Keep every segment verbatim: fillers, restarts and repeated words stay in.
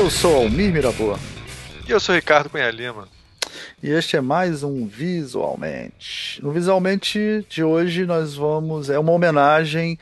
Eu sou Almir Mirabô. E eu sou Ricardo Cunha Lima. E este é mais um Visualmente. No Visualmente de hoje nós vamos... É uma homenagem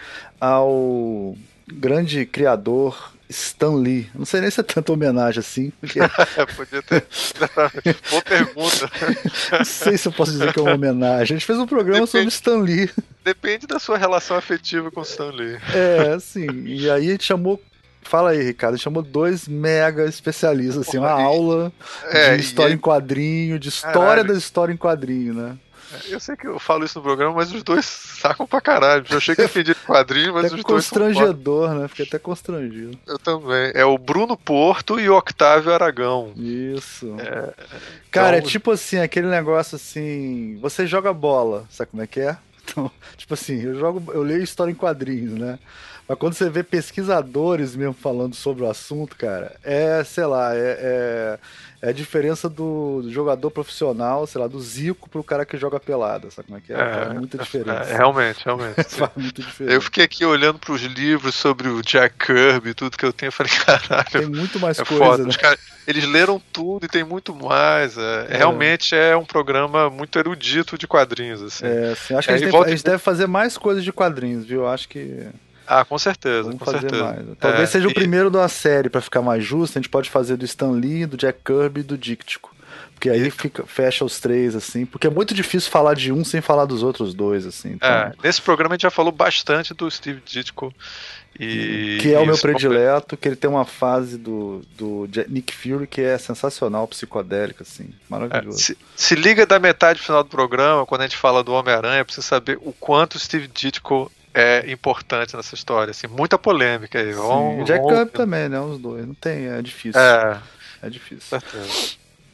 ao grande criador Stan Lee. Não sei nem se é tanta homenagem assim. Porque... Podia ter... Boa pergunta. Não sei se eu posso dizer que é uma homenagem. A gente fez um programa Depende... sobre Stan Lee. Depende da sua relação afetiva com Stan Lee. É, sim. E aí a gente chamou... Fala aí, Ricardo, a gente chamou dois mega especialistas, assim, uma e... aula é, de história e... em quadrinho, de história caralho. da história em quadrinho, né? Eu sei que eu falo isso no programa, mas os dois sacam pra caralho. Eu achei que eu entendi de quadrinho, mas até os dois são constrangedor, né? Fiquei até constrangido. Eu também. É o Bruno Porto e o Octávio Aragão. Isso. É... Cara, então... é tipo assim, aquele negócio assim, você joga bola, sabe como é que é? Então, tipo assim, eu jogo, eu leio história em quadrinhos, né? Mas quando você vê pesquisadores mesmo falando sobre o assunto, cara, é, sei lá, é, é, é a diferença do, do jogador profissional, sei lá, do Zico pro cara que joga pelada, sabe como é que é? É, é muita diferença. É, realmente, realmente. Faz muita diferença. Eu fiquei aqui olhando pros livros sobre o Jack Kirby e tudo que eu tenho, eu falei, caralho. Tem muito mais é coisa, foda. né? Os cara, eles leram tudo e tem muito mais. É, é. Realmente é um programa muito erudito de quadrinhos, assim. É, assim, acho que é, a gente, tem, a gente deve fazer mais coisas de quadrinhos, viu? Eu acho que... Ah, com certeza, Vamos com fazer certeza. Mais. Talvez é, seja e... o primeiro da série, pra ficar mais justo, a gente pode fazer do Stan Lee, do Jack Kirby e do Díctico. Porque aí fica, fecha os três, assim, porque é muito difícil falar de um sem falar dos outros dois, assim. Então... É, nesse programa a gente já falou bastante do Steve Ditko. E... Que é o meu predileto, que ele tem uma fase do, do Nick Fury que é sensacional, psicodélica, assim, maravilhoso. É, se, se liga da metade final do programa, quando a gente fala do Homem-Aranha, pra você saber o quanto o Steve Ditko é importante nessa história, assim, muita polêmica aí. Sim, o Jack Kirby também, né, os dois, não tem, é difícil. É, é difícil. Certeza.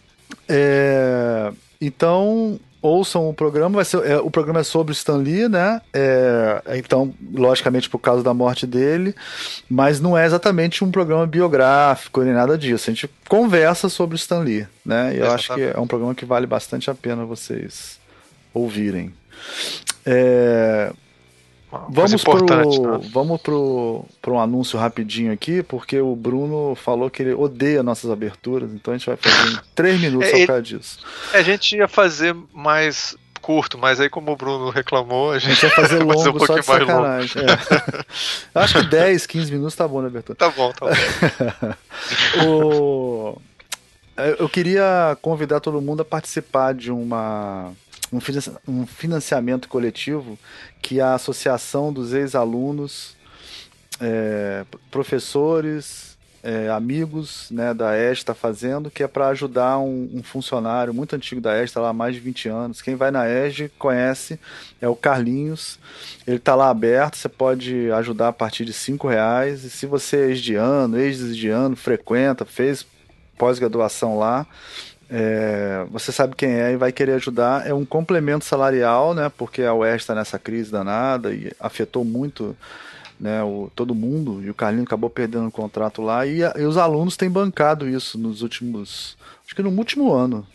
É, então, ouçam o programa, vai ser, é, o programa é sobre Stan Lee, né, é, então, logicamente por causa da morte dele, mas não é exatamente um programa biográfico nem nada disso, a gente conversa sobre Stan Lee, né, e eu acho que é um programa que vale bastante a pena vocês ouvirem. É... Vamos pro, né? vamos pro, pro um anúncio rapidinho aqui, porque o Bruno falou que ele odeia nossas aberturas, então a gente vai fazer em três minutos é, só por causa disso. A gente ia fazer mais curto, mas aí como o Bruno reclamou, a gente, a gente vai fazer longo, fazer um só de sacanagem. É. Acho que dez, quinze minutos tá bom na abertura. Tá bom, tá bom. o... Eu queria convidar todo mundo a participar de uma... um financiamento coletivo que a Associação dos Ex-Alunos, é, professores, é, amigos, né, da E S está fazendo, que é para ajudar um, um funcionário muito antigo da E S, está lá há mais de vinte anos. Quem vai na E S conhece, é o Carlinhos. Ele está lá aberto, você pode ajudar a partir de cinco reais. E se você é ex-de-ano, ex-de-ano, frequenta, fez pós-graduação lá, É, você sabe quem é e vai querer ajudar. É um complemento salarial, né, porque a U E S está nessa crise danada e afetou muito, né, o, todo mundo, e o Carlinhos acabou perdendo o contrato lá, e, a, e os alunos têm bancado isso nos últimos, acho que no último ano.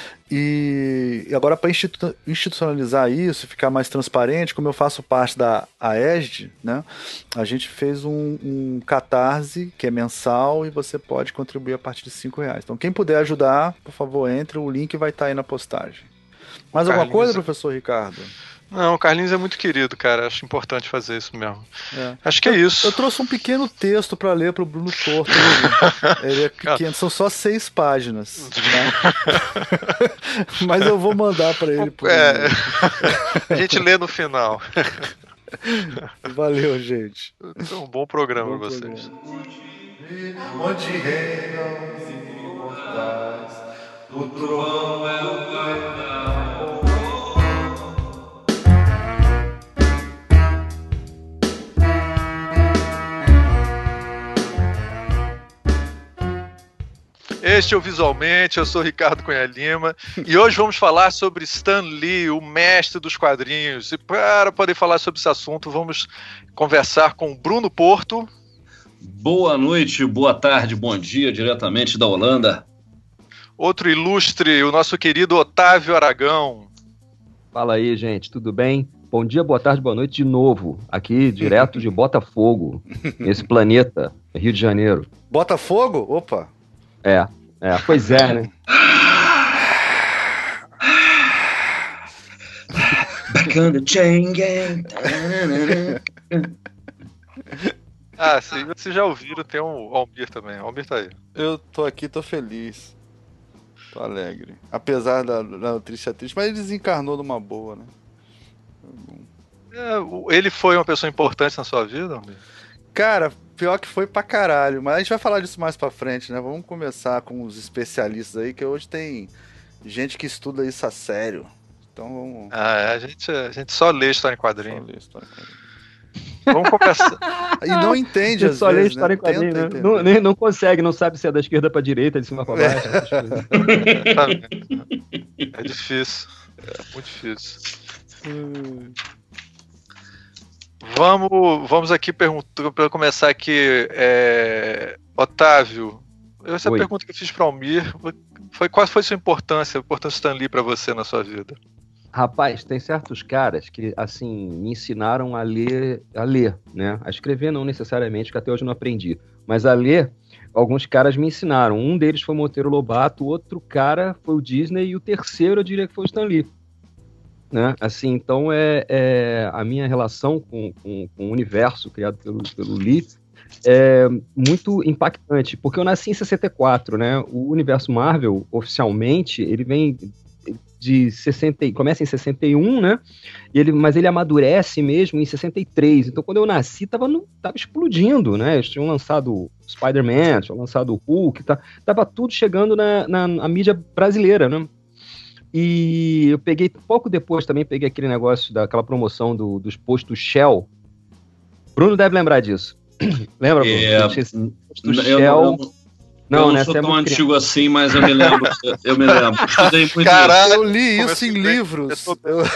E, e agora, para institu institucionalizar isso, ficar mais transparente, como eu faço parte da A E S D, né, a gente fez um, um Catarse, que é mensal, e você pode contribuir a partir de cinco reais. Então, quem puder ajudar, por favor, entre, o link vai estar aí na postagem. Mais alguma coisa, professor Ricardo? Não, o Carlinhos é muito querido, cara. Acho importante fazer isso mesmo. É. Acho que é eu, isso. Eu trouxe um pequeno texto para ler pro Bruno Porto. Ele é pequeno, são só seis páginas. Né? Mas eu vou mandar para ele. Por é. A gente lê no final. Valeu, gente. Então, um bom programa para vocês. Onde reinam os imortais, o trovão é o pai. Este é o Visualmente, eu sou Ricardo Cunha Lima e hoje vamos falar sobre Stan Lee, o mestre dos quadrinhos. E para poder falar sobre esse assunto, vamos conversar com o Bruno Porto. Boa noite, boa tarde, bom dia, diretamente da Holanda. Outro ilustre, o nosso querido Otávio Aragão. Fala aí, gente, tudo bem? Bom dia, boa tarde, boa noite de novo, aqui direto de Botafogo, nesse planeta, Rio de Janeiro. Botafogo? Opa! É, é, pois é, né? Back on the chain gang. Ah, sim, vocês já ouviram, tem um Almir também. Almir tá aí. Eu tô aqui, tô feliz. Tô alegre. Apesar da, da notícia triste, mas ele desencarnou numa boa, né? É, ele foi uma pessoa importante na sua vida, Almir? Cara, pior que foi pra caralho, mas a gente vai falar disso mais pra frente, né? Vamos começar com os especialistas aí, que hoje tem gente que estuda isso a sério. Então vamos... Ah, é, a gente, a gente só lê história em quadrinho. Só ler história em quadrinho. Vamos começar. E não entende, às só lê vezes, história né? em quadrinho, Tenta né? entender. Não, nem- não consegue, não sabe se é da esquerda pra direita, de cima pra baixo. essas coisas. É difícil. É muito difícil. Vamos, vamos aqui perguntar, para começar aqui, é, Otávio, essa Oi. pergunta que eu fiz para o Almir, foi, qual foi a sua importância, a importância do Stan Lee para você na sua vida? Rapaz, tem certos caras que, assim, me ensinaram a ler, a ler, né? A escrever não necessariamente, que até hoje eu não aprendi. Mas a ler, alguns caras me ensinaram. Um deles foi o Monteiro Lobato, o outro cara foi o Disney e o terceiro eu diria que foi o Stan Lee. Né? Assim, então é, é a minha relação com, com, com o universo criado pelo, pelo Lee é muito impactante, porque eu nasci em sessenta e quatro, né? O universo Marvel, oficialmente, ele vem de sessenta, começa em sessenta e um, né? E ele, mas ele amadurece mesmo em sessenta e três. Então, quando eu nasci, tava, no, tava explodindo, né? Eles tinham lançado Spider-Man, tinham lançado o Hulk, tá, tava tudo chegando na, na, na mídia brasileira, né? E eu peguei, pouco depois também, peguei aquele negócio daquela promoção do, dos postos Shell. Bruno deve lembrar disso. Lembra, Bruno? É, Tinha esse posto eu, Shell. eu, Não, eu não né? sou Você é tão muito antigo assim, mas eu me lembro. Eu me lembro. Estudei muito Caralho. Eu li isso Começou em bem, livros. começou Eu...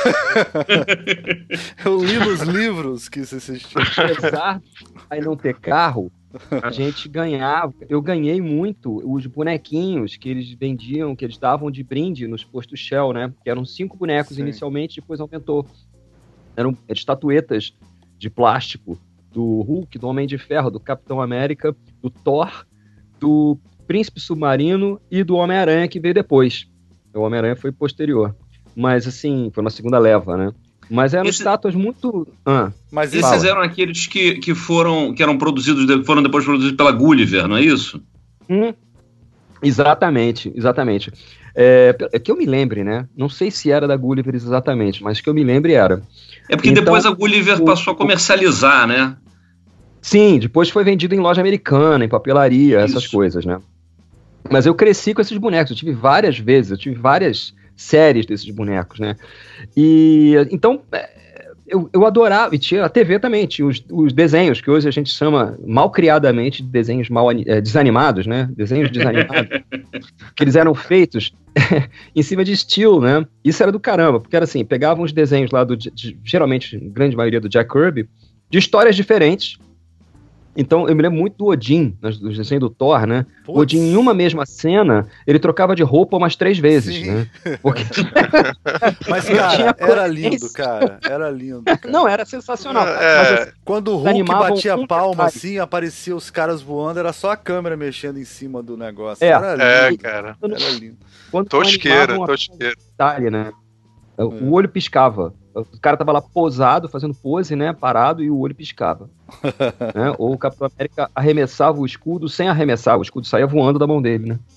eu li nos livros que isso existia. Apesar de não ter carro, a gente ganhava. Eu ganhei muito os bonequinhos que eles vendiam, que eles davam de brinde nos postos Shell, né? Que eram cinco bonecos Sim. inicialmente, depois aumentou. Eram estatuetas de plástico do Hulk, do Homem de Ferro, do Capitão América, do Thor, do Príncipe Submarino e do Homem-Aranha, que veio depois. O Homem-Aranha foi posterior. Mas, assim, foi uma segunda leva, né? Mas eram Esse- estátuas muito... Ah, Mas isso Esses Fala. eram aqueles que, que foram que eram produzidos, de- foram depois produzidos pela Gulliver, não é isso? hum, exatamente, exatamente. É, é que eu me lembre, né? Não sei se era da Gulliver exatamente, mas que eu me lembre era. É porque Então, depois a Gulliver o- passou a comercializar, né? Sim, depois foi vendido em loja americana, em papelaria, essas Isso. coisas, né? Mas eu cresci com esses bonecos, eu tive várias vezes, eu tive várias séries desses bonecos, né? E então é, eu, eu adorava, e tinha a T V também, tinha os, os desenhos, que hoje a gente chama malcriadamente de desenhos mal ani- é, desanimados, né? Desenhos desanimados, que eles eram feitos em cima de estilo, né? Isso era do caramba, porque era assim, pegavam os desenhos lá do, de- geralmente, grande maioria do Jack Kirby, de histórias diferentes. Então, eu me lembro muito do Odin, nos nos desenhos do Thor, né? O Putz. Odin, em uma mesma cena, ele trocava de roupa umas três vezes, Sim. né? Porque... Mas, Não cara, tinha era coerência. lindo, cara. Era lindo, cara. Não, era sensacional. É, Mas, assim, Quando o Hulk animavam batia um palma detalhe. assim, aparecia os caras voando, era só a câmera mexendo em cima do negócio. É. Era É, lindo. cara. Era lindo. quando Tosqueira, animavam a tosqueira. detalhe, né? O olho piscava. O cara tava lá posado, fazendo pose, né? Parado, e o olho piscava. Né? Ou o Capitão América arremessava o escudo sem arremessar. O escudo saía voando da mão dele, né?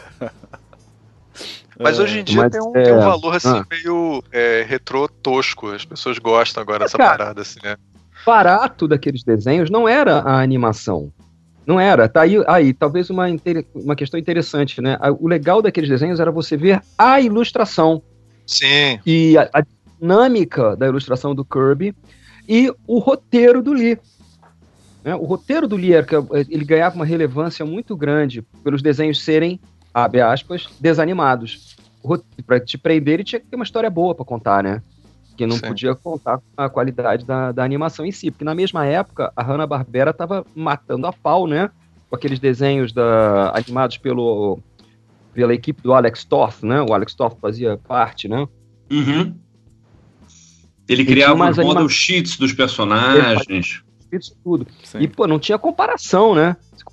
Mas hoje em dia Mas, tem, um, é, tem um valor assim ah. meio é, retrô tosco. As pessoas gostam agora dessa Cara, parada, assim, né? Barato daqueles desenhos não era a animação. Não era. Tá aí, aí talvez uma, inter- uma questão interessante, né? A- O legal daqueles desenhos era você ver a ilustração Sim. e a, a dinâmica da ilustração do Kirby e o roteiro do Lee. Né? O roteiro do Lee era que ele ganhava uma relevância muito grande pelos desenhos serem, abre aspas, desanimados. Para te prender, ele tinha que ter uma história boa para contar, né? Que não Sim. podia contar com a qualidade da, da animação em si. Porque na mesma época, a Hanna-Barbera estava matando a pau, né? Com aqueles desenhos da, animados pelo, pela equipe do Alex Toth, né? O Alex Toth fazia parte, né? Uhum. Ele E criava tinha umas os model anima- sheets dos personagens. Isso tudo. Sim. E, pô, não tinha comparação, né?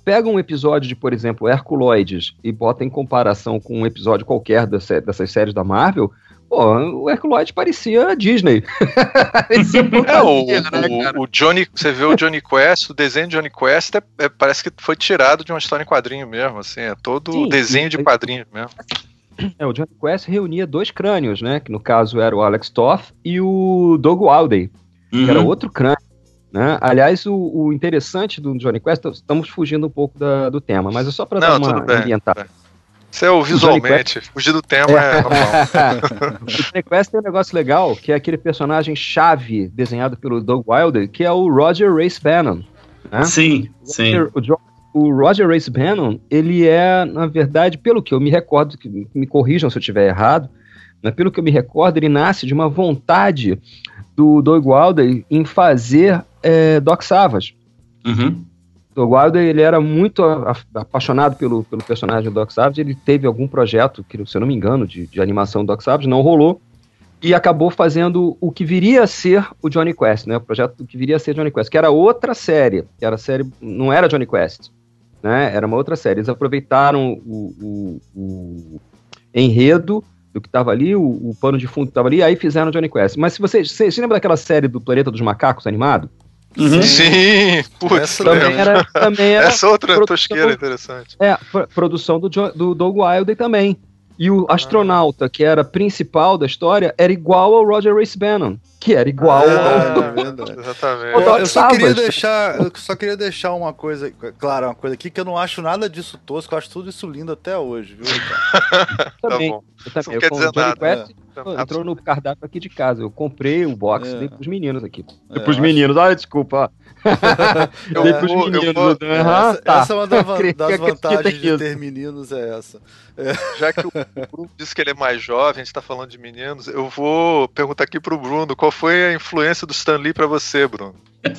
pega um episódio de, por exemplo, Herculoides e bota em comparação com um episódio qualquer dessa, dessas séries da Marvel, pô, o Herculoides parecia a Disney. Parecia é, o, né, o, o Johnny, você vê o Johnny Quest, o desenho de Johnny Quest é, é, parece que foi tirado de uma história em quadrinho mesmo, assim, é todo Sim, desenho de quadrinho mesmo. É, o Johnny Quest reunia dois crânios, né, que no caso era o Alex Toth e o Doug Wildey, uhum. que era outro crânio. Né? Aliás, o, o interessante do Johnny Quest, estamos fugindo um pouco da, do tema, mas é só para dar uma ambientada. Isso é o visualmente, o fugir do tema é, é normal. O Johnny Quest tem um negócio legal, que é aquele personagem chave desenhado pelo Doug Wilder, que é o Roger Race Bannon. Né? Sim, o sim. Roger, o, o Roger Race Bannon, ele é, na verdade, pelo que eu me recordo, que me corrijam se eu estiver errado, né? Pelo que eu me recordo, ele nasce de uma vontade do Doug Wilder em fazer é, Doc Savage. Uhum. O Doug Wilder, ele era muito a, a, apaixonado pelo, pelo personagem do Doc Savage. Ele teve algum projeto, que, se eu não me engano, de, de animação do Doc Savage, não rolou, e acabou fazendo o que viria a ser o Johnny Quest, né? O projeto do que viria a ser Johnny Quest, que era outra série, que era a série, não era Johnny Quest, né? Era uma outra série. Eles aproveitaram o, o, o enredo do que estava ali, o, o pano de fundo que estava ali, aí fizeram Johnny Quest. Mas se você, você se lembra daquela série do Planeta dos Macacos animado? Uhum. Sim, putz, também era, também era essa outra produção, tosqueira interessante. É, produção do, do Doug Wilder também. E o astronauta, que era principal da história, era igual ao Roger Race Bannon, que era igual ah, ao... É verdade. Exatamente. Eu, eu só queria deixar, eu só queria deixar uma coisa, claro, uma coisa aqui, que eu não acho nada disso tosco, eu acho tudo isso lindo até hoje, viu? também, tá bom. Eu também. Não eu, quer dizer Johnny nada. Quest, É. entrou no cardápio aqui de casa. Eu comprei o box, É. dei pros meninos aqui. É, pros eu meninos, acho... ah, desculpa. Eu dei pros vou, meninos. eu vou... Do... Ah, essa, tá. essa é uma da, das que vantagens de isso. ter meninos, é essa. É. Já que o Bruno disse que ele é mais jovem, a gente tá falando de meninos, eu vou perguntar aqui pro Bruno, qual foi a influência do Stan Lee pra você, Bruno?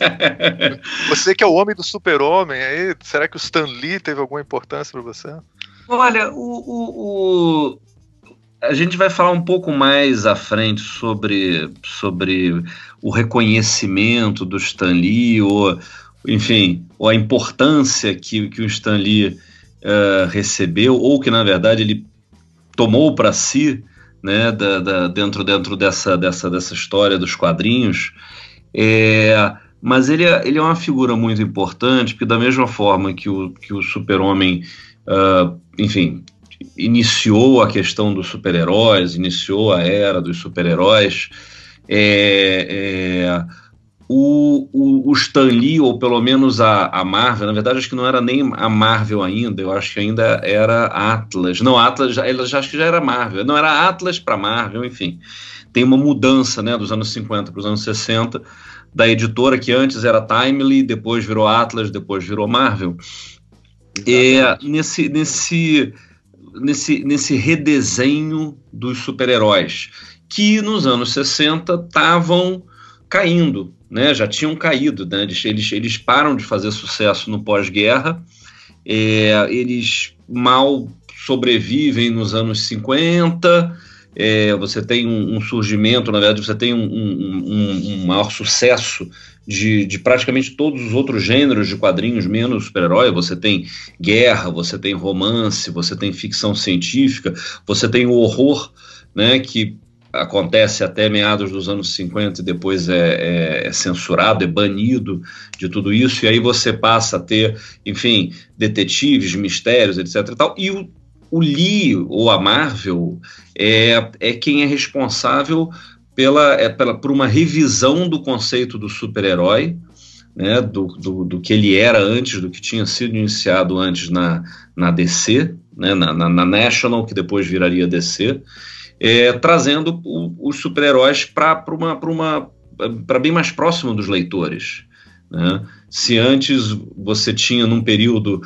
Você que é o homem do super-homem, aí, será que o Stan Lee teve alguma importância pra você? Olha, o, o, o... a gente vai falar um pouco mais à frente sobre, sobre o reconhecimento do Stan Lee, ou, enfim, ou a importância que, que o Stan Lee uh, recebeu, ou que, na verdade, ele tomou para si, né, da, da, dentro, dentro dessa, dessa, dessa história dos quadrinhos. É, mas ele é, ele é uma figura muito importante, porque da mesma forma que o, que o super-homem, uh, enfim... iniciou a questão dos super-heróis, iniciou a era dos super-heróis, é, é, o, o, o Stan Lee, ou pelo menos a, a Marvel, na verdade acho que não era nem a Marvel ainda, eu acho que ainda era Atlas, não, Atlas, ela já, acho que já era Marvel, não, era Atlas para Marvel, enfim, tem uma mudança, né, dos anos cinquenta para os anos sessenta, da editora que antes era Timely, depois virou Atlas, depois virou Marvel. É, nesse... nesse Nesse, nesse redesenho dos super-heróis, que nos anos sessenta estavam caindo, né? Já tinham caído, né? eles, eles, eles param de fazer sucesso no pós-guerra, é, eles mal sobrevivem nos anos cinquenta, é, você tem um, um surgimento, na verdade você tem um, um, um, um maior sucesso De, de praticamente todos os outros gêneros de quadrinhos, menos super-herói. Você tem guerra, você tem romance, você tem ficção científica, você tem o horror, né, que acontece até meados dos anos cinquenta e depois é, é, é censurado, é banido de tudo isso, e aí você passa a ter, enfim, detetives, mistérios, etc e tal, e o, o Lee, ou a Marvel, é, é quem é responsável Pela, é, pela, por uma revisão do conceito do super-herói, né, do, do, do que ele era antes, do que tinha sido iniciado antes na, na D C, né, na, na, na National, que depois viraria D C, é, trazendo o, os super-heróis para uma, uma, para bem mais próximo dos leitores. Né? Se antes você tinha num período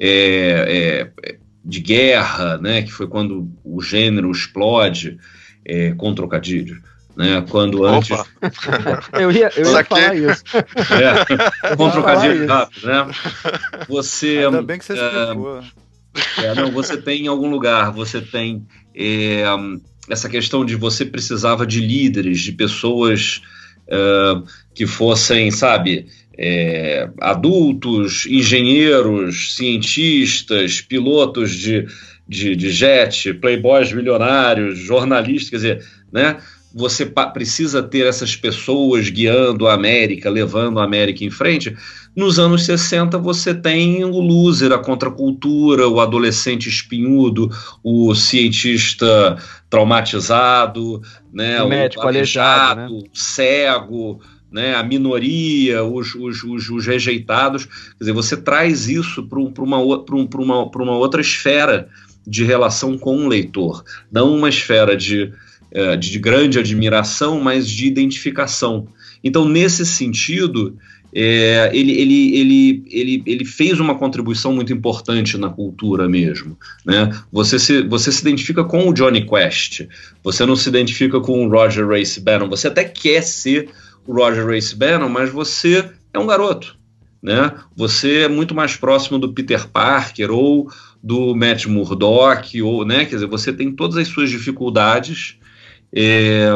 é, é, de guerra, né, que foi quando o gênero explode, é, com trocadilho, né, quando antes... eu ia, eu ia falar isso. É, com trocadilho rápido, né? Você... Ainda bem que você explicou. É, não, você tem em algum lugar, você tem é, essa questão de você precisava de líderes, de pessoas é, que fossem, sabe, é, adultos, engenheiros, cientistas, pilotos de, de, de jet, playboys milionários, jornalistas, quer dizer, né? Você precisa ter essas pessoas guiando a América, levando a América em frente. Nos anos sessenta você tem o loser, a contracultura, o adolescente espinhudo, o cientista traumatizado, né, o médico o aleijado, né? o cego, né, a minoria, os, os, os, os rejeitados. Quer dizer, você traz isso para uma, um, uma, uma outra esfera de relação com o leitor, não uma esfera de... de grande admiração, mas de identificação. Então, nesse sentido, é, ele, ele, ele, ele, ele fez uma contribuição muito importante na cultura mesmo, né? Você se, você se identifica com o Jonny Quest, você não se identifica com o Roger Race Bannon, você até quer ser o Roger Race Bannon, mas você é um garoto, né? Você é muito mais próximo do Peter Parker ou do Matt Murdock, ou, né? Quer dizer, você tem todas as suas dificuldades É,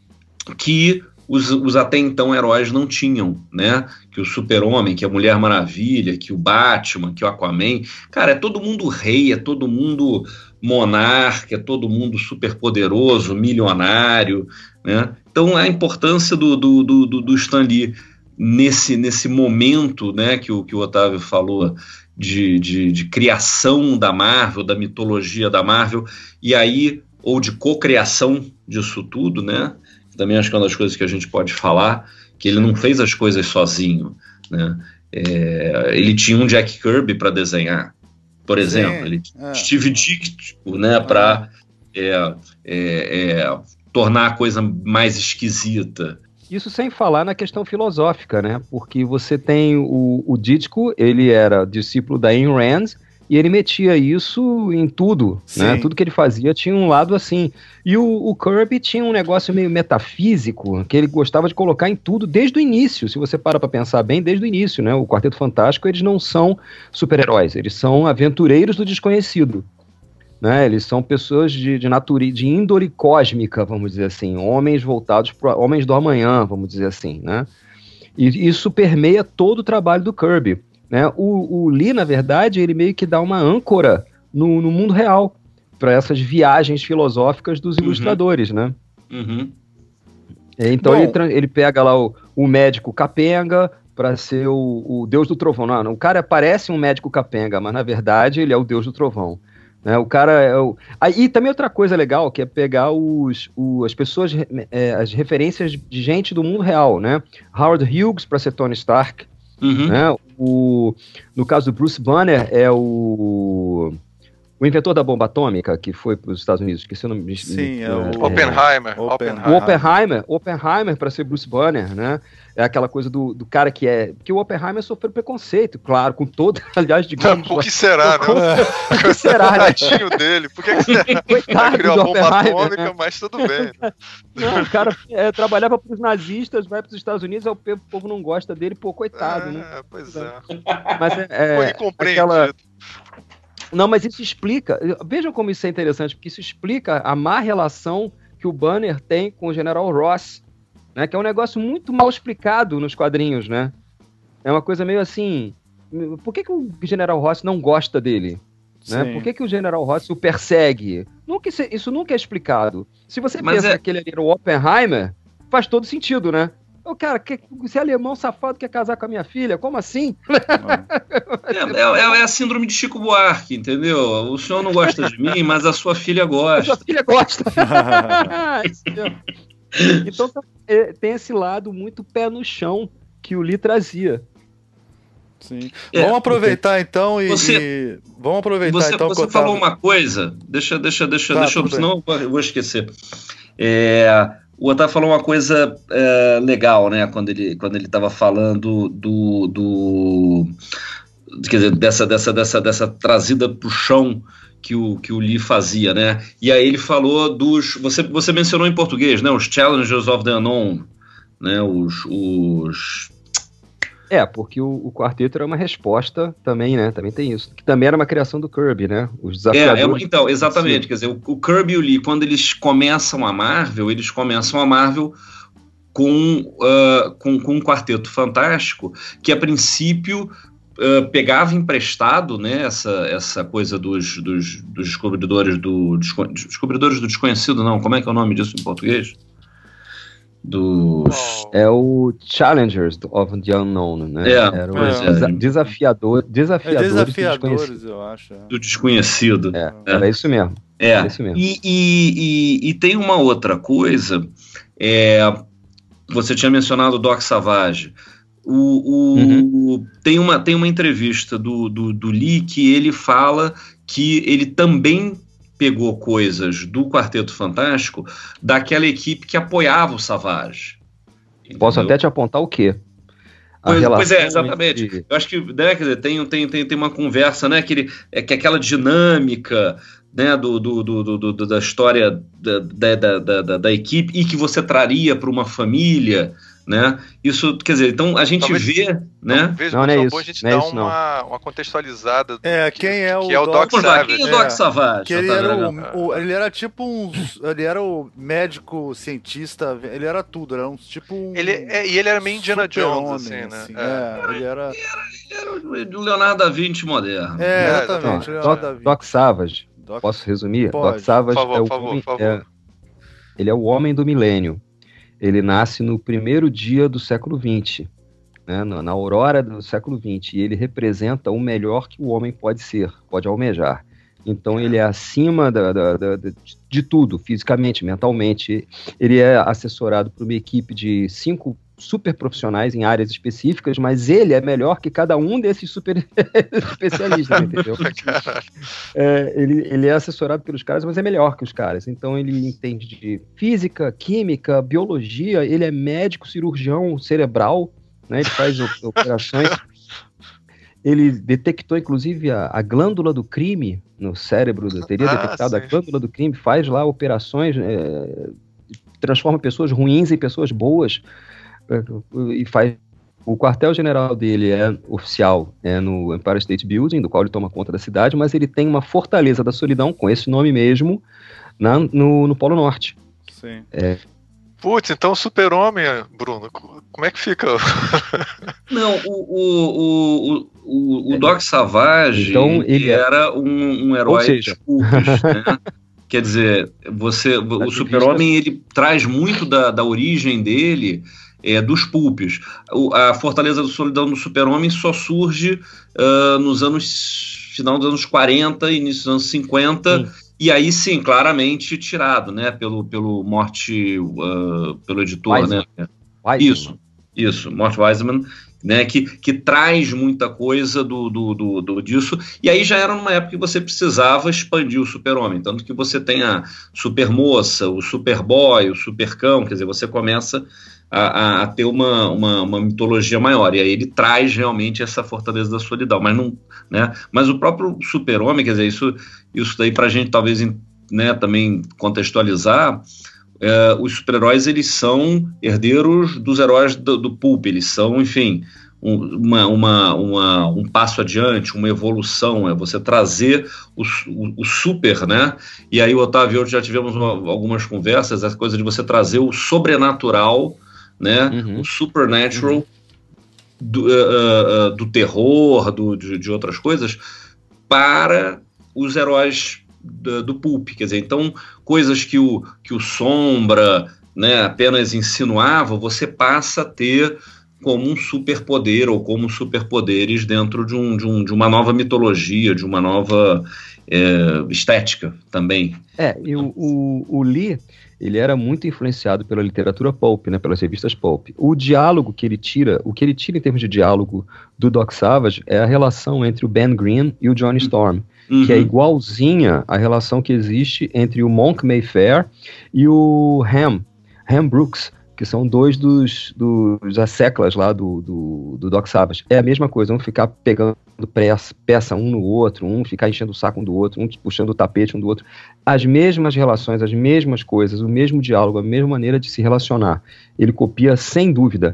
que os, os até então heróis não tinham, né? Que o Super-Homem, que a Mulher Maravilha, que o Batman, que o Aquaman, cara, é todo mundo rei, é todo mundo monarca, é todo mundo superpoderoso, milionário, né? Então a importância do, do, do, do Stan Lee nesse, nesse momento, né, que o, que o Otávio falou, de, de, de criação da Marvel, da mitologia da Marvel, e aí ou de cocriação disso tudo, né? Também acho que é uma das coisas que a gente pode falar, que ele não fez as coisas sozinho, né? É, ele tinha um Jack Kirby para desenhar, por exemplo, ele tinha é. Steve Ditko, né, para é, é, é, tornar a coisa mais esquisita. Isso sem falar na questão filosófica, né? Porque você tem o, o Ditko, ele era discípulo da Ayn Rand, e ele metia isso em tudo, né? Tudo que ele fazia tinha um lado assim. E o, o Kirby tinha um negócio meio metafísico, que ele gostava de colocar em tudo desde o início. Se você para para pensar bem, desde o início, né? O Quarteto Fantástico, eles não são super-heróis, eles são aventureiros do desconhecido, né? Eles são pessoas de, de, nature, de índole cósmica, vamos dizer assim, homens voltados para homens do amanhã, vamos dizer assim, né? E isso permeia todo o trabalho do Kirby. Né? O, o Lee, na verdade, ele meio que dá uma âncora no, no mundo real para essas viagens filosóficas dos ilustradores, uhum. né? Uhum. Então ele, ele pega lá o, o médico capenga para ser o, o deus do trovão. Não, não, o cara parece um médico capenga, mas na verdade ele é o deus do trovão. Né? O cara é o... Ah, e também outra coisa legal, que é pegar os, o, as pessoas, é, as referências de gente do mundo real, né? Howard Hughes para ser Tony Stark. Uhum. Né? O, no caso do Bruce Banner, é o, o inventor da bomba atômica que foi para os Estados Unidos, esqueci o nome. Sim, é o é, Oppenheimer. É, Oppenheimer. O Oppenheimer, Oppenheimer para ser Bruce Banner, né? É aquela coisa do, do cara que é... Que o Oppenheimer sofreu preconceito, claro, com todo... Aliás, digamos... Por que será, com, né? Por que será, né? Tadinho dele, por que, que será? Coitado criou do a bomba Oppenheimer, atômica, né? mas tudo bem. Né? Não, o cara é, trabalhava para os nazistas, vai para os Estados Unidos, o povo não gosta dele, pô, coitado, é, né? Pois é. Mas é, é Foi incompreendido. Aquela... Não, mas isso explica... Vejam como isso é interessante, porque isso explica a má relação que o Banner tem com o General Ross, né, que é um negócio muito mal explicado nos quadrinhos, né? É uma coisa meio assim... Por que, que o General Ross não gosta dele? Né? Por que, que o General Ross o persegue? Nunca, isso nunca é explicado. Se você Mas pensa é... que aquele ali era o Oppenheimer, faz todo sentido, né? O cara, que, esse alemão safado quer casar com a minha filha? Como assim? É, é, é a síndrome de Chico Buarque, entendeu? O senhor não gosta de mim, mas a sua filha gosta. A sua filha gosta. Então tem esse lado muito pé no chão que o Lee trazia. Sim. É, vamos aproveitar então e, você, e vamos aproveitar você, então. Você falou uma coisa, deixa, deixa, deixa, tá, deixa, senão eu vou esquecer. É, o Otávio falou uma coisa é, legal, né? Quando ele quando ele estava falando do, do quer dizer, dessa dessa dessa dessa trazida pro chão que o, que o Lee fazia, né? E aí ele falou dos... Você, você mencionou em português, né? Os Challengers of the Unknown, né? Os... os... É, porque o, o quarteto era uma resposta também, né? Também tem isso. Que também era uma criação do Kirby, né? Os desafiadores... É, é então, exatamente. Quer dizer, o, o Kirby e o Lee, quando eles começam a Marvel, eles começam a Marvel com, uh, com, com um quarteto fantástico que, a princípio, uh, pegava emprestado, né, essa, essa coisa dos, dos, dos descobridores do desco, descobridores do desconhecido, não, como é que é o nome disso em português? Dos... É o Challengers of the Unknown, né? É, Era o é. desa desafiador, desafiadores, é desafiadores do desconhecido. eu acho. É. Do desconhecido. É, é. Era isso mesmo. É, era isso mesmo. E, e, e, e tem uma outra coisa, é, você tinha mencionado o Doc Savage. O, o, uhum. tem, uma, tem uma entrevista do, do, do Lee que ele fala que ele também pegou coisas do Quarteto Fantástico daquela equipe que apoiava o Savage. Entendeu? Posso até te apontar o quê? A Pois, pois é, exatamente. Entre... Eu acho que, né, quer dizer, tem, tem, tem, tem uma conversa, né, que, ele, é, que aquela dinâmica, né, do, do, do, do, da história da, da, da, da, da equipe e que você traria para uma família, né? Isso, quer dizer, então a gente Talvez, vê, não, né? Veja, não, não é é isso, bom a gente não é dar isso, não. uma, uma contextualizada do É, que, quem é o que é o Doc Doc Savage. Quem é o Doc É, Savage? Que ele Tá, era, legal. o, o, ele era tipo um. Ele era o médico, cientista, ele era tudo, era um tipo um. Ele, é, e ele era meio Indiana Jones, assim, super-homem, né? assim, É. é, ele era. Era o Leonardo da Vinci moderno. É, É, exatamente. Não, Leonardo Doc, da Vinci. Doc Savage, Doc- posso resumir? Pode. Doc Savage Por favor, é o por favor, homem, por favor. é- ele é o homem do milênio. Ele nasce no primeiro dia do século vinte, né, na, na aurora do século vinte, e ele representa o melhor que o homem pode ser, pode almejar. Então ele é acima da, da, da, da- de tudo, fisicamente, mentalmente. Ele é assessorado por uma equipe de cinco super profissionais em áreas específicas, mas ele é melhor que cada um desses super especialistas, entendeu? Caralho. É, ele, ele é assessorado pelos caras, mas é melhor que os caras. Então ele entende de física, química, biologia, ele é médico, cirurgião cerebral, né? Ele faz o- operações. Ele detectou, inclusive, a, a glândula do crime no cérebro, teria Ah, detectado a sim. glândula do crime, faz lá operações, é, transforma pessoas ruins em pessoas boas, é, e faz. O quartel-general dele é oficial, é no Empire State Building, do qual ele toma conta da cidade, mas ele tem uma fortaleza da solidão, com esse nome mesmo, na- no, no Polo Norte. Sim. Putz, então o Super-Homem, Bruno, co- como é que fica? Não, o, o, o, o, o Doc Savage Então, ele é- era um, um herói Ou seja- dos pulpes, né? Quer dizer, você, o Ativista- Super-Homem ele traz muito da, da origem dele é, dos pulpes. O- a Fortaleza da Solidão do Super-Homem só surge ah, nos anos final dos anos quarenta, início dos anos cinquenta. Sim. E aí sim, claramente tirado, né, pelo, pelo Morte, ah, pelo editor, Weisman. né? Weisman. Isso, isso, Mort Weisman, né, que, que traz muita coisa do, do, do, do- disso, e aí já era numa época que você precisava expandir o Super-Homem, tanto que você tem a Super-Moça, o Superboy, o Supercão, quer dizer, você começa a, a, a ter uma, uma, uma mitologia maior, e aí ele traz realmente essa fortaleza da solidão, mas não, né, mas o próprio Super-Homem, quer dizer, isso, isso daí pra gente talvez, né, também contextualizar. É, os super-heróis, eles são herdeiros dos heróis do, do pulp, eles são, enfim, um, uma, uma, uma, um passo adiante, uma evolução, é você trazer o, o, o super, né? E aí, Otávio e eu já tivemos uma, algumas conversas, essa coisa de você trazer o sobrenatural, né? Uhum. O supernatural do, uh, uh, do terror, do, de, de outras coisas, para os heróis do, do pulp, quer dizer, então coisas que o, que o Sombra, né, apenas insinuava, você passa a ter como um superpoder ou como superpoderes dentro de, um, de, um, de uma nova mitologia, de uma nova é, estética também. É, e o, o, o Lee, ele era muito influenciado pela literatura pulp, né, pelas revistas pulp. O diálogo que ele tira, o que ele tira em termos de diálogo do Doc Savage é a relação entre o Ben Grimm e o Johnny Storm, Uhum. que é igualzinha à relação que existe entre o Monk Mayfair e o Ham, Ham Brooks, que são dois dos, dos asseclas lá do, do, do Doc Savage. É a mesma coisa, um ficar pegando peça, peça um no outro, um ficar enchendo o saco um do outro, um puxando o tapete um do outro. As mesmas relações, as mesmas coisas, o mesmo diálogo, a mesma maneira de se relacionar. Ele copia sem dúvida.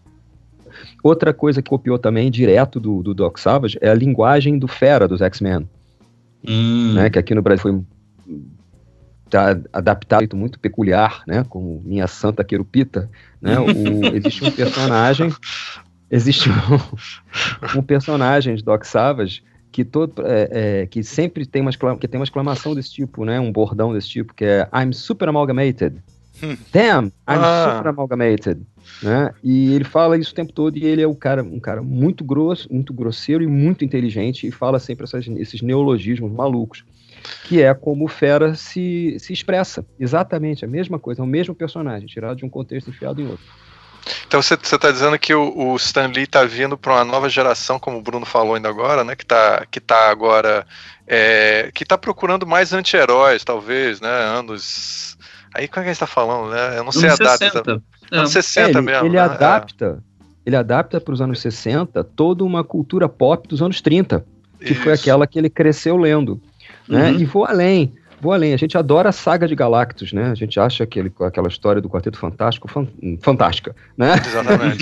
Outra coisa que copiou também direto do, do Doc Savage é a linguagem do Fera dos X-Men. Hum. Né, que aqui no Brasil foi tá adaptado de um jeito muito peculiar, né? Como Minha Santa Querupita, né? O, existe um personagem, existe um, um personagem de Doc Savage que, todo, é, é, que sempre tem uma, que tem uma exclamação desse tipo, né? Um bordão desse tipo, que é I'm super amalgamated. Damn, I'm ah. super amalgamated. Né? E ele fala isso o tempo todo, e ele é um cara, um cara muito grosso, muito grosseiro e muito inteligente, e fala sempre essas, esses neologismos malucos, que é como o Fera se, se expressa. Exatamente a mesma coisa, é o mesmo personagem, tirado de um contexto e enfiado em outro. Então você está dizendo que o, o Stan Lee está vindo para uma nova geração, como o Bruno falou ainda agora, né? Que está que tá agora é, que tá procurando mais anti-heróis, talvez, né? Anos. Aí como é que a gente está falando, né? Eu não sei a data. Anos sessenta ele, mesmo. Ele né? adapta, é. ele adapta para os anos sessenta toda uma cultura pop dos anos trinta, que Isso. foi aquela que ele cresceu lendo. Né? Uhum. E vou além. Vou além, a gente adora a saga de Galactus, né? A gente acha aquele, aquela história do Quarteto Fantástico fan, fantástica, né? Exatamente.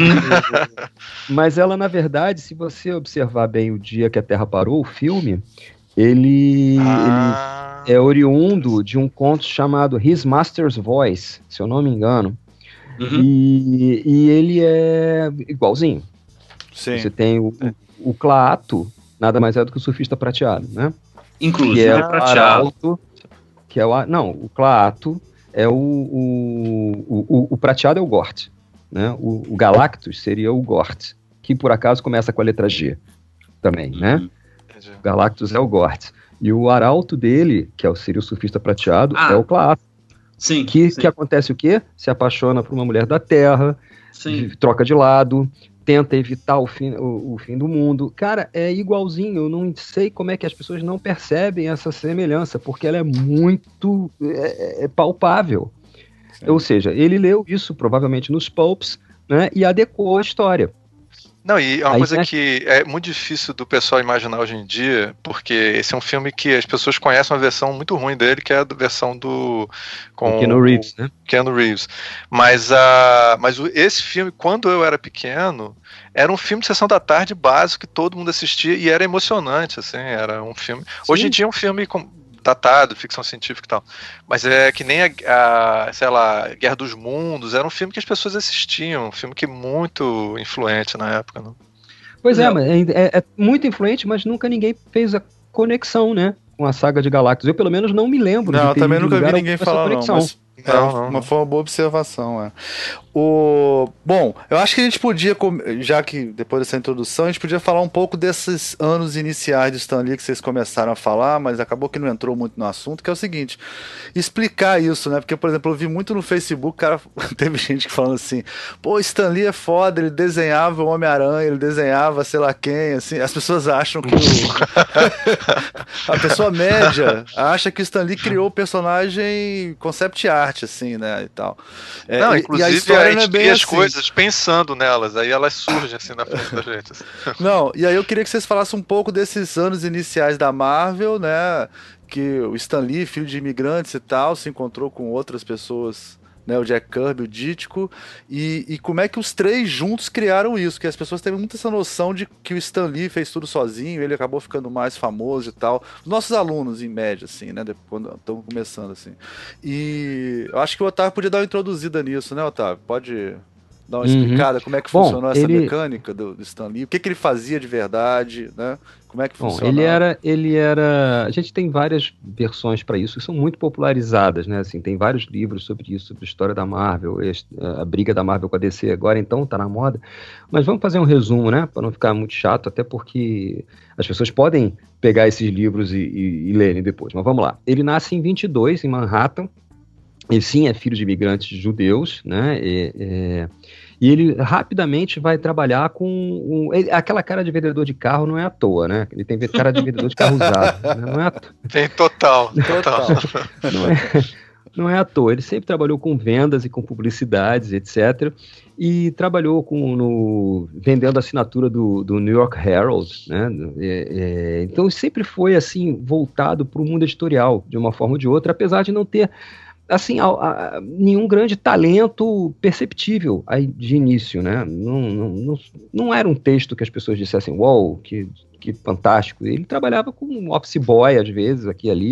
Mas ela, na verdade, se você observar bem O Dia que a Terra Parou, o filme, ele, ah. ele é oriundo de um conto chamado His Master's Voice, se eu não me engano. Uhum. E, e ele é igualzinho. Sim. Você tem o, o, o Claato, nada mais é do que o surfista prateado, né? Inclusive que é o prateado. Que é o, não, o Claato é o, o, o, o prateado é o Gort, né? O, o Galactus seria o Gort, que por acaso começa com a letra G também, uhum. né? O Galactus é o Gort. E o arauto dele, que é o, seria o surfista prateado, ah, é o Claato. Sim, que, sim. que acontece o quê? Se apaixona por uma mulher da Terra, sim. troca de lado, tenta evitar o fim, o, o fim do mundo. Cara, é igualzinho, eu não sei como é que as pessoas não percebem essa semelhança, porque ela é muito é, é palpável. Sim. Ou seja, ele leu isso provavelmente nos pulps, né, e adequou a história. Não, e é uma Aí, coisa né? que é muito difícil do pessoal imaginar hoje em dia, porque esse é um filme que as pessoas conhecem uma versão muito ruim dele, que é a versão do... com o Keanu Reeves, né? Keanu Reeves. Mas, a, mas o, esse filme, quando eu era pequeno, era um filme de sessão da tarde básico que todo mundo assistia e era emocionante, assim, era um filme... Sim. Hoje em dia é um filme... Com, datado, ficção científica e tal. Mas é que nem a, a, sei lá, Guerra dos Mundos, era um filme que as pessoas assistiam, um filme que é muito influente na época, né? Pois é, mas é, é muito influente, mas nunca ninguém fez a conexão, né, com a saga de Galactus. Eu, pelo menos, não me lembro não, de ter também nunca vi ninguém falar, não, mas é, não, não, uma, não. foi uma boa observação, é. O... Bom, eu acho que a gente podia, já que depois dessa introdução, a gente podia falar um pouco desses anos iniciais de Stan Lee que vocês começaram a falar, mas acabou que não entrou muito no assunto, que é o seguinte, explicar isso, né? Porque, por exemplo, eu vi muito no Facebook, cara, teve gente que falando assim, pô, Stan Lee é foda, ele desenhava o Homem-Aranha, ele desenhava sei lá quem, assim, as pessoas acham que o... a pessoa média acha que o Stan Lee criou o personagem concept art, assim, né, e tal. É, não, e, inclusive e a história a gente não é bem cria as assim. coisas pensando nelas, aí elas surgem assim na frente da gente. Assim. Não, e aí eu queria que vocês falassem um pouco desses anos iniciais da Marvel, né, que o Stan Lee, filho de imigrantes e tal, se encontrou com outras pessoas, né, o Jack Kirby, o Ditko, e, e como é que os três juntos criaram isso, que as pessoas têm muito essa noção de que o Stan Lee fez tudo sozinho, ele acabou ficando mais famoso e tal, os nossos alunos em média, assim, né, quando estão começando, assim, e eu acho que o Otávio podia dar uma introduzida nisso, né, Otávio? Pode dar uma uhum. explicada como é que Bom, funcionou essa ele... mecânica do, do Stan Lee, o que, que ele fazia de verdade, né? Como é que Bom, funcionava? ele era, ele era... A gente tem várias versões para isso, que são muito popularizadas, né? Assim, tem vários livros sobre isso, sobre a história da Marvel, a briga da Marvel com a D C agora, então, tá na moda. Mas vamos fazer um resumo, né? Para não ficar muito chato, até porque as pessoas podem pegar esses livros e, e, e lerem depois. Mas vamos lá. Ele nasce em vinte e dois, em Manhattan. Ele sim é filho de imigrantes judeus, né? E, é... E ele rapidamente vai trabalhar com... Um, ele, aquela cara de vendedor de carro não é à toa, né? Ele tem cara de vendedor de carro usado. Né? Não é à toa. Tem total, total. Não é, não é à toa. Ele sempre trabalhou com vendas e com publicidades, etcétera. E trabalhou com, no, vendendo a assinatura do, do New York Herald, né? É, é, então sempre foi assim, voltado para o mundo editorial, de uma forma ou de outra, apesar de não ter... assim, a, a, nenhum grande talento perceptível aí de início, né? Não, não, não, não era um texto que as pessoas dissessem, uau, wow, que, que fantástico. Ele trabalhava como um office boy, às vezes, aqui e ali,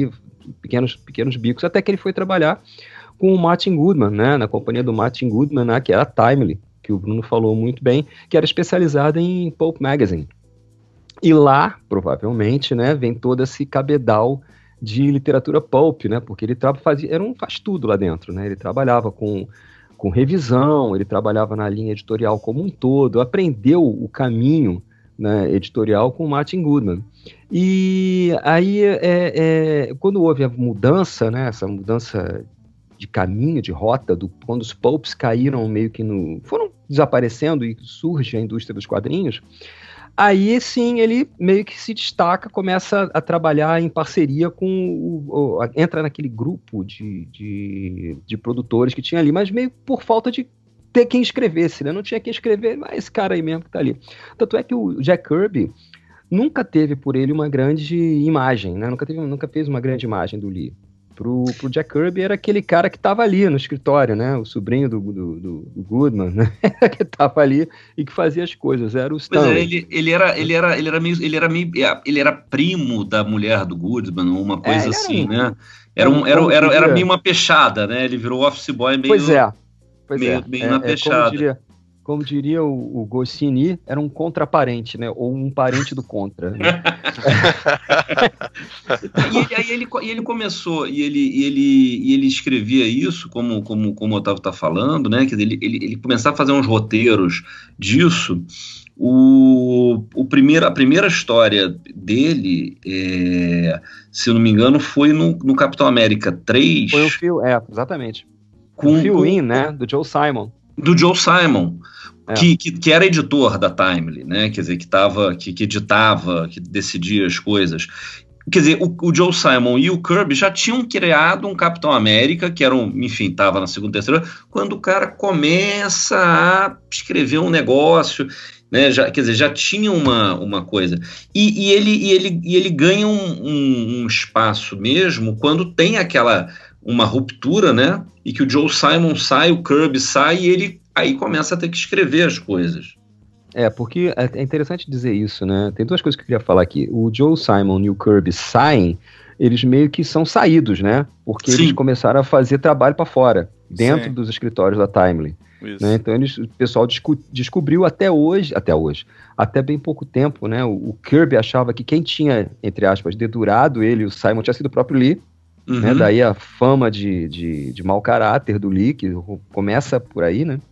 pequenos, pequenos bicos, até que ele foi trabalhar com o Martin Goodman, né, na companhia do Martin Goodman, né, que era a Timely, que o Bruno falou muito bem, que era especializada em Pulp Magazine. E lá, provavelmente, né, vem todo esse cabedal de literatura pulp, né, porque ele fazia, era um faz tudo lá dentro, né, ele trabalhava com, com revisão, ele trabalhava na linha editorial como um todo, aprendeu o caminho, né, editorial com o Martin Goodman. E aí, é, é, quando houve a mudança, né, essa mudança de caminho, de rota, do, quando os pulps caíram meio que no... foram desaparecendo e surge a indústria dos quadrinhos, aí sim ele meio que se destaca, começa a trabalhar em parceria com o, o, a, entra naquele grupo de, de, de produtores que tinha ali, mas meio por falta de ter quem escrevesse, né? Não tinha quem escrever, mas esse cara aí mesmo que tá ali. Tanto é que o Jack Kirby nunca teve por ele uma grande imagem, né? Nunca, teve, nunca fez uma grande imagem do Lee. Pro, pro Jack Kirby era aquele cara que estava ali no escritório, né? O sobrinho do, do, do, do Goodman, né? Que estava ali e que fazia as coisas. Era o Stanley. Pois é, ele, ele era, ele era, ele era meio, ele era meio, ele era primo da mulher do Goodman, uma coisa é, assim, um, né? Era um, era, era, era meio uma peixada, né? Ele virou office boy meio. Pois é. Pois meio, é. meio é, uma é, peixada. Como diria, como diria o, o Goscinny, era um contraparente, né? Ou um parente do contra. Né? e ele, aí ele, e ele começou, e ele, e ele, e ele escrevia isso, como, como, como o Otávio está falando, né? Quer dizer, ele, ele, ele começava a fazer uns roteiros disso. O, o primeiro, a primeira história dele, é, se eu não me engano, foi no, no Capitão América três. Foi o Phil, é, exatamente. Com o Phil In, né? Do Joe Simon. Do Joe Simon. É. Que, que, que era editor da Timely, né? Quer dizer, que, tava, que, que editava, que decidia as coisas. Quer dizer, o, o Joe Simon e o Kirby já tinham criado um Capitão América, que era um, enfim, estava na segunda, terceira, quando o cara começa a escrever um negócio, né? Já, quer dizer, já tinha uma, uma coisa. E, e, ele, e, ele, e ele ganha um, um, um espaço mesmo quando tem aquela, uma ruptura, né? E que o Joe Simon sai, o Kirby sai, e ele aí começa a ter que escrever as coisas. É, porque é interessante dizer isso, né? Tem duas coisas que eu queria falar aqui. O Joe Simon e o Kirby saem, eles meio que são saídos, né? Porque Sim. eles começaram a fazer trabalho para fora, dentro Sim. dos escritórios da Timely. Né? Então eles, o pessoal desco descobriu até hoje, até hoje, até bem pouco tempo, né? O, o Kirby achava que quem tinha, entre aspas, dedurado ele, o Simon, tinha sido o próprio Lee. Uhum. Né? Daí a fama de, de, de mau caráter do Lee, que começa por aí, né?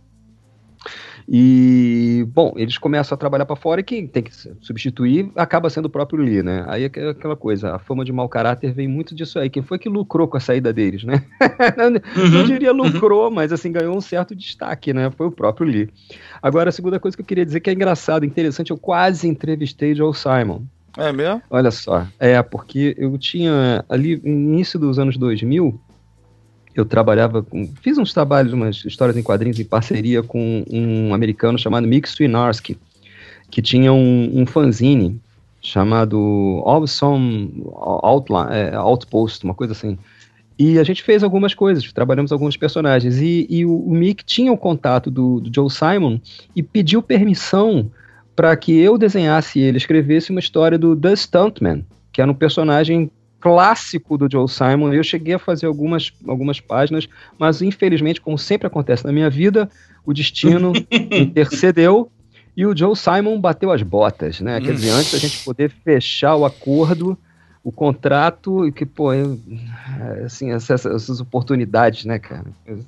E, bom, eles começam a trabalhar para fora e quem tem que substituir acaba sendo o próprio Lee, né? Aí é aquela coisa, a fama de mau caráter vem muito disso aí. Quem foi que lucrou com a saída deles, né? Não, uhum, não diria lucrou, uhum. mas assim, ganhou um certo destaque, né? Foi o próprio Lee. Agora, a segunda coisa que eu queria dizer que é engraçado, interessante, eu quase entrevistei Joe Simon. É mesmo? Olha só, é, porque eu tinha ali, no início dos anos dois mil, eu trabalhava com, fiz uns trabalhos, umas histórias em quadrinhos em parceria com um americano chamado Mick Swinarski, que tinha um, um fanzine chamado Awesome Outline, é, Outpost, uma coisa assim. E a gente fez algumas coisas, trabalhamos alguns personagens, e, e o, o Mick tinha o contato do, do Joe Simon e pediu permissão para que eu desenhasse e ele escrevesse uma história do The Stuntman, que era um personagem clássico do Joe Simon. Eu cheguei a fazer algumas, algumas páginas, mas infelizmente, como sempre acontece na minha vida, o destino intercedeu e o Joe Simon bateu as botas, né? Quer dizer, antes da gente poder fechar o acordo, o contrato, e que, pô, eu, assim, essas, essas oportunidades, né, cara?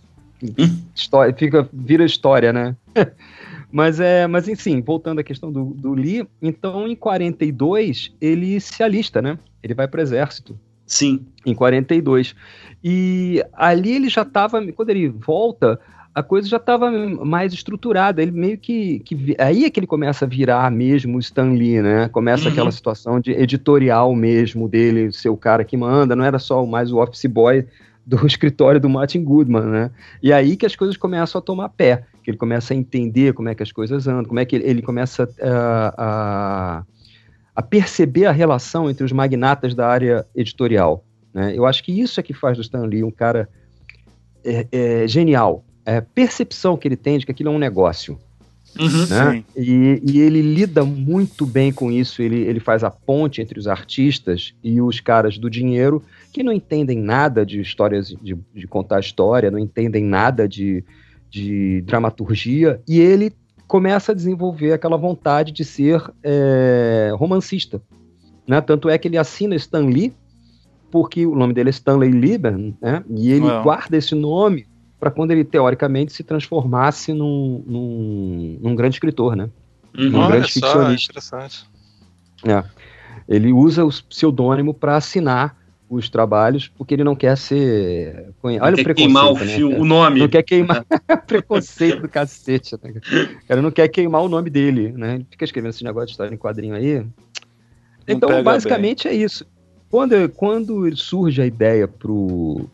História, fica, vira história, né? Mas, é, mas enfim, voltando à questão do, do Lee, então em quarenta e dois ele se alista, né? Ele vai para o exército. Sim. Em quarenta e dois. E ali ele já estava, quando ele volta, a coisa já estava mais estruturada. Ele meio que, que... Aí é que ele começa a virar mesmo o Stan Lee, né? Começa uhum. aquela situação de editorial mesmo dele, ser o cara que manda, não era só mais o office boy do escritório do Martin Goodman, né? E aí que as coisas começam a tomar pé, que ele começa a entender como é que as coisas andam, como é que ele, ele começa uh, a, a perceber a relação entre os magnatas da área editorial, né? Eu acho que isso é que faz do Stan Lee um cara é, é, genial, é a percepção que ele tem de que aquilo é um negócio, Uhum. Né? E, e ele lida muito bem com isso, ele, ele faz a ponte entre os artistas e os caras do dinheiro, que não entendem nada de histórias, de, de contar história, não entendem nada de, de dramaturgia, e ele começa a desenvolver aquela vontade de ser é, romancista. Né? Tanto é que ele assina Stan Lee, porque o nome dele é Stanley Lieber, né? E ele Well. guarda esse nome para quando ele, teoricamente, se transformasse num, num, num grande escritor, né? Uhum. Num Olha grande só, ficcionista. Interessante. É. Ele usa o pseudônimo para assinar os trabalhos, porque ele não quer ser... Olha não o quer preconceito, queimar o, né? fio, o nome. Não quer queimar... preconceito do cacete, né? O cara não quer queimar o nome dele, né? Ele fica escrevendo esse negócio de história em quadrinho aí. Não então, basicamente, bem. é isso. Quando, quando surge a ideia pro,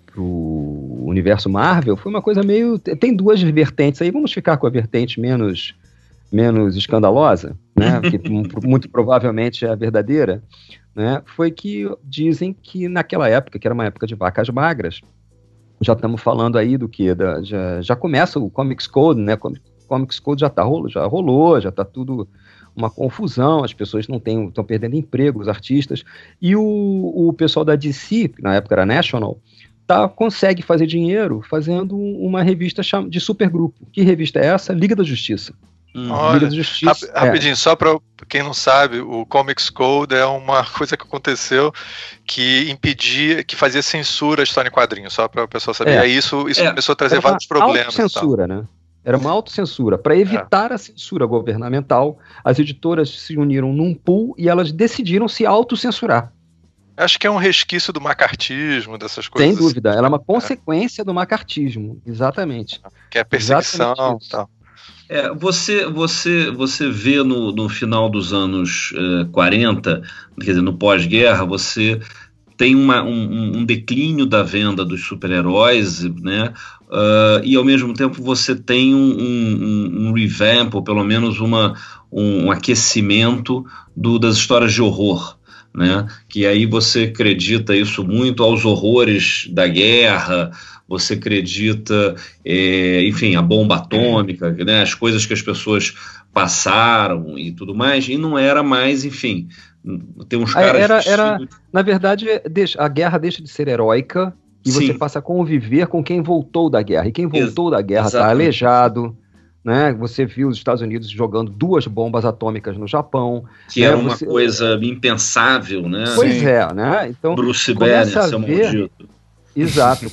pro universo Marvel, foi uma coisa meio... Tem duas vertentes aí, vamos ficar com a vertente menos, menos escandalosa, né? Que muito provavelmente é a verdadeira, né? Foi que dizem que naquela época, que era uma época de vacas magras, já estamos falando aí do que? Da, já, já começa o Comics Code, né? Comics Code já, tá, já rolou, já está tudo... uma confusão, as pessoas não têm, estão perdendo emprego, os artistas, e o, o pessoal da D C, que na época era National, tá, consegue fazer dinheiro fazendo uma revista de supergrupo. Que revista é essa? Liga da Justiça. Hum. Olha, Liga da Justiça. Rap, rapidinho, é. só para quem não sabe, o Comics Code é uma coisa que aconteceu que impedia, que fazia censura a história em quadrinhos, só para o pessoal saber. É. E aí isso, isso é. começou a trazer Era vários problemas. Censura, né? Era uma autocensura. Para evitar é. a censura governamental, as editoras se uniram num pool e elas decidiram se autocensurar. Acho que é um resquício do macartismo, dessas coisas. Sem dúvida. Ela é uma consequência é. do macartismo. Exatamente. Que é a perseguição e tal. É, você, você, você vê no, no final dos anos eh, quarenta, quer dizer, no pós-guerra, você tem uma, um, um declínio da venda dos super-heróis, né? Uh, e ao mesmo tempo você tem um, um, um revamp, ou pelo menos uma, um, um aquecimento do, das histórias de horror, né? Que aí você acredita isso muito aos horrores da guerra, você acredita, é, enfim, a bomba atômica, né? As coisas que as pessoas passaram e tudo mais, e não era mais, enfim, tem uns caras... Era, era, na verdade, a guerra deixa de ser heróica, e Sim. você passa a conviver com quem voltou da guerra. E quem voltou Ex- da guerra está aleijado, né? Você viu os Estados Unidos jogando duas bombas atômicas no Japão. Que né? era uma você... coisa impensável, né? Pois Sim. é, né? Então, Bruce Banner, seu ver... maldito. Exato.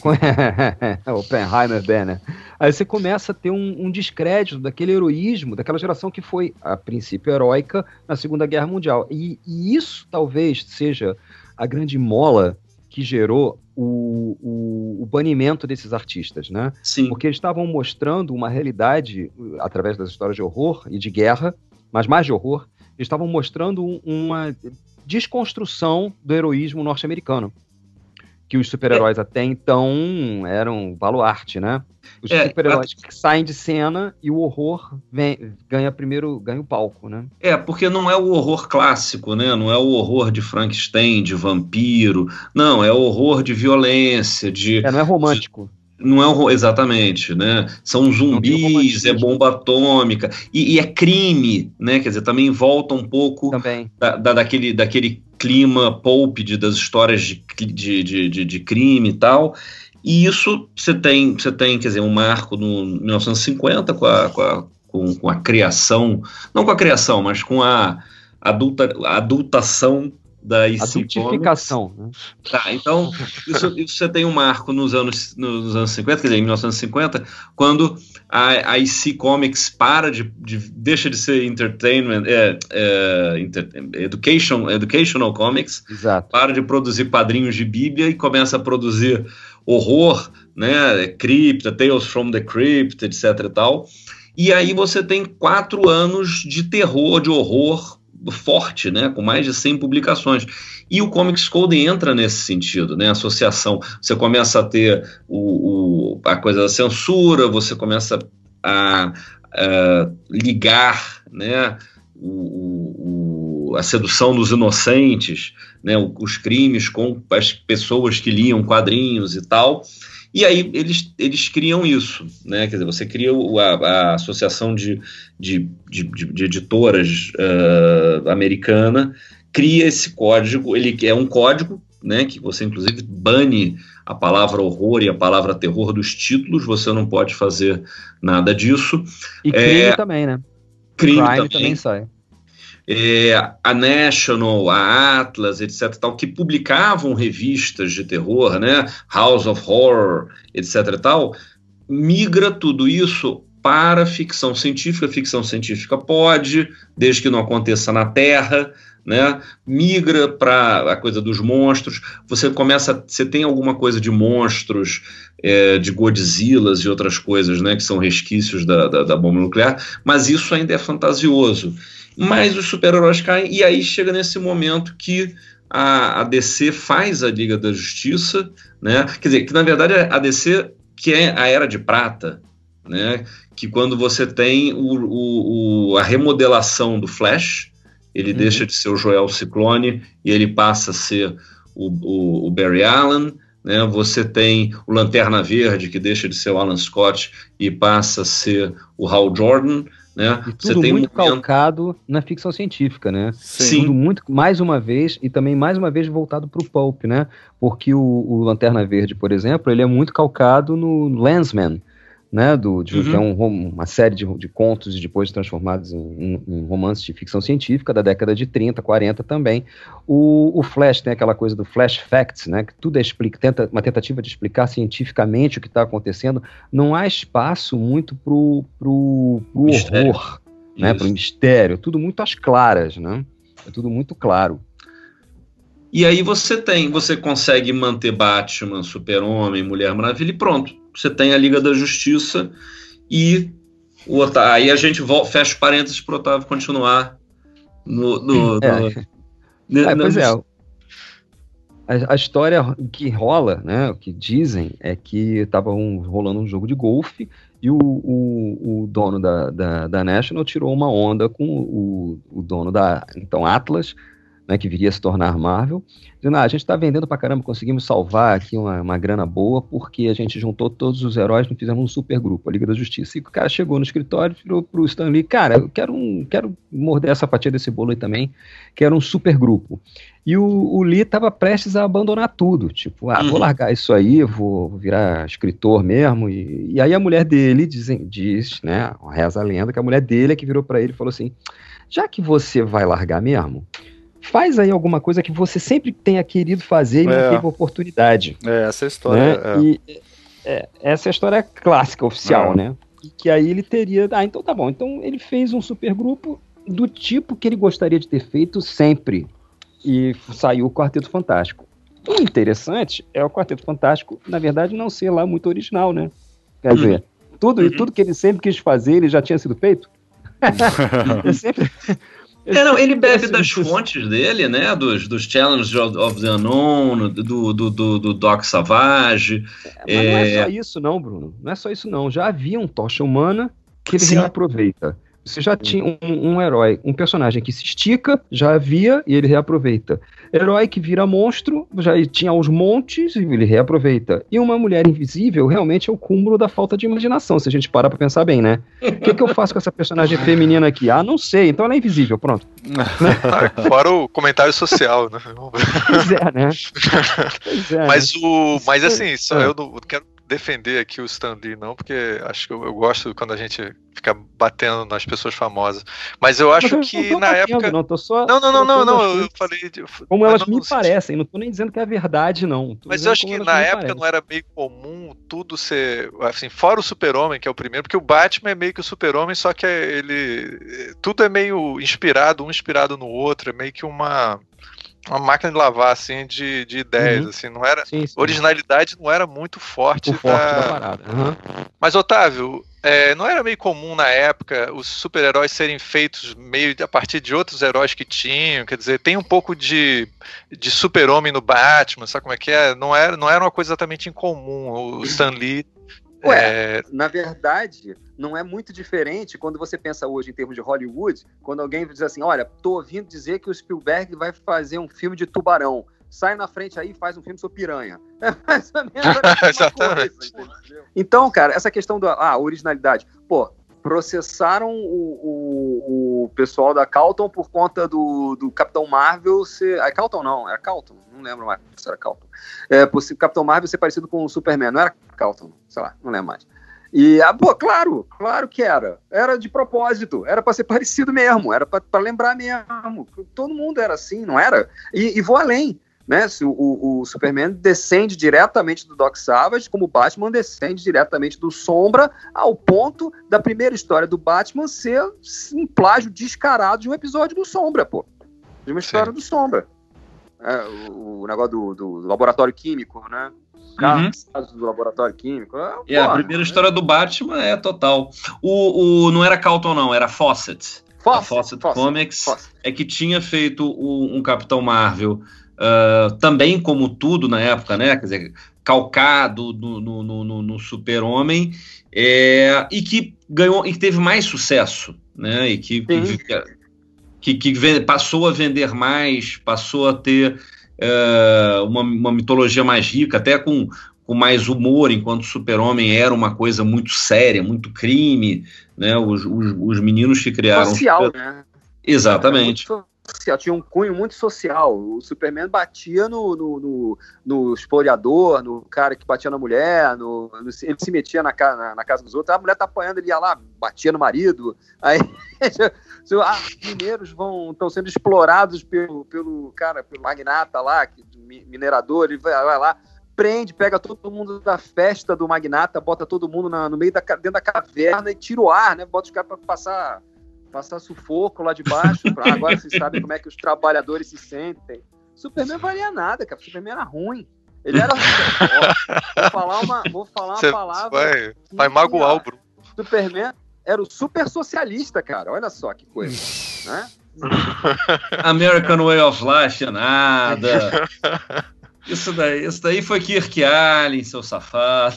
Oppenheimer Banner. Aí você começa a ter um, um descrédito daquele heroísmo, daquela geração que foi, a princípio, heróica na Segunda Guerra Mundial. E, e isso talvez seja a grande mola que gerou o, o, o banimento desses artistas, né? Sim. Porque eles estavam mostrando uma realidade, através das histórias de horror e de guerra, mas mais de horror, eles estavam mostrando uma desconstrução do heroísmo norte-americano, que os super-heróis é. até então eram baluarte, né? Os é, super-heróis a... que saem de cena e o horror vem, ganha primeiro, ganha o palco, né? É, porque não é o horror clássico, né? Não é o horror de Frankenstein, de vampiro, não, é o horror de violência, de... É, não é romântico. De, não é o, exatamente, né? São zumbis, é bomba atômica, e, e é crime, né? Quer dizer, também volta um pouco também. Da, da, daquele, daquele clima pulp de, das histórias de, de, de, de, de crime e tal. E isso você tem, você tem, quer dizer, um marco no mil novecentos e cinquenta com a, com a, com, com a criação, não com a criação, mas com a, adulta, a adultação da I C Adultificação, né? Tá, então isso, isso você tem um marco nos anos, nos anos cinquenta, quer dizer, em mil novecentos e cinquenta, quando a, a I C Comics para de, de deixa de ser entertainment, é, é, inter, education, educational comics, Exato. Para de produzir quadrinhos de Bíblia e começa a produzir horror, né, Crypta, Tales from the Crypt, etc e tal, e aí você tem quatro anos de terror, de horror forte, né, com mais de cem publicações, e o Comics Code entra nesse sentido, né, associação, você começa a ter o, o, a coisa da censura, você começa a, a ligar, né, o, o, a sedução dos inocentes, né, os crimes com as pessoas que liam quadrinhos e tal, E aí eles, eles criam isso, né? Quer dizer, você cria o, a, a associação de, de, de, de editoras uh, americana, cria esse código, ele é um código, né, que você inclusive bane a palavra horror e a palavra terror dos títulos, você não pode fazer nada disso. E crime é, também, né? Crime, crime também. também sai. É, a National, a Atlas, etc, tal, que publicavam revistas de terror, né, House of Horror, etc e tal, migra tudo isso para ficção científica. Ficção científica pode, desde que não aconteça na Terra, né, migra para a coisa dos monstros. Você começa, você tem alguma coisa de monstros, é, de Godzillas e outras coisas, né, que são resquícios da, da, da bomba nuclear, mas isso ainda é fantasioso. Mas os super-heróis caem, e aí chega nesse momento que a, a D C faz a Liga da Justiça, né? Quer dizer, que na verdade a D C, que é a Era de Prata, né? Que quando você tem o, o, o, a remodelação do Flash, ele uhum. deixa de ser o Joel Ciclone e ele passa a ser o, o, o Barry Allen, né? Você tem o Lanterna Verde, que deixa de ser o Alan Scott e passa a ser o Hal Jordan, né? E tudo Você tem muito um... calcado na ficção científica, né? Sim. Tudo muito, mais uma vez, e também mais uma vez voltado para o pulp, né? Porque o, o Lanterna Verde, por exemplo, ele é muito calcado no Landsman, né? Do, de, uhum. Que é um, uma série de, de contos e depois transformados em, em, em romances de ficção científica da década de trinta, quarenta também. O, o Flash tem aquela coisa do Flash Facts, né? Que tudo é explica, tenta, uma tentativa de explicar cientificamente o que está acontecendo. Não há espaço muito pro, pro, pro horror, né? Pro mistério. Tudo muito às claras, né? É tudo muito claro. E aí você tem, você consegue manter Batman, Super-Homem, Mulher Maravilha e pronto. Você tem a Liga da Justiça e o Otávio, aí a gente volta, fecha parênteses para o Otávio continuar no... no, é. no, no é, no pois no... é, a, a história que rola, né, o que dizem é que estava um, rolando um jogo de golfe e o, o, o dono da, da, da National tirou uma onda com o, o dono da, então, Atlas, né, que viria a se tornar Marvel, dizendo, ah, a gente está vendendo pra caramba, conseguimos salvar aqui uma, uma grana boa, porque a gente juntou todos os heróis e fizemos um super grupo, a Liga da Justiça. E o cara chegou no escritório e virou pro Stan Lee, cara, eu quero, um, quero morder essa fatia desse bolo aí também, quero um super grupo. E o, o Lee estava prestes a abandonar tudo, tipo, ah, vou largar isso aí, vou, vou virar escritor mesmo. E, e aí a mulher dele dizem, diz, né, reza a lenda, que a mulher dele é que virou para ele e falou assim, já que você vai largar mesmo, faz aí alguma coisa que você sempre tenha querido fazer e não é. teve oportunidade. É, essa é a história. Né? É. E, é, essa é a história clássica, oficial, é. né? E que aí ele teria... Ah, então tá bom. Então ele fez um supergrupo do tipo que ele gostaria de ter feito sempre. E saiu o Quarteto Fantástico. O interessante é o Quarteto Fantástico, na verdade, não ser lá muito original, né? Quer dizer, uhum. tudo, uhum. tudo que ele sempre quis fazer, ele já tinha sido feito. é sempre... É, não, ele bebe das fontes dele, né? Dos, dos Challenges of the Unknown, do, do, do, do Doc Savage. É, mas é... não é só isso, não, Bruno. Não é só isso, não. Já havia um Tocha Humana que ele reaproveita. Você já tinha um, um herói, um personagem que se estica, já havia e ele reaproveita. Herói que vira monstro, já tinha aos montes e ele reaproveita. E uma mulher invisível realmente é o cúmulo da falta de imaginação, se a gente parar pra pensar bem, né? O que, que eu faço com essa personagem feminina aqui? Ah, não sei, então ela é invisível, pronto. Fora o comentário social, né? Pois é, né? Pois é, mas, né? O, mas assim, só eu não quero defender aqui o Stan Lee, não, porque acho que eu, eu gosto quando a gente fica batendo nas pessoas famosas. Mas eu acho mas eu que na batendo, época. Não, tô só não, não, não, não, não, eu falei. De... Como elas me parecem, não tô nem dizendo que é verdade, não. Tô mas eu acho que na época parecem. Não era meio comum tudo ser. Assim, fora o Super-Homem, que é o primeiro, porque o Batman é meio que o Super-Homem, só que ele. Tudo é meio inspirado, um inspirado no outro, é meio que uma. Uma máquina de lavar, assim, de, de ideias, uhum. assim, não era... Sim, sim. Originalidade não era muito forte. Muito forte da parada. Uhum. Mas, Otávio, é, não era meio comum na época os super-heróis serem feitos meio a partir de outros heróis que tinham, quer dizer, tem um pouco de, de super-homem no Batman, sabe como é que é? Não era, não era uma coisa exatamente incomum, o Stan Lee... Ué, é... na verdade, não é muito diferente quando você pensa hoje em termos de Hollywood, quando alguém diz assim, olha, tô ouvindo dizer que o Spielberg vai fazer um filme de tubarão. sai na frente aí e faz um filme sobre piranha. É mais ou menos a mesma coisa, entendeu? Então, cara, essa questão da ah, originalidade, pô, processaram o, o, o pessoal da Calton por conta do, do Capitão Marvel ser... É Calton não, era Calton, não lembro mais se era Calton. É, por o Capitão Marvel ser parecido com o Superman, não era Calton, sei lá, não lembro mais. E, ah, pô, claro, claro que era. Era de propósito, era pra ser parecido mesmo, era pra, pra lembrar mesmo. Todo mundo era assim, não era? E, e vou além. Né? Se o, o, o Superman descende diretamente do Doc Savage, como o Batman descende diretamente do Sombra, ao ponto da primeira história do Batman ser um plágio descarado de um episódio do Sombra, pô. De uma história Sim. do Sombra. É, o, o negócio do, do, do laboratório químico, né? Casos uhum. do laboratório químico. É, é, porra, a primeira né? história do Batman é total. O, o, não era Calton, não, era Fawcett. Fawcett, a Fawcett, Fawcett Comics Fawcett. É que tinha feito o, um Capitão Marvel. Uh, também como tudo na época, né, quer dizer, calcado no, no, no, no Super-Homem, é, e que ganhou, e que teve mais sucesso, né, e que, que, que, que passou a vender mais, passou a ter uh, uma, uma mitologia mais rica, até com, com mais humor, enquanto o Super-Homem era uma coisa muito séria, muito crime, né, os, os, os meninos que criaram... Social, super... né? Exatamente. É muito... Tinha um cunho muito social. O Superman batia no, no, no, no explorador, no cara que batia na mulher, no, no, ele se metia na, na, na casa dos outros. A mulher tá apanhando, ele ia lá, batia no marido. Aí ah, os mineiros vão estão sendo explorados pelo, pelo cara, pelo magnata lá, que, minerador, ele vai, vai lá, prende, pega todo mundo da festa do magnata, bota todo mundo na, no meio da, dentro da caverna e tira o ar, né? Bota os caras pra passar. Passar sufoco lá de baixo, pra... agora vocês sabem como é que os trabalhadores se sentem. Superman valia nada, cara. Superman era ruim. Ele era. Ó, vou falar uma, vou falar uma Cê palavra. Vai, vai magoar o Bruno. Superman era o super socialista, cara. Olha só que coisa. Né? American Way of Life, nada. Isso daí, isso daí foi Kirk Allen, seu safado.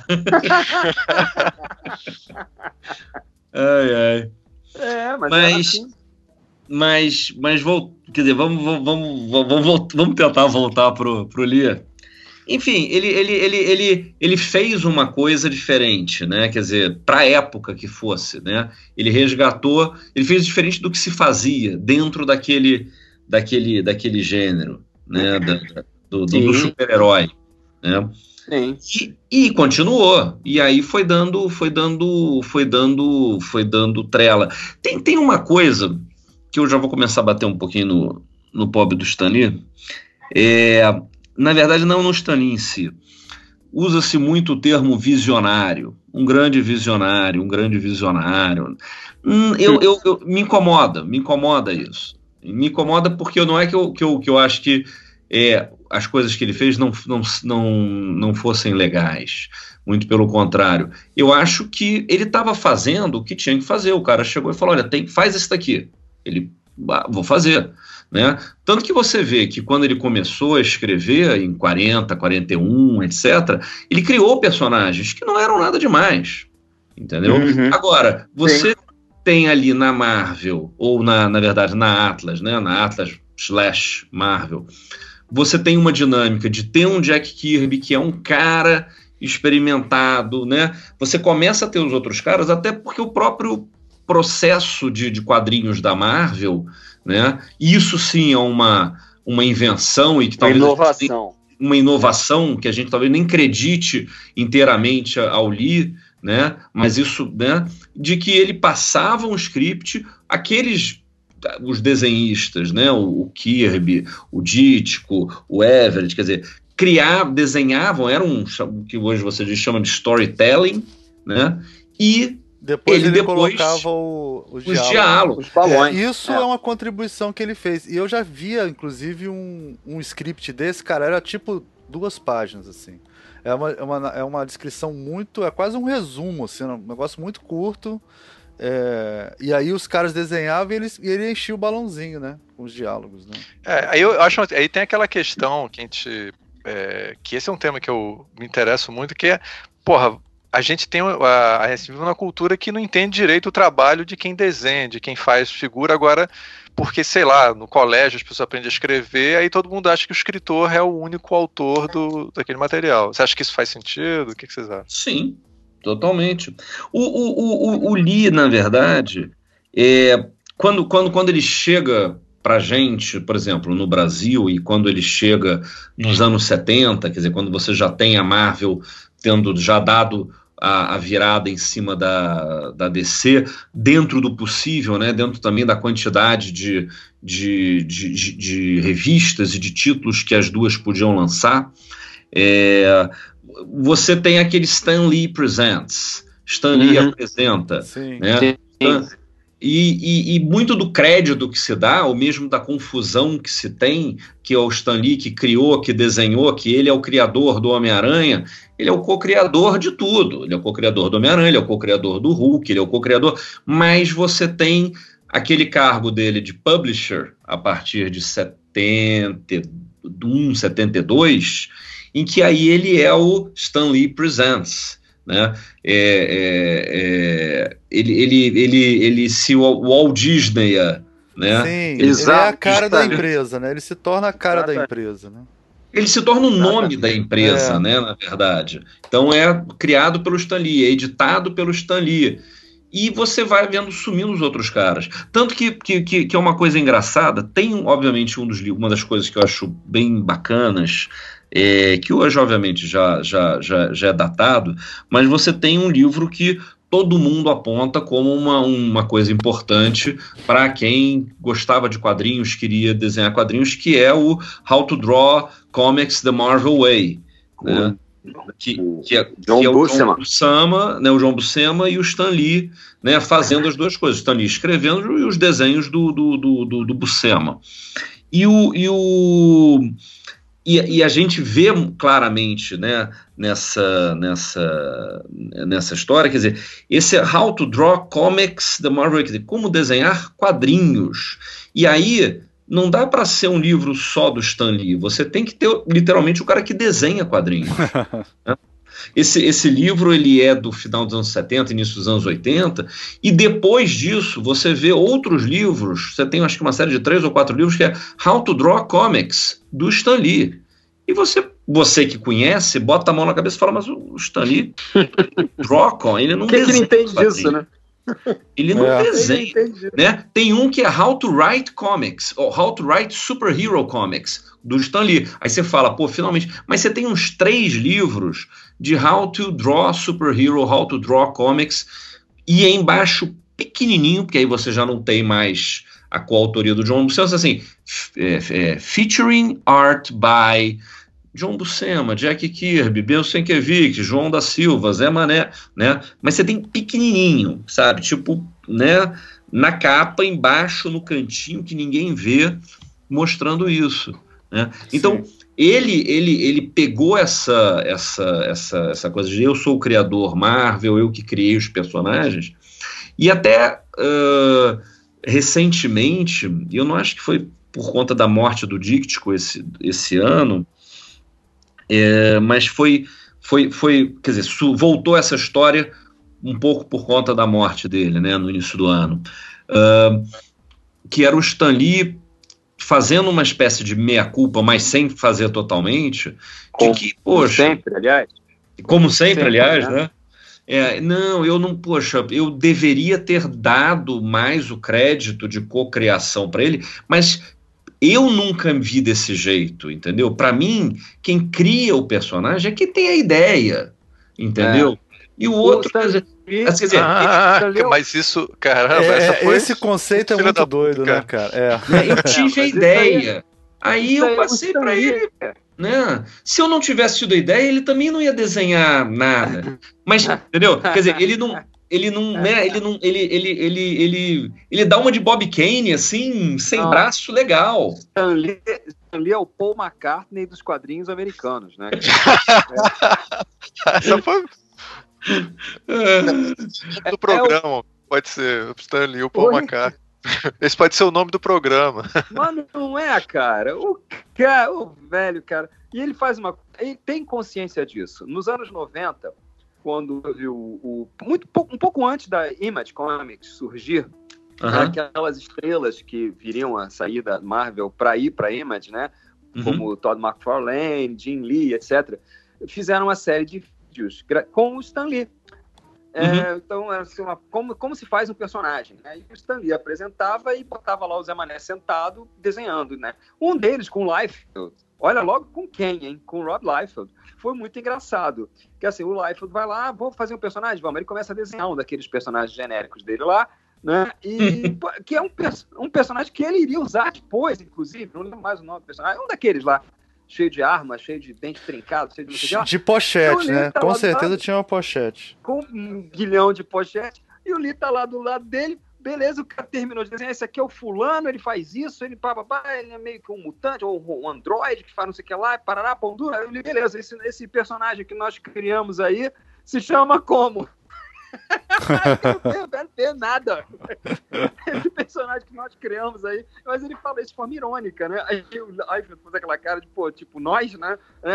Ai, ai. É, mas, mas, assim. mas, mas vou, quer dizer, vamos, vamos, vamos, vamos, vamos tentar voltar pro, pro Lia. Enfim, ele, ele, ele, ele, ele fez uma coisa diferente, né? Quer dizer, para a época que fosse, né? Ele resgatou, ele fez diferente do que se fazia dentro daquele, daquele, daquele gênero, né? Da, do, do, do super-herói, né? Sim. E, e continuou, e aí foi dando, foi dando, foi dando, foi dando trela. Tem, tem uma coisa que eu já vou começar a bater um pouquinho no, no pobre do Stan Lee, é, na verdade não no Stan Lee em si, usa-se muito o termo visionário, um grande visionário, um grande visionário, hum, eu, eu, eu, me incomoda, me incomoda isso, me incomoda porque não é que eu, que eu, que eu acho que é, as coisas que ele fez não, não, não, não fossem legais. Muito pelo contrário. Eu acho que ele estava fazendo o que tinha que fazer. O cara chegou e falou, olha, tem, faz isso daqui. Ele, ah, vou fazer. Né? Tanto que você vê que quando ele começou a escrever, em quarenta, quarenta e um, etcétera, ele criou personagens que não eram nada demais. Entendeu? Uhum. Agora, você Sim. tem ali na Marvel, ou na, na verdade na Atlas, né? Na Atlas slash Marvel, você tem uma dinâmica de ter um Jack Kirby que é um cara experimentado, né? Você começa a ter os outros caras, até porque o próprio processo de, de quadrinhos da Marvel, né? Isso sim é uma, uma invenção e que talvez... Uma inovação. Uma inovação que a gente talvez nem acredite inteiramente ao Lee, né? Mas isso, né? De que ele passava um script, aqueles... os desenhistas, né, o, o Kirby, o Ditko, o Everett, quer dizer, criar, desenhavam, era um o que hoje você diz, chama de storytelling, né, e depois ele, ele depois colocava o, os diálogos. diálogos. Os balões. É, isso é. é uma contribuição que ele fez, e eu já via, inclusive, um, um script desse, cara, era tipo duas páginas, assim, é uma, é uma, é uma descrição muito, é quase um resumo, assim, um negócio muito curto. É, e aí os caras desenhavam e ele, e ele enchia o balãozinho, né? Com os diálogos, né? É, aí eu acho, aí tem aquela questão que a gente, é, que esse é um tema que eu me interesso muito, que é, porra, a gente tem a, a gente vive numa cultura que não entende direito o trabalho de quem desenha, de quem faz figura. Agora, porque, sei lá, no colégio as pessoas aprendem a escrever, aí todo mundo acha que o escritor é o único autor do, daquele material. Você acha que isso faz sentido? O que, que vocês acham? Sim, totalmente. O, o, o, o Lee, na verdade, é, quando, quando, quando ele chega pra gente, por exemplo, no Brasil, e quando ele chega nos anos setenta, quer dizer, quando você já tem a Marvel tendo já dado a, a virada em cima da, da D C, dentro do possível, né, dentro também da quantidade de, de, de, de, de revistas e de títulos que as duas podiam lançar, é, você tem aquele Stan Lee Presents, Stan Lee uhum. apresenta, Sim. né? Sim. E, e, e muito do crédito que se dá, ou mesmo da confusão que se tem, que é o Stan Lee que criou, que desenhou, que ele é o criador do Homem-Aranha, ele é o co-criador de tudo. Ele é o co-criador do Homem-Aranha, ele é o co-criador do Hulk, ele é o co-criador, mas você tem aquele cargo dele de publisher a partir de setenta e um, setenta e dois, em que aí ele é o Stan Lee Presents, né? É, é, é, ele, ele, ele, ele se o Walt Disney, né? Sim, Exato. Ele é a cara da empresa, né? Ele se torna a cara Exato. da empresa, né? Ele se torna o nome da empresa, é. né? Na verdade. Então é criado pelo Stan Lee, é editado pelo Stan Lee. E você vai vendo sumindo os outros caras. Tanto que, que, que é uma coisa engraçada. Tem, obviamente, um dos, uma das coisas que eu acho bem bacanas, é, que hoje, obviamente, já, já, já, já é datado, mas você tem um livro que todo mundo aponta como uma, uma coisa importante para quem gostava de quadrinhos, queria desenhar quadrinhos, que é o How to Draw Comics the Marvel Way, né? Que, que, é, John que é o Buscema. John Buscema, né, o John Buscema e o Stan Lee, né, fazendo as duas coisas, Stan Lee escrevendo e os desenhos do, do, do, do, do Buscema. E, o, e, o, e, e a gente vê claramente, né, nessa, nessa, nessa história, quer dizer, esse How to Draw Comics the Marvel, quer dizer, como desenhar quadrinhos. E aí não dá para ser um livro só do Stan Lee, você tem que ter literalmente o cara que desenha quadrinhos. Né? Esse, esse livro ele é do final dos anos setenta, início dos anos oitenta, e depois disso você vê outros livros, você tem acho que uma série de três ou quatro livros que é How to Draw Comics, do Stan Lee. E você, você que conhece, bota a mão na cabeça e fala, mas o Stan Lee draw comics, ele não que desenha. Que ele entende disso, né? Ele não é. desenha, né? Tem um que é How to Write Comics, ou How to Write Superhero Comics, do Stan Lee. Aí você fala, pô, finalmente. Mas você tem uns três livros de How to Draw Superhero, How to Draw Comics, e é embaixo pequenininho, porque aí você já não tem mais a coautoria do John Buscema, assim, é, é, featuring art by John Buscema, Jack Kirby, Ben Sienkiewicz, João da Silva, Zé Mané, né? Mas você tem pequenininho, sabe? Tipo, né? Na capa, embaixo, no cantinho, que ninguém vê, mostrando isso, né? Então, ele, ele, ele pegou essa, essa, essa, essa coisa de eu sou o criador Marvel, eu que criei os personagens, e até uh, recentemente, e eu não acho que foi por conta da morte do Díctico esse, esse ano, É, mas foi, foi, foi, quer dizer, su, voltou essa história um pouco por conta da morte dele, né, no início do ano, uh, que era o Stan Lee fazendo uma espécie de meia-culpa, mas sem fazer totalmente, como de que, poxa... sempre, aliás. Como sempre, sempre aliás, né? né? É, não, eu não, poxa, eu deveria ter dado mais o crédito de cocriação para ele, mas... Eu nunca vi desse jeito, entendeu? Para mim, quem cria o personagem é que tem a ideia, entendeu? É. E o outro... Quer dizer, quer dizer, ah, ele... mas isso, caramba, é, essa foi... Esse conceito é muito doido, puta, né, cara? É. Eu tive a ideia. Aí eu passei para ele... Né? Se eu não tivesse tido a ideia, ele também não ia desenhar nada. Mas, entendeu? Quer dizer, ele não... Ele não, né, ele não, ele, ele, ele, ele, ele dá uma de Bob Kane, assim, sem não. braço, legal. Stan Lee, Stan Lee é o Paul McCartney dos quadrinhos americanos, né? Essa foi... do programa, é o... pode ser, o Stan Lee, o Paul Oi? McCartney. Esse pode ser o nome do programa. Mas não é, cara. O, cara, o velho, cara. E ele faz uma... Ele tem consciência disso. Nos anos noventa... quando viu o, muito, um pouco antes da Image Comics surgir, Uhum. aquelas estrelas que viriam a sair da Marvel para ir para a Image, né? Uhum. Como Todd McFarlane, Jim Lee, etcétera, fizeram uma série de vídeos com o Stan Lee. É, Uhum. então, assim, uma, como, como se faz um personagem, né? E o Stan Lee apresentava e botava lá o Zé Mané sentado desenhando, né? Um deles com o Liefeld. Olha logo com quem, hein? Com o Rob Liefeld. Foi muito engraçado. Que assim, o Liefeld vai lá, vou fazer um personagem, vamos. Ele começa a desenhar um daqueles personagens genéricos dele lá, né? E que é um, um personagem que ele iria usar depois, inclusive. Não lembro mais o nome do personagem. É um daqueles lá, cheio de arma, cheio de dente trincado, cheio de... De, de pochete, então, né? Tá com certeza tinha uma pochete. Com um guilhão de pochete. E o Lee tá lá do lado dele. Beleza, o cara terminou de desenhar. Esse aqui é o fulano, ele faz isso, ele pá, pá, pá, ele é meio que um mutante, ou um androide que faz não sei o que lá, parará, pão duro. Aí eu li, beleza, esse, esse personagem que nós criamos aí se chama como? Não tem nada. Esse personagem que nós criamos aí, mas ele fala isso de forma irônica, né? Aí o Liefeld faz aquela cara de, pô, tipo, nós, né?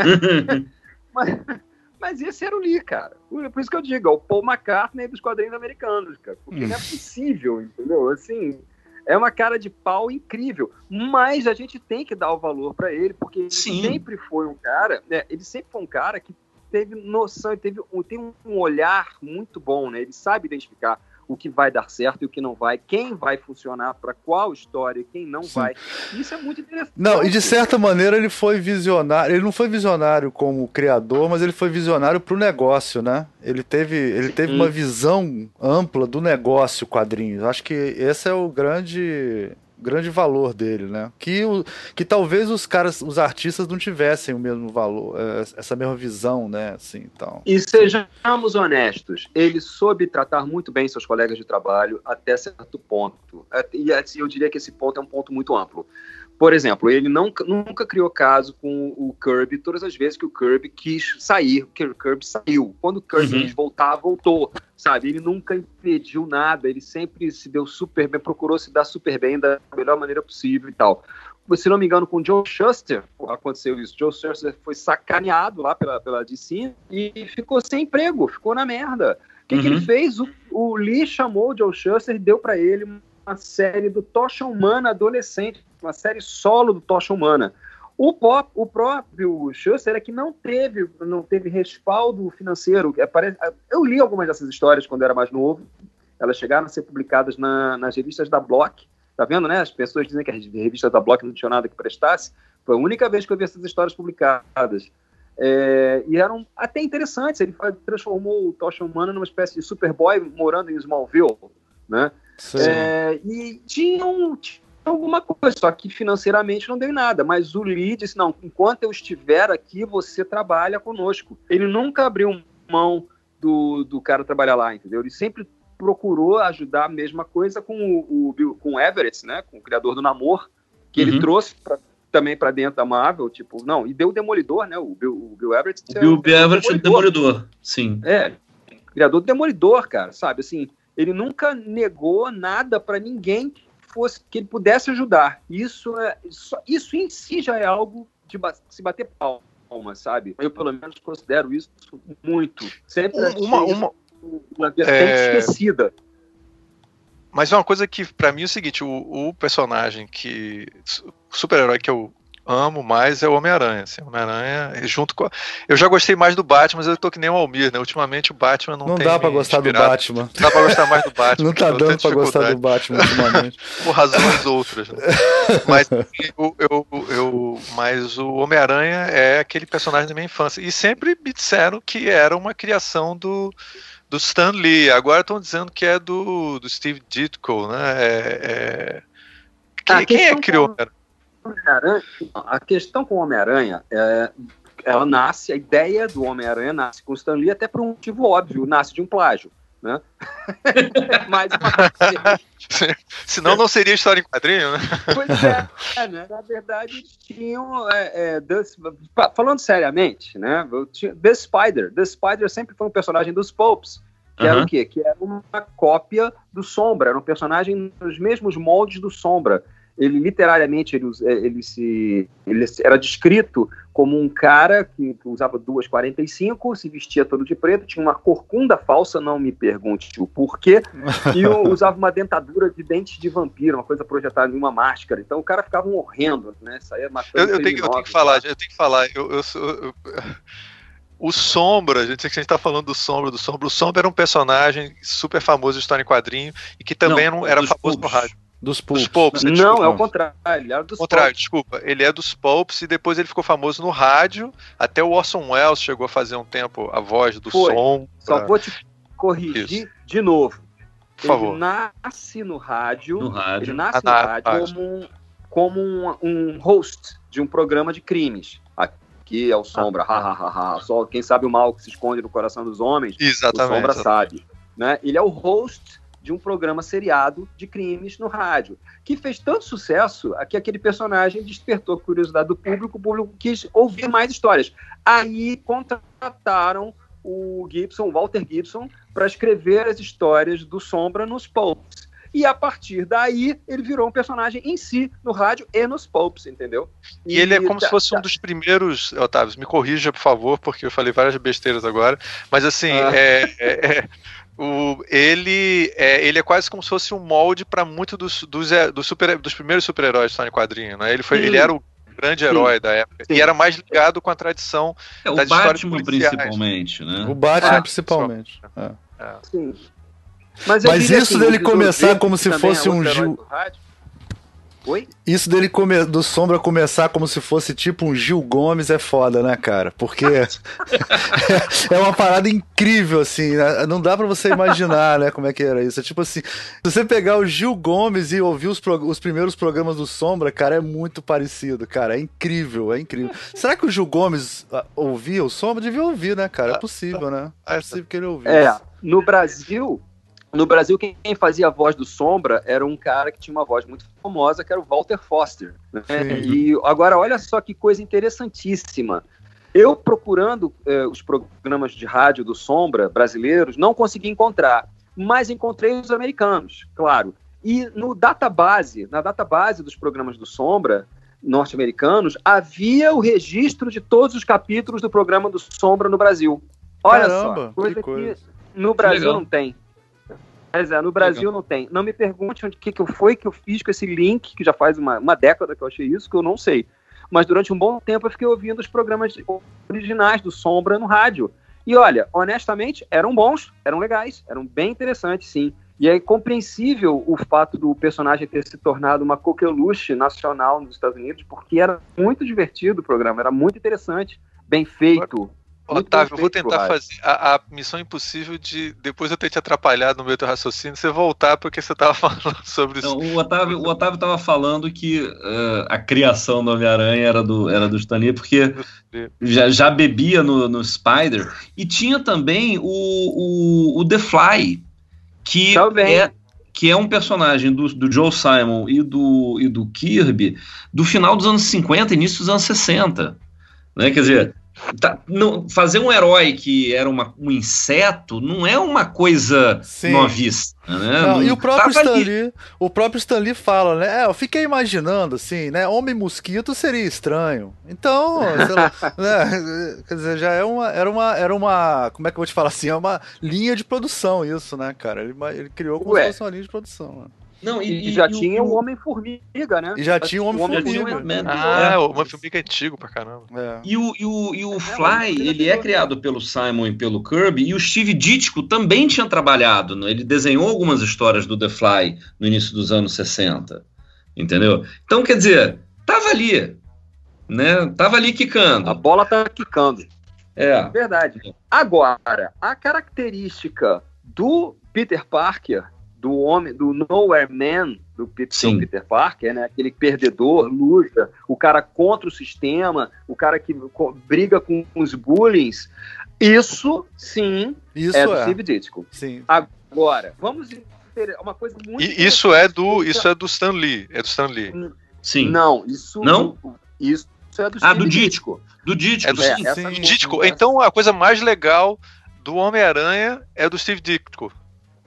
mas, mas esse era o Lee, cara. Por isso que eu digo, é o Paul McCartney dos quadrinhos americanos, cara. Porque hum. não é possível, entendeu? Assim, é uma cara de pau incrível. Mas a gente tem que dar o valor pra ele, porque ele Sim. sempre foi um cara, né? Ele sempre foi um cara que teve noção, ele teve, tem um olhar muito bom, né? Ele sabe identificar o que vai dar certo e o que não vai, quem vai funcionar para qual história, quem não Sim. vai. Isso é muito interessante. Não, e de certa maneira ele foi visionário, ele não foi visionário como criador, mas ele foi visionário para o negócio, né? Ele teve, ele teve uma visão ampla do negócio quadrinhos. Acho que esse é o grande... grande valor dele, né? Que, o, que talvez os caras, os artistas não tivessem o mesmo valor, essa mesma visão, né? Assim, então. E sejamos honestos, ele soube tratar muito bem seus colegas de trabalho até certo ponto. E eu diria que esse ponto é um ponto muito amplo. Por exemplo, ele não, nunca criou caso com o Kirby todas as vezes que o Kirby quis sair, que o Kirby saiu. Quando o Kirby uhum. quis voltar, voltou, sabe? Ele nunca impediu nada, ele sempre se deu super bem, procurou se dar super bem da melhor maneira possível e tal. Se não me engano, com o Joe Shuster aconteceu isso. Joe Shuster foi sacaneado lá pela, pela D C e ficou sem emprego, ficou na merda. O que, uhum. que ele fez? O, o Lee chamou o Joe Shuster e deu para ele uma série do Tocha Humana adolescente, uma série solo do Tocha Humana. O, pop, o próprio Shuster é que não teve, não teve respaldo financeiro. Eu li algumas dessas histórias quando eu era mais novo. Elas chegaram a ser publicadas na, nas revistas da Block. Tá vendo, né? As pessoas dizem que as revistas da Block não tinham nada que prestasse. Foi a única vez que eu vi essas histórias publicadas. É, e eram até interessantes. Ele transformou o Tocha Humana numa espécie de Superboy morando em Smallville, né? É, e tinham, tinham alguma coisa, só que financeiramente não deu nada. Mas o Lee disse, não, enquanto eu estiver aqui, você trabalha conosco. Ele nunca abriu mão do, do cara trabalhar lá, entendeu? Ele sempre procurou ajudar a mesma coisa com o, o, com o Everett, né? Com o criador do Namor, que uhum. ele trouxe pra, também para dentro da Marvel, tipo, não, e deu o Demolidor, né? O Bill, o Bill Everett. O Bill, Bill Everett é o Demolidor, sim. É, criador do Demolidor, cara, sabe? Assim, ele nunca negou nada para ninguém que, fosse, que ele pudesse ajudar. Isso, é, isso, isso em si já é algo de ba- se bater palma, sabe? Eu, pelo menos, considero isso muito. Sempre uma, uma, uma vertente é... esquecida. Mas é uma coisa que, pra mim, é o seguinte, o, o personagem que... O super-herói que eu amo mais é o Homem-Aranha. Assim, o Homem-Aranha, junto com... Eu já gostei mais do Batman, mas eu tô que nem o Almir, né? Ultimamente o Batman não, não tem dá pra gostar inspirado. do Batman. Não dá pra gostar mais do Batman. Não tá dando pra gostar do Batman ultimamente. Por razões outras. Né? Mas, eu, eu, eu, mas o Homem-Aranha é aquele personagem da minha infância. E sempre me disseram que era uma criação do... do Stan Lee, agora estão dizendo que é do, do Steve Ditko, né? É, é... Quem, quem é que criou? Com a questão com o Homem-Aranha, é, ela nasce, a ideia do Homem-Aranha nasce com o Stan Lee até por um motivo óbvio, nasce de um plágio, né? Mas, senão não seria história em quadrinho, né? Pois é, é né? Na verdade tinham, é, é, The, falando seriamente, né? The Spider, The Spider sempre foi um personagem dos Popes, que uhum. era o quê? Que era uma cópia do Sombra, era um personagem nos mesmos moldes do Sombra. ele literariamente ele, ele, se, ele era descrito como um cara que usava duas quarenta e cinco, se vestia todo de preto, tinha uma corcunda falsa, não me pergunte o porquê, e usava uma dentadura de dentes de vampiro, uma coisa projetada em uma máscara. Então o cara ficava um horrendo, né? Saía matando. Eu, eu, tenho, eu tenho que falar, eu tenho que falar. Eu, eu, eu, eu, o Sombra, a gente, a gente tá falando do Sombra, do Sombra. O Sombra era um personagem super famoso de história em quadrinho e que também não, era famoso no rádio. Dos Pulps. Dos Pulps, não, desculpa. é o contrário. Ele era dos contrário, Pulps. desculpa. Ele é dos Pulps e depois ele ficou famoso no rádio. Até o Orson Welles chegou a fazer um tempo a voz do Foi. som. Só vou te corrigir Isso. de novo. Por ele favor. nasce no rádio. No rádio. Ele nasce ah, no na, rádio rádio. como, um, como um, um host de um programa de crimes. Aqui é o Sombra. Ah. Ha, ha, ha, ha. Só quem sabe o mal que se esconde no coração dos homens. Exatamente. O Sombra exatamente. sabe. Né? Ele é o host de um programa seriado de crimes no rádio, que fez tanto sucesso que aquele personagem despertou a curiosidade do público, o público quis ouvir mais histórias. Aí contrataram o Gibson, o Walter Gibson, para escrever as histórias do Sombra nos Pulps. E a partir daí, ele virou um personagem em si, no rádio e nos Pulps, entendeu? E, e ele é como tá, se fosse tá. um dos primeiros... Otávio, me corrija, por favor, porque eu falei várias besteiras agora, mas assim, ah. é... é, é... O, ele, é, ele é quase como se fosse um molde para muitos dos, dos, dos, super, dos primeiros super-heróis de história em quadrinho, né? Ele, foi, ele era o grande Sim. herói da época. Sim. E era mais ligado com a tradição é, das o histórias Batman policiais. principalmente, né? O Batman ah, principalmente. É. É. Sim. Mas, Mas isso assim, dele começar Verde, como se fosse é um Gil... Oi? Isso dele come... do Sombra começar como se fosse tipo um Gil Gomes é foda, né, cara? Porque é uma parada incrível, assim, né? Não dá pra você imaginar, né, como é que era isso. É tipo assim, se você pegar o Gil Gomes e ouvir os, pro... os primeiros programas do Sombra, cara, é muito parecido, cara, é incrível, é incrível. Será que o Gil Gomes ouvia o Sombra? Devia ouvir, né, cara? É possível, né? É possível que ele ouvisse. É, no Brasil... No Brasil, quem fazia a voz do Sombra era um cara que tinha uma voz muito famosa, que era o Walter Foster. Né? E agora, olha só que coisa interessantíssima. Eu, procurando eh, os programas de rádio do Sombra brasileiros, não consegui encontrar, mas encontrei os americanos, claro. E no database, na database dos programas do Sombra norte-americanos, havia o registro de todos os capítulos do programa do Sombra no Brasil. Olha Caramba, só, coisa que, coisa. que no Brasil Legal. não tem. Mas é, no Brasil Legal. não tem. Não me pergunte o que, que foi que eu fiz com esse link, que já faz uma, uma década que eu achei isso, que eu não sei. Mas durante um bom tempo eu fiquei ouvindo os programas originais do Sombra no rádio. E olha, honestamente, eram bons, eram legais, eram bem interessantes, sim. E é compreensível o fato do personagem ter se tornado uma coqueluche nacional nos Estados Unidos, porque era muito divertido o programa, era muito interessante, bem feito. Otávio, eu vou tentar fazer a, a missão impossível de, depois eu ter te atrapalhado no meu teu raciocínio, você voltar porque você estava falando sobre isso. Não, o Otávio o Otávio estava falando que uh, a criação do Homem-Aranha era do, era do Stan Lee, porque já, já bebia no, no Spider, e tinha também o, o, o The Fly, que é, que é um personagem do, do Joe Simon e do, e do Kirby do final dos anos cinquenta, início dos anos sessenta, né? Quer dizer, tá, não, fazer um herói que era uma, um inseto não é uma coisa novíssima, né? Não, não, e o próprio Stan Lee, o próprio Stan Lee fala, né? É, eu fiquei imaginando assim, né? Homem-mosquito seria estranho. Então, sei lá, né? Quer dizer, já é uma, era uma, era uma, como é que eu vou te falar assim? É uma linha de produção isso, né, cara? Ele, ele criou como Ué. se fosse uma linha de produção, né? Não, e, e já e tinha o, o Homem-Formiga, né? E já tinha o Homem-Formiga. Ah, o Homem-Formiga é antigo pra caramba. É. E o, e o, e o Fly, é, ele é criado pelo Simon e pelo Kirby, e o Steve Ditko também tinha trabalhado, né? Ele desenhou algumas histórias do The Fly no início dos anos sessenta, entendeu? Então, quer dizer, tava ali, né? Tava ali quicando. A bola tá quicando. É. Verdade. Agora, a característica do Peter Parker, do homem, do Nowhere Man, do Peter, Peter Parker, né? Aquele perdedor, luta, o cara contra o sistema, o cara que briga com os bullying. Isso, sim, isso é do é. Steve Ditko. Sim. Agora, vamos ter uma coisa muito... E isso é do, isso é do Stan Lee, é do Stan Lee. Sim. Não, isso... Não? Isso é do ah, Steve do Ditko. Do Ditko, é do é, sim. Ditko. Então a coisa mais legal do Homem-Aranha é do Steve Ditko.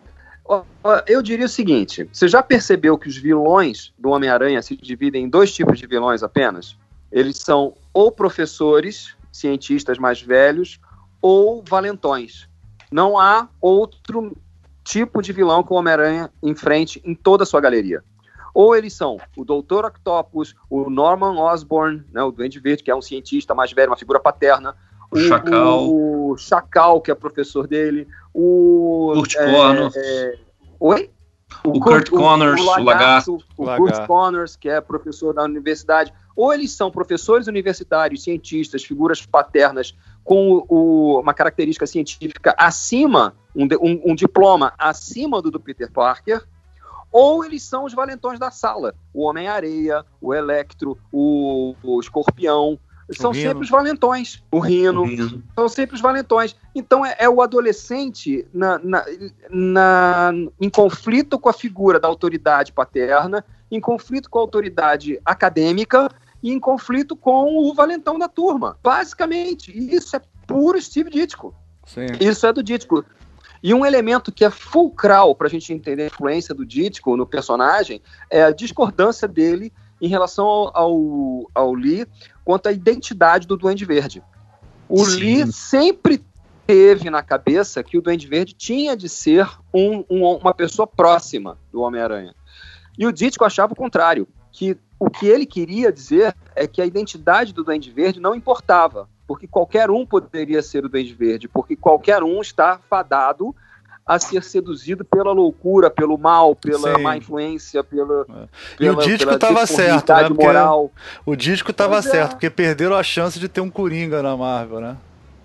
Eu diria o seguinte, você já percebeu que os vilões do Homem-Aranha se dividem em dois tipos de vilões apenas? Eles são ou professores, cientistas mais velhos, ou valentões. Não há outro tipo de vilão que o Homem-Aranha enfrente em toda a sua galeria. Ou eles são o doutor Octopus, o Norman Osborn, né, o Duende Verde, que é um cientista mais velho, uma figura paterna, o, o Chacal, o, o Chacal, que é professor dele, o Kurt é, Connors, é, oi? O, o Kurt, Kurt Connors, o, o Lagarto, o Kurt Connors, que é professor da universidade. Ou eles são professores universitários, cientistas, figuras paternas com o, uma característica científica acima, um, um, um diploma acima do do Peter Parker, ou eles são os valentões da sala, o Homem-Areia, o Electro, o, o Escorpião, são sempre os valentões, o Rino, o Rino, são sempre os valentões. Então é, é o adolescente na, na, na, em conflito com a figura da autoridade paterna, em conflito com a autoridade acadêmica e em conflito com o valentão da turma. Basicamente, isso é puro Steve Ditko. Sim. Isso é do Ditko. E um elemento que é fulcral para a gente entender a influência do Ditko no personagem é a discordância dele em relação ao, ao, ao Lee quanto à identidade do Duende Verde. O Sim. Lee sempre teve na cabeça que o Duende Verde tinha de ser um, um, uma pessoa próxima do Homem-Aranha. E o Ditko achava o contrário, que o que ele queria dizer é que a identidade do Duende Verde não importava, porque qualquer um poderia ser o Duende Verde, porque qualquer um está fadado a ser seduzido pela loucura, pelo mal, pela Sim. má influência, pela, é. E pela, o Ditko estava certo, né? Moral. O Ditko estava certo, é. porque perderam a chance de ter um Coringa na Marvel, né?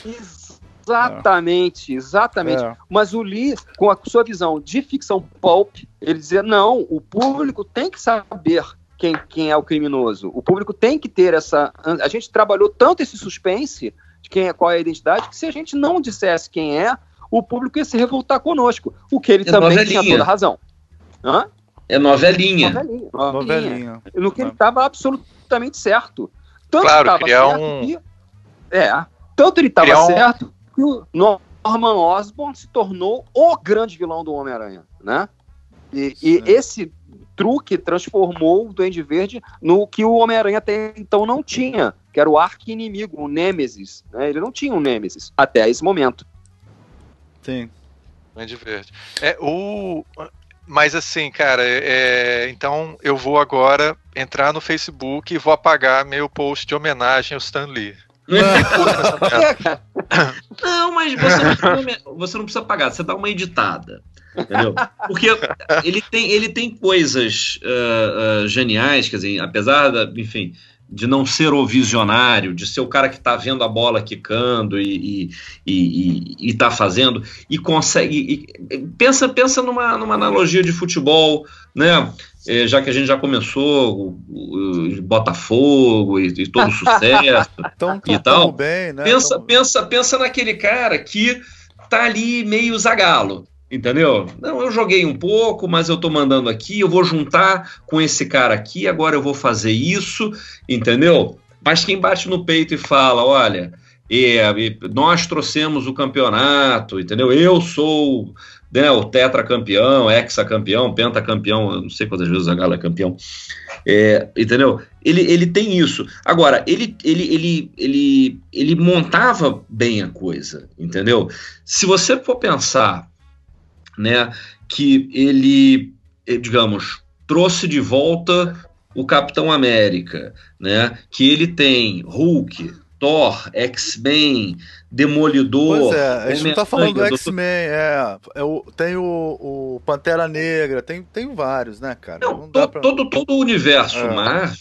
Exatamente, é. exatamente. É. Mas o Lee, com a sua visão de ficção pulp, ele dizia, não, o público tem que saber quem, quem é o criminoso. O público tem que ter essa... A gente trabalhou tanto esse suspense de quem é, qual é a identidade, que se a gente não dissesse quem é, o público ia se revoltar conosco. O que ele é também novelinha. Tinha toda a razão. Hã? É novelinha. Novelinha. novelinha. novelinha. No que ele estava absolutamente certo. Tanto claro, estava certo um... que... É, tanto ele estava um... certo que o Norman Osborn se tornou o grande vilão do Homem-Aranha, né? E, e esse truque transformou o Duende Verde no que o Homem-Aranha até então não tinha, que era o arqui-inimigo, o Nêmesis. Né? Ele não tinha um Nêmesis até esse momento. Sim. Duende Verde. É, o... Mas assim, cara, é... então eu vou agora entrar no Facebook e vou apagar meu post de homenagem ao Stan Lee. Não, mas você não, você não precisa pagar, você dá uma editada, entendeu? Porque ele tem, ele tem coisas uh, uh, geniais, quer dizer, apesar da, enfim, de não ser o visionário, de ser o cara que está vendo a bola quicando e, e, e, e tá fazendo, e consegue, e, pensa, pensa numa, numa analogia de futebol, né? É, já que a gente já começou o, o, o Botafogo e, e todo o sucesso tão, e tal, bem, né? pensa, tão... pensa, pensa naquele cara que tá ali meio zagalo, entendeu? Não, eu joguei um pouco, mas eu tô mandando aqui, eu vou juntar com esse cara aqui, agora eu vou fazer isso, entendeu? Mas quem bate no peito e fala, olha, é, nós trouxemos o campeonato, entendeu? Eu sou... Né, o tetracampeão, hexacampeão, pentacampeão, eu não sei quantas vezes a Galo é campeão, é, entendeu? Ele, ele tem isso. Agora, ele, ele, ele, ele, ele montava bem a coisa, entendeu? Se você for pensar, né, que ele, digamos, trouxe de volta o Capitão América, né, que ele tem Hulk, Thor, X-Men, Demolidor... Pois é, a gente não tá falando do X-Men, é, é o, tem o, o Pantera Negra, tem, tem vários, né, cara? Não, não to, pra... todo, todo o universo é. Marvel,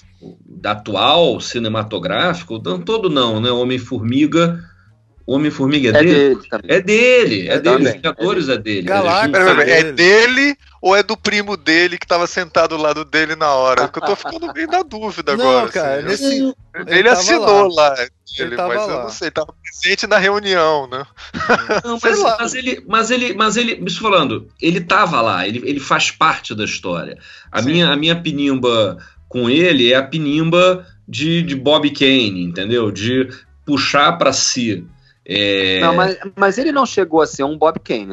atual, cinematográfico, não, todo não, né, Homem-Formiga... Homem-Formiga é, é dele? dele é dele, é, é dele, os Vingadores é dele. Galáctico, é, é dele ou é do primo dele que tava sentado ao lado dele na hora? Que eu tô ficando bem na dúvida não, agora. Cara, assim. nesse... Ele, ele assinou lá, lá ele, ele mas lá. eu não sei, tava presente na reunião, né? Não, mas, mas ele, mas ele, mas ele, me falando, ele tava lá, ele, ele faz parte da história. A minha, a minha pinimba com ele é a pinimba de, de Bob Kane, entendeu? De puxar para si. É... Não, mas, mas ele não chegou a ser um Bob Kane, né?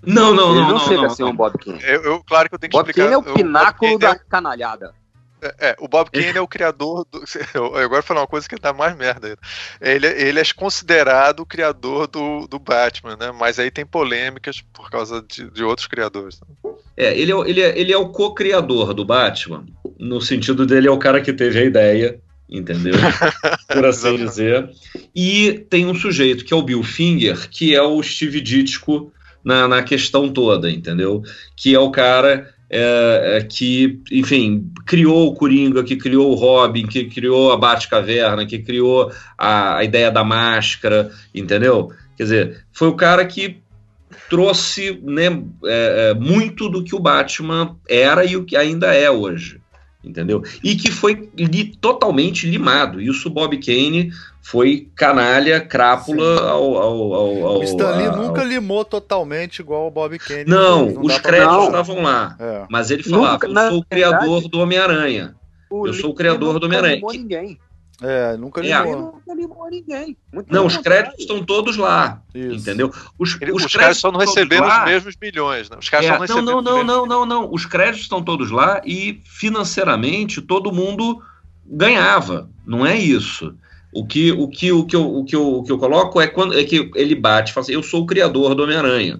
Não, não, ele não. não, não chega não, a ser não. um Bob Kane. Eu, eu, claro que eu tenho que Bob explicar. Kane é o pináculo o Bob Kane da canalhada. É, é, o Bob Kane é o criador do, eu agora vou falar uma coisa que dá mais merda ainda. Ele, ele é considerado o criador do, do Batman, né? Mas aí tem polêmicas por causa de, de outros criadores. É, ele é, ele é, ele é o co-criador do Batman, no sentido dele é o cara que teve a ideia, entendeu? Por assim dizer. E tem um sujeito que é o Bill Finger, que é o Steve Ditko na, na questão toda, entendeu? Que é o cara é, é, que, enfim, criou o Coringa, que criou o Robin, que criou a Batcaverna, que criou a, a ideia da máscara, entendeu? Quer dizer, foi o cara que trouxe, né, é, muito do que o Batman era e o que ainda é hoje, entendeu? E que foi li, totalmente limado. Isso o Bob Kane foi canalha, crápula ao, ao, ao, ao... O Stan Lee ao... nunca limou totalmente igual o Bob Kane. Não, não os créditos estavam lá. É. Mas ele falava, nunca, eu sou o criador verdade, do Homem-Aranha. Eu sou o criador do Homem-Aranha. Não ninguém. É, nunca limou. É. Nunca limou ninguém. Muito não, os créditos estão todos lá. Isso. Entendeu? Os, Ele, os, os caras só não receberam lá, os mesmos milhões. Né? Os caras é, só não receberam não, não, não, não, não. Os créditos estão todos lá e financeiramente todo mundo ganhava. Não é isso. O que, o que, o que, eu, o que, eu, o que eu coloco é, quando, é que ele bate e fala assim, eu sou o criador do Homem-Aranha.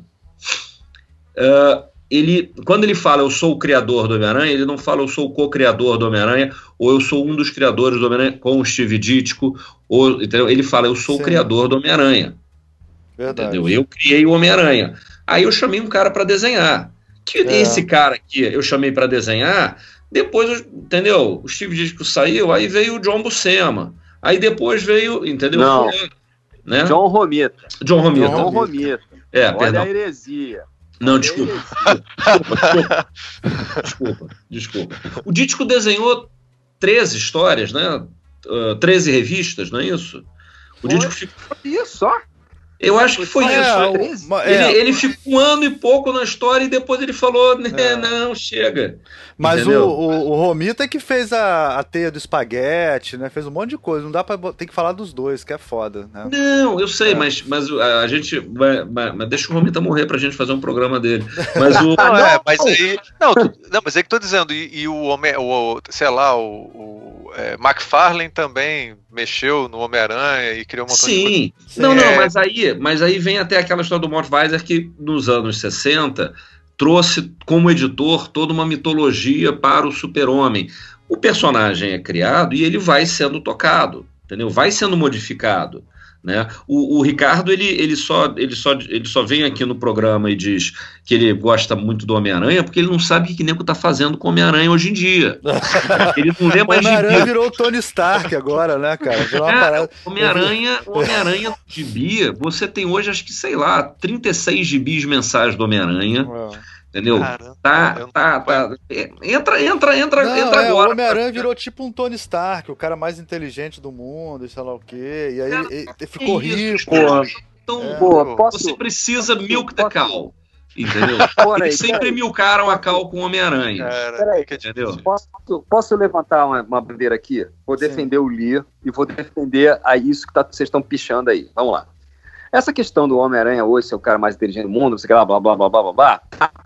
Uh, ele, quando ele fala eu sou o criador do Homem-Aranha, ele não fala eu sou o co-criador do Homem-Aranha, ou eu sou um dos criadores do Homem-Aranha com o Steve Ditko, ou, entendeu? Ele fala eu sou Sim. o criador do Homem-Aranha. Verdade. Entendeu? Eu criei o Homem-Aranha. Aí eu chamei um cara para desenhar. Que é. Esse cara que eu chamei para desenhar, depois, entendeu? O Steve Ditko saiu, aí veio o John Buscema. Aí depois veio, entendeu? Não. Né? John Romita. John Romita. John Romita. É, Olha perdão. a heresia. Não, desculpa. Desculpa, desculpa, desculpa. O Ditko desenhou treze histórias, né? Uh, treze revistas, não é isso? O Ditko ficou... Isso, ó. Eu acho que foi é, isso. Uma, ele, é, ele ficou um ano e pouco na história e depois ele falou, né, é. não, chega. Mas o, o, o Romita é que fez a, a teia do espaguete, né? Fez um monte de coisa. Não dá pra... Tem que falar dos dois, que é foda, né? Não, eu sei, é. mas, mas a, a gente... Mas, mas deixa o Romita morrer pra gente fazer um programa dele. Mas o... Não, é, mas aí... Não, tu, não, mas é que tô dizendo, e, e o, Homem, o, sei lá, o... o é, McFarlane também mexeu no Homem-Aranha e criou um montão Sim. de coisa. Sim, não, não, mas aí, mas aí vem até aquela história do Mort Weiser que nos anos sessenta trouxe como editor toda uma mitologia para o super-homem. O personagem é criado e ele vai sendo tocado, entendeu? Vai sendo modificado. Né? O, o Ricardo ele, ele, só, ele, só, ele só vem aqui no programa e diz que ele gosta muito do Homem-Aranha porque ele não sabe o que, que nego tá fazendo com o Homem-Aranha hoje em dia. Ele não lê mais o Homem-Aranha virou o Tony Stark agora, né, cara? Virou uma é, parada... Homem-Aranha, o Homem-Aranha gibi, você tem hoje, acho que, sei lá, trinta e seis gibis mensais do Homem-Aranha. É. Entendeu? Caramba, tá, tá, tá. Entra, entra, entra, não, entra é, agora. O Homem-Aranha virou tipo um Tony Stark, o cara mais inteligente do mundo, e sei lá o quê. E aí cara, ele, ele ficou rico. Então, é. Pô, posso, você precisa posso, milk the cow. Entendeu? Eles aí, sempre milcaram a cal com o Homem-Aranha. Peraí, entendeu? Posso, posso levantar uma, uma bandeira aqui? Vou defender Sim. o Lee e vou defender a isso que tá, vocês estão pichando aí. Vamos lá. Essa questão do Homem-Aranha hoje ser o cara mais inteligente do mundo, sei lá, blá, blá, blá, blá, blá, blá.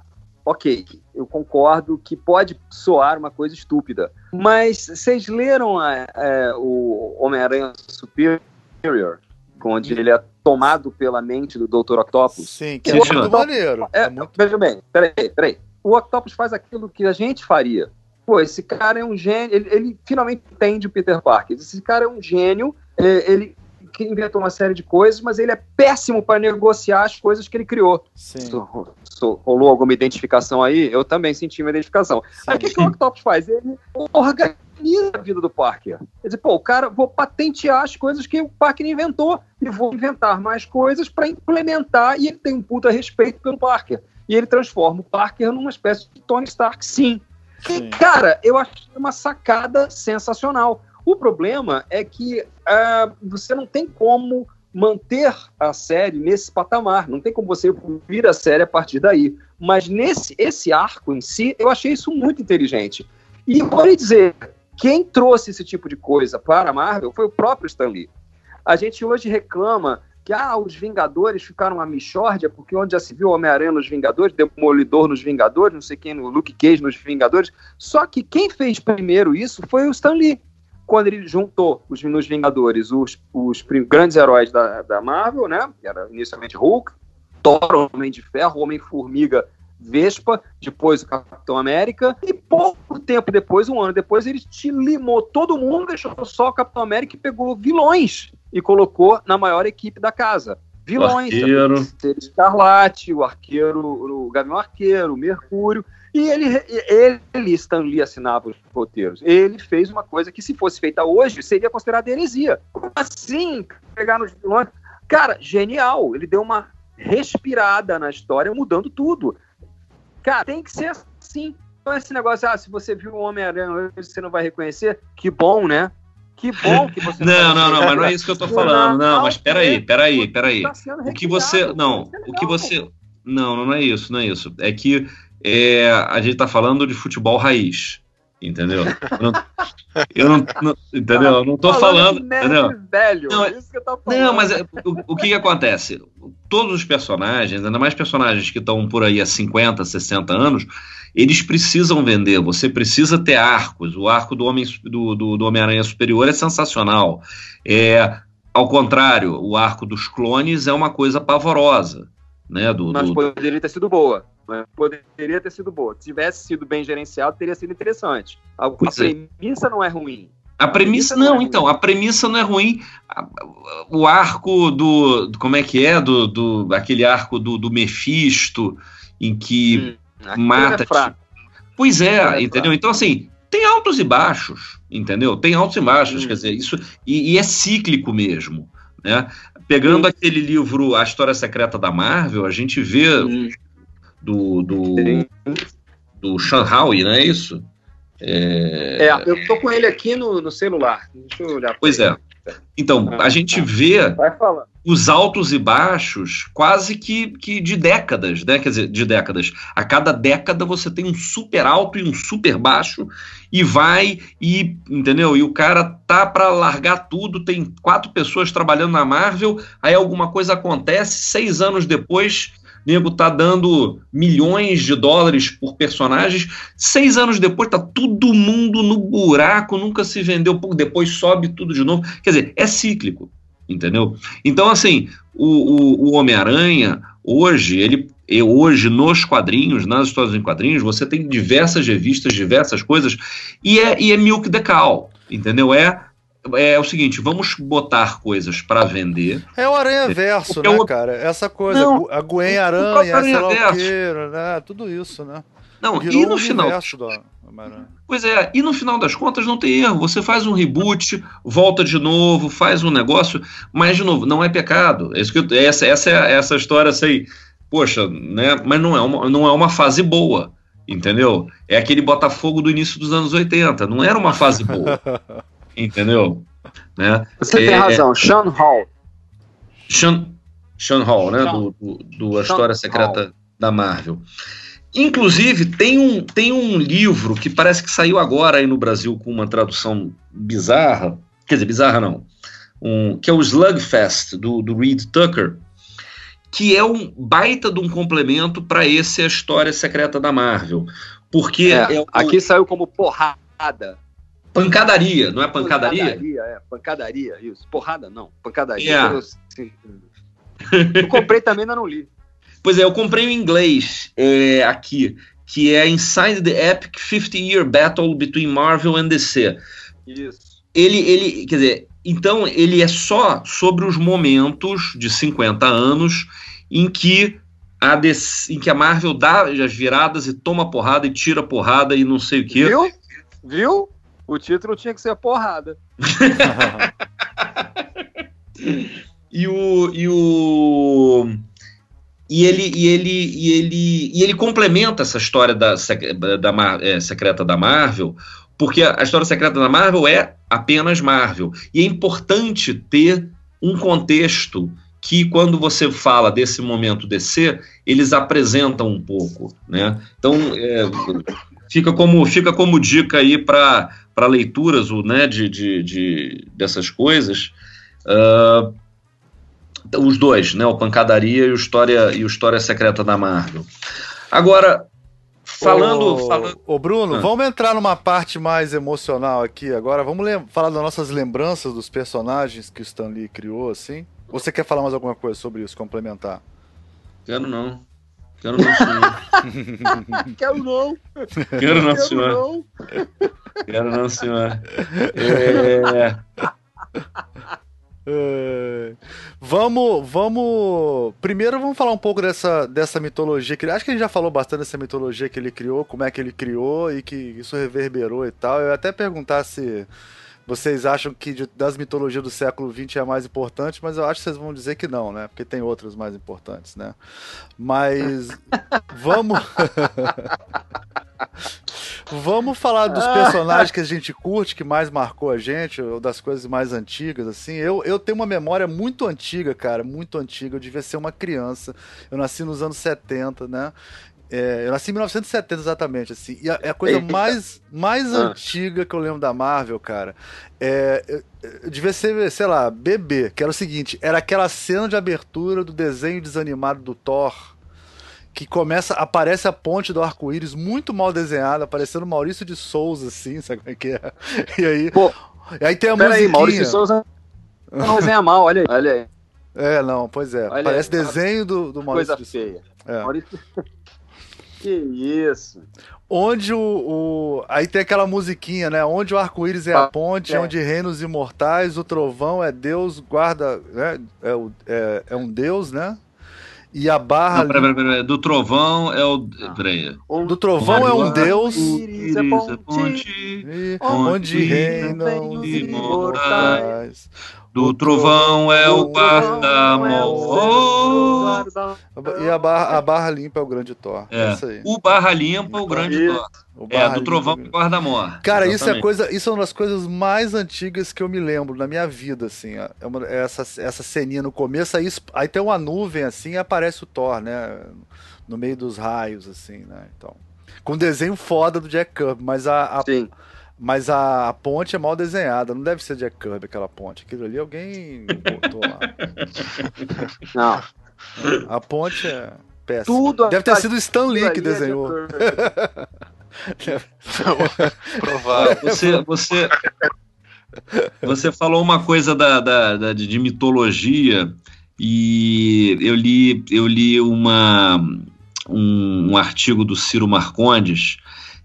Ok, eu concordo que pode soar uma coisa estúpida, mas vocês leram a, a, o Homem-Aranha Superior, onde ele é tomado pela mente do doutor Octopus? Sim, que é muito Octopus, maneiro. É, é muito... Veja bem, peraí, peraí. O Octopus faz aquilo que a gente faria. Pô, esse cara é um gênio, ele, ele finalmente entende o Peter Parker. Esse cara é um gênio, ele que inventou uma série de coisas, mas ele é péssimo para negociar as coisas que ele criou. Sim. So, so, rolou alguma identificação aí? Eu também senti uma identificação. Sim. Aí o que, que o Octopus faz? Ele organiza a vida do Parker. Quer dizer, pô, o cara, vou patentear as coisas que o Parker inventou e vou inventar mais coisas para implementar, e ele tem um puta respeito pelo Parker. E ele transforma o Parker numa espécie de Tony Stark, sim. sim. E, cara, eu achei uma sacada sensacional. O problema é que uh, você não tem como manter a série nesse patamar, não tem como você vir a série a partir daí. Mas nesse esse arco em si, eu achei isso muito inteligente. E vou lhe dizer, quem trouxe esse tipo de coisa para a Marvel foi o próprio Stan Lee. A gente hoje reclama que ah, os Vingadores ficaram uma mixórdia, porque onde já se viu Homem-Aranha nos Vingadores, Demolidor nos Vingadores, não sei quem, no Luke Cage nos Vingadores. Só que quem fez primeiro isso foi o Stan Lee, quando ele juntou os, nos Vingadores os, os grandes heróis da, da Marvel, né? Que era inicialmente Hulk, Thor, Homem de Ferro, Homem-Formiga, Vespa, depois o Capitão América, e pouco tempo depois, um ano depois, ele te limou todo mundo, deixou só o Capitão América e pegou vilões e colocou na maior equipe da casa. Vilões, o Arqueiro. O Escarlate, o Arqueiro, o Gavião Arqueiro, o Mercúrio, e ele, ele, Stan Lee, assinava os roteiros. Ele fez uma coisa que, se fosse feita hoje, seria considerada heresia. Como assim? Pegar nos vilões? Cara, genial! Ele deu uma respirada na história, mudando tudo. Cara, tem que ser assim. Então esse negócio, ah, se você viu o Homem-Aranha, você não vai reconhecer, que bom, né? Que bom que você não, não, não, mas não é isso que eu tô falando. Não, mas peraí, peraí, peraí. O que você, não, o que você, não, não é isso, não é isso. É que é, a gente tá falando de futebol raiz, entendeu? Eu não, eu não, não entendeu? Eu não tô falando, entendeu? Velho, não, isso que eu tô falando. Não, mas é, o, o que que acontece? Todos os personagens, ainda mais personagens que estão por aí há cinquenta, sessenta anos, eles precisam vender, você precisa ter arcos. O arco do, Homem, do, do, do Homem-Aranha Superior é sensacional. É, ao contrário, o arco dos clones é uma coisa pavorosa. Né, do, mas do... poderia ter sido boa. Mas poderia ter sido boa. Se tivesse sido bem gerenciado, teria sido interessante. A, a premissa não é ruim. A, a premissa, premissa não, não é então, ruim. A premissa não é ruim. O arco do, do como é que é? Do, do, aquele arco do, do Mephisto, em que hum, mata... É fraco. Pois é, é entendeu? Fraco. Então, assim, tem altos e baixos, entendeu? Tem altos e baixos, hum. quer dizer, isso... E, e é cíclico mesmo, né? Pegando Sim. aquele livro A História Secreta da Marvel, a gente vê Sim. do... do, do Sean Howe, não é isso? É, é, eu tô com ele aqui no, no celular. Deixa eu olhar. Pois é. Então, a gente vê os altos e baixos quase que, que de décadas, né? Quer dizer, de décadas. A cada década você tem um super alto e um super baixo e vai e, entendeu? E o cara tá para largar tudo, tem quatro pessoas trabalhando na Marvel, aí alguma coisa acontece, seis anos depois... nego tá dando milhões de dólares por personagens, seis anos depois tá todo mundo no buraco, nunca se vendeu pouco, depois sobe tudo de novo, quer dizer, é cíclico, entendeu? Então, assim, o, o, o Homem-Aranha, hoje, ele, hoje nos quadrinhos, nas histórias em quadrinhos, você tem diversas revistas, diversas coisas, e é, e é milk the cow, entendeu? É É o seguinte, vamos botar coisas para vender. É o Aranha Verso, né, eu... cara? Essa coisa, não, a Gwen Aranha, sei lá o quê, né? Tudo isso, né? Não, Virou e no um final... Do... Pois é, e no final das contas não tem erro. Você faz um reboot, volta de novo, faz um negócio, mas, de novo, não é pecado. É isso que eu... essa, essa é essa história, assim, poxa, né? Mas não é uma, não é uma fase boa, entendeu? É aquele Botafogo do início dos anos oitenta, não era uma fase boa. Entendeu? Né? Você é, tem razão, Sean Hall. Sean, Sean Hall, né? Sean. Do, do, do A História Secreta Hall. Da Marvel. Inclusive, tem um, tem um livro que parece que saiu agora aí no Brasil com uma tradução bizarra, quer dizer, bizarra não, um, que é o Slugfest, do, do Reed Tucker, que é um baita de um complemento para esse A História Secreta da Marvel. Porque é, é o, aqui saiu como porrada. Pancadaria, não é pancadaria? Pancadaria, é, pancadaria, isso. Porrada não, pancadaria. Yeah. Eu, assim, eu comprei também, ainda não li. Pois é, eu comprei em inglês é, aqui, que é Inside the Epic fifty-year Battle Between Marvel and D C. Isso. Ele, ele, quer dizer, então ele é só sobre os momentos de cinquenta anos em que a, D C, em que a Marvel dá as viradas e toma porrada e tira porrada e não sei o quê. Viu? Viu? O título tinha que ser porrada. e o e o e ele e ele e ele e ele complementa essa história da, da é, secreta da Marvel, porque a história secreta da Marvel é apenas Marvel e é importante ter um contexto que, quando você fala desse momento D C, eles apresentam um pouco, né? Então é, fica como fica como dica aí para para leituras, né, de, de, de, dessas coisas. Uh, Os dois, né? O Pancadaria e o História, e o História Secreta da Marvel. Agora, falando... Ô, falando... ô Bruno, ah. vamos entrar numa parte mais emocional aqui agora. Vamos falar das nossas lembranças dos personagens que o Stan Lee criou, assim? Ou você quer falar mais alguma coisa sobre isso, complementar? Quero não. Quero não, senhor. Quero não. Quero não, Quero senhor. não. Quero não, senhor. É... É... Vamos, vamos. Primeiro vamos falar um pouco dessa, dessa mitologia que acho que a gente já falou bastante dessa mitologia que ele criou, como é que ele criou e que isso reverberou e tal. Eu ia até perguntar se vocês acham que de, das mitologias do século vinte é a mais importante, mas eu acho que vocês vão dizer que não, né? Porque tem outras mais importantes, né? Mas vamos. Vamos falar dos personagens que a gente curte, que mais marcou a gente, ou das coisas mais antigas, assim. Eu, eu tenho uma memória muito antiga, cara, muito antiga. Eu devia ser uma criança. Eu nasci nos anos setenta, né? É, eu nasci em mil novecentos e setenta exatamente, assim. E a, a coisa mais, mais ah. antiga que eu lembro da Marvel, cara, é, eu, eu devia ser, sei lá, bebê, que era o seguinte, era aquela cena de abertura do desenho desanimado do Thor, que começa, aparece a ponte do arco-íris muito mal desenhada, parecendo Maurício de Souza, assim, sabe como é que é? E aí, Pô, e aí tem a musiquinha. musiquinha. Aí, Maurício de Souza não desenha mal, olha aí. Olha aí. É, não, pois é. Olha parece aí, desenho do, do Maurício coisa de Souza. feia. É. Maurício... Que isso. Onde o, o... Aí tem aquela musiquinha, né? Onde o arco-íris é a ponte, é. onde reina os imortais, o trovão é Deus, guarda... Né? É, o, é, é um Deus, né? E a barra... Não, pera, pera, pera. Do trovão é o... Peraí. Do trovão é um Deus... Íris é ponte, e onde reinam os imortais. Do trovão é o guarda-amor. E a barra, a barra limpa é o grande Thor. É. É isso aí. O barra limpa é o grande Thor. É, do trovão é o guarda-amor. Cara, isso é, coisa, isso é uma das coisas mais antigas que eu me lembro na minha vida, assim. É uma, essa, essa ceninha no começo, aí, aí tem uma nuvem, assim, e aparece o Thor, né? No meio dos raios, assim, né? Então, com um desenho foda do Jack Kirby, mas a... a Sim. Mas a, a ponte é mal desenhada, não deve ser Jack Kirby aquela ponte. Aquilo ali alguém botou lá. Não. A ponte é péssima. Tudo deve ter sido o Stan Lee que desenhou. Provável. Você, você, você falou uma coisa da, da, da, de mitologia e eu li, eu li uma, um, um artigo do Ciro Marcondes.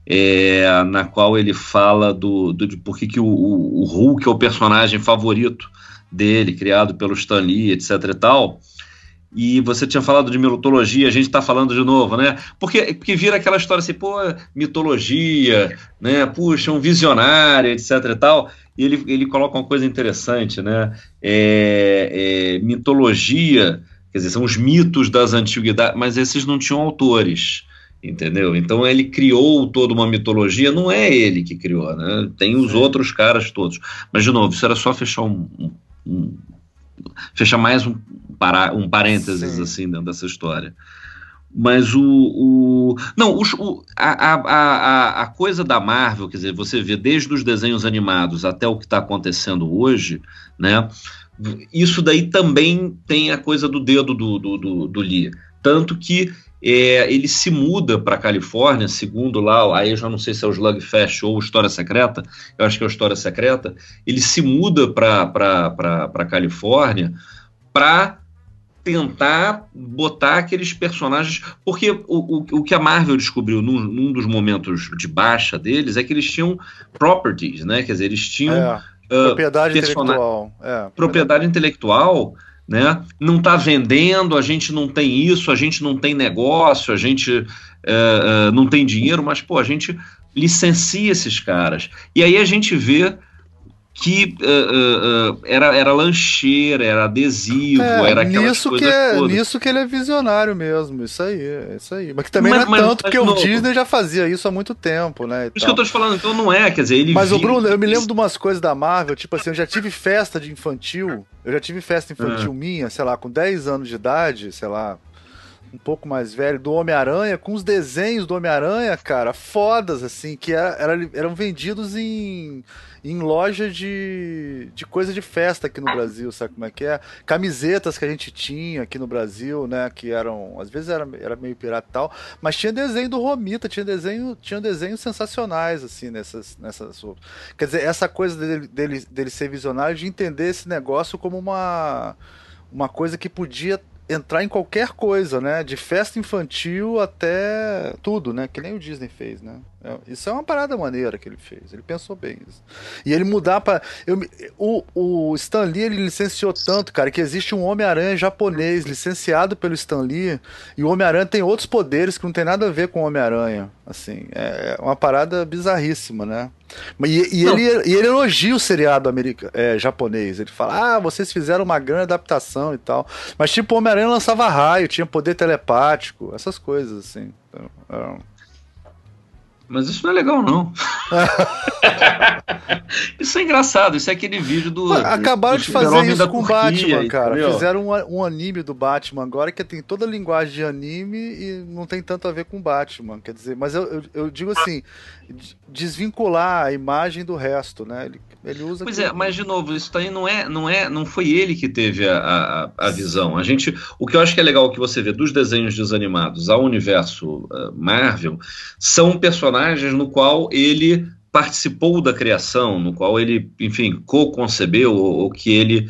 É, na qual ele fala do, do, de por que, que o, o, o Hulk é o personagem favorito dele, criado pelo Stan Lee, etc e tal. E você tinha falado de mitologia, a gente está falando de novo, né? Porque, porque vira aquela história assim, pô, mitologia, né? Puxa, um visionário, etc e tal. E ele, ele coloca uma coisa interessante, né? É, é, mitologia, quer dizer, são os mitos das antiguidades, mas esses não tinham autores. Entendeu? Então ele criou toda uma mitologia, não é ele que criou, né? Tem os Sim. outros caras todos. Mas, de novo, isso era só fechar um, um, um fechar mais um, para, um parênteses Sim. assim dentro dessa história. Mas o, o não, o, o, a, a, a, a coisa da Marvel, quer dizer, você vê desde os desenhos animados até o que está acontecendo hoje, né? Isso daí também tem a coisa do dedo do, do, do, do Lee. Tanto que É, ele se muda para a Califórnia, segundo lá, aí eu já não sei se é o Slugfest ou História Secreta, eu acho que é o História Secreta, ele se muda para a Califórnia para tentar botar aqueles personagens, porque o, o, o que a Marvel descobriu num, num dos momentos de baixa deles é que eles tinham properties, né? Quer dizer, eles tinham é, uh, propriedade intelectual. É, propriedade intelectual, né? Não está vendendo, a gente não tem isso, a gente não tem negócio, a gente é, é, não tem dinheiro, mas pô, a gente licencia esses caras. E aí a gente vê que uh, uh, uh, era, era lancheira, era adesivo, é, era aquelas nisso coisas que é, todas. Nisso que ele é visionário mesmo, isso aí, é isso aí. Mas que também mas, não é mas, tanto, mas, porque não, o Disney já fazia isso há muito tempo, né? Por isso que eu tô te falando, então não é, quer dizer, ele Mas, viu... o Bruno, eu me lembro de umas coisas da Marvel, tipo assim, eu já tive festa de infantil, eu já tive festa infantil é. minha, sei lá, com dez anos de idade, sei lá, um pouco mais velho, do Homem-Aranha, com os desenhos do Homem-Aranha, cara, fodas, assim, que era, era, eram vendidos em, em loja de, de coisa de festa aqui no Brasil, sabe como é que é? Camisetas que a gente tinha aqui no Brasil, né, que eram, às vezes era, era meio pirata e tal, mas tinha desenho do Romita, tinha desenho, tinha desenhos sensacionais, assim, nessas, nessas... Quer dizer, essa coisa dele, dele, dele ser visionário, de entender esse negócio como uma, uma coisa que podia entrar em qualquer coisa, né? De festa infantil até tudo, né? Que nem o Disney fez, né? Isso é uma parada maneira que ele fez. Ele pensou bem isso. E ele mudar para eu... o, o Stan Lee, ele licenciou tanto, cara, que existe um Homem-Aranha japonês licenciado pelo Stan Lee, e o Homem-Aranha tem outros poderes que não tem nada a ver com o Homem-Aranha. Assim, é uma parada bizarríssima, né? E, e, ele, e ele elogia o seriado americano, é, japonês. Ele fala, ah, vocês fizeram uma grande adaptação e tal. Mas tipo, o Homem-Aranha lançava raio, tinha poder telepático, essas coisas, assim. Então, é... Mas isso não é legal, não. Isso é engraçado, isso é aquele vídeo do... Pô, acabaram do de fazer isso com o Turquia, Batman, cara. Entendeu? Fizeram um, um anime do Batman agora que tem toda a linguagem de anime e não tem tanto a ver com o Batman. Quer dizer, mas eu, eu, eu digo assim, desvincular a imagem do resto, né? Ele, ele usa... Pois aquilo. é, mas de novo, isso aí não é, não é, não foi ele que teve a, a, a visão. A gente, o que eu acho que é legal que você vê dos desenhos desanimados ao universo uh, Marvel são personagens no qual ele participou da criação, no qual ele, enfim, co-concebeu ou, ou que ele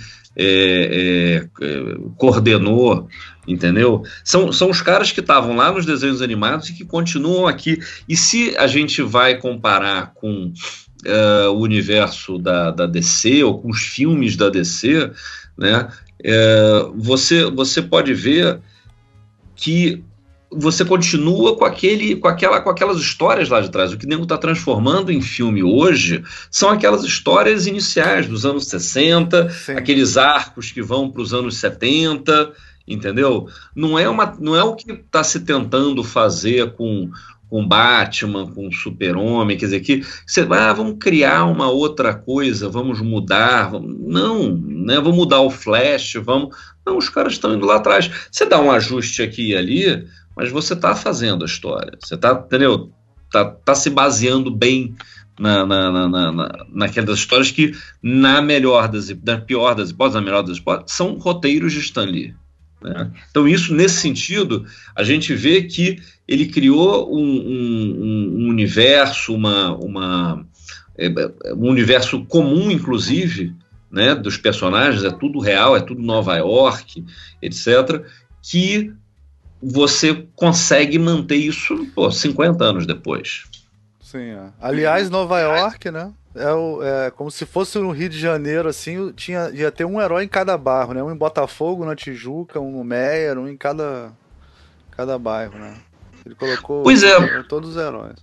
é, é, é, coordenou, entendeu? São, são os caras que estavam lá nos desenhos animados e que continuam aqui. E se a gente vai comparar com Uh, o universo da, da D C ou com os filmes da D C, né, uh, você, você pode ver que você continua com, aquele, com, aquela, com aquelas histórias lá de trás. O que o nego está transformando em filme hoje são aquelas histórias iniciais dos anos sessenta, Sim. aqueles arcos que vão para os anos setenta, entendeu? Não é, uma, não é o que está se tentando fazer com... com Batman, com Super-Homem, quer dizer, que você ah, vamos criar uma outra coisa, vamos mudar, vamos... não, né, vamos mudar o Flash, vamos... Não, os caras estão indo lá atrás. Você dá um ajuste aqui e ali, mas você está fazendo a história, você está, entendeu? Tá, tá se baseando bem na, na, na, na, na, naquelas histórias que, na melhor das, na pior das hipóteses, na melhor das hipóteses, são roteiros de Stan Lee. Né? Então isso, nesse sentido, a gente vê que ele criou um, um, um universo, uma, uma, é, um universo comum, inclusive, né, dos personagens, é tudo real, é tudo Nova York, etcétera, que você consegue manter isso pô, cinquenta anos depois. Sim, é. Aliás, Nova York, né? É, o, é como se fosse no Rio de Janeiro, assim, tinha, ia ter um herói em cada bairro, né? Um em Botafogo, na Tijuca, um no Meyer, um em cada, cada bairro, né? Ele colocou pois é. todos os heróis.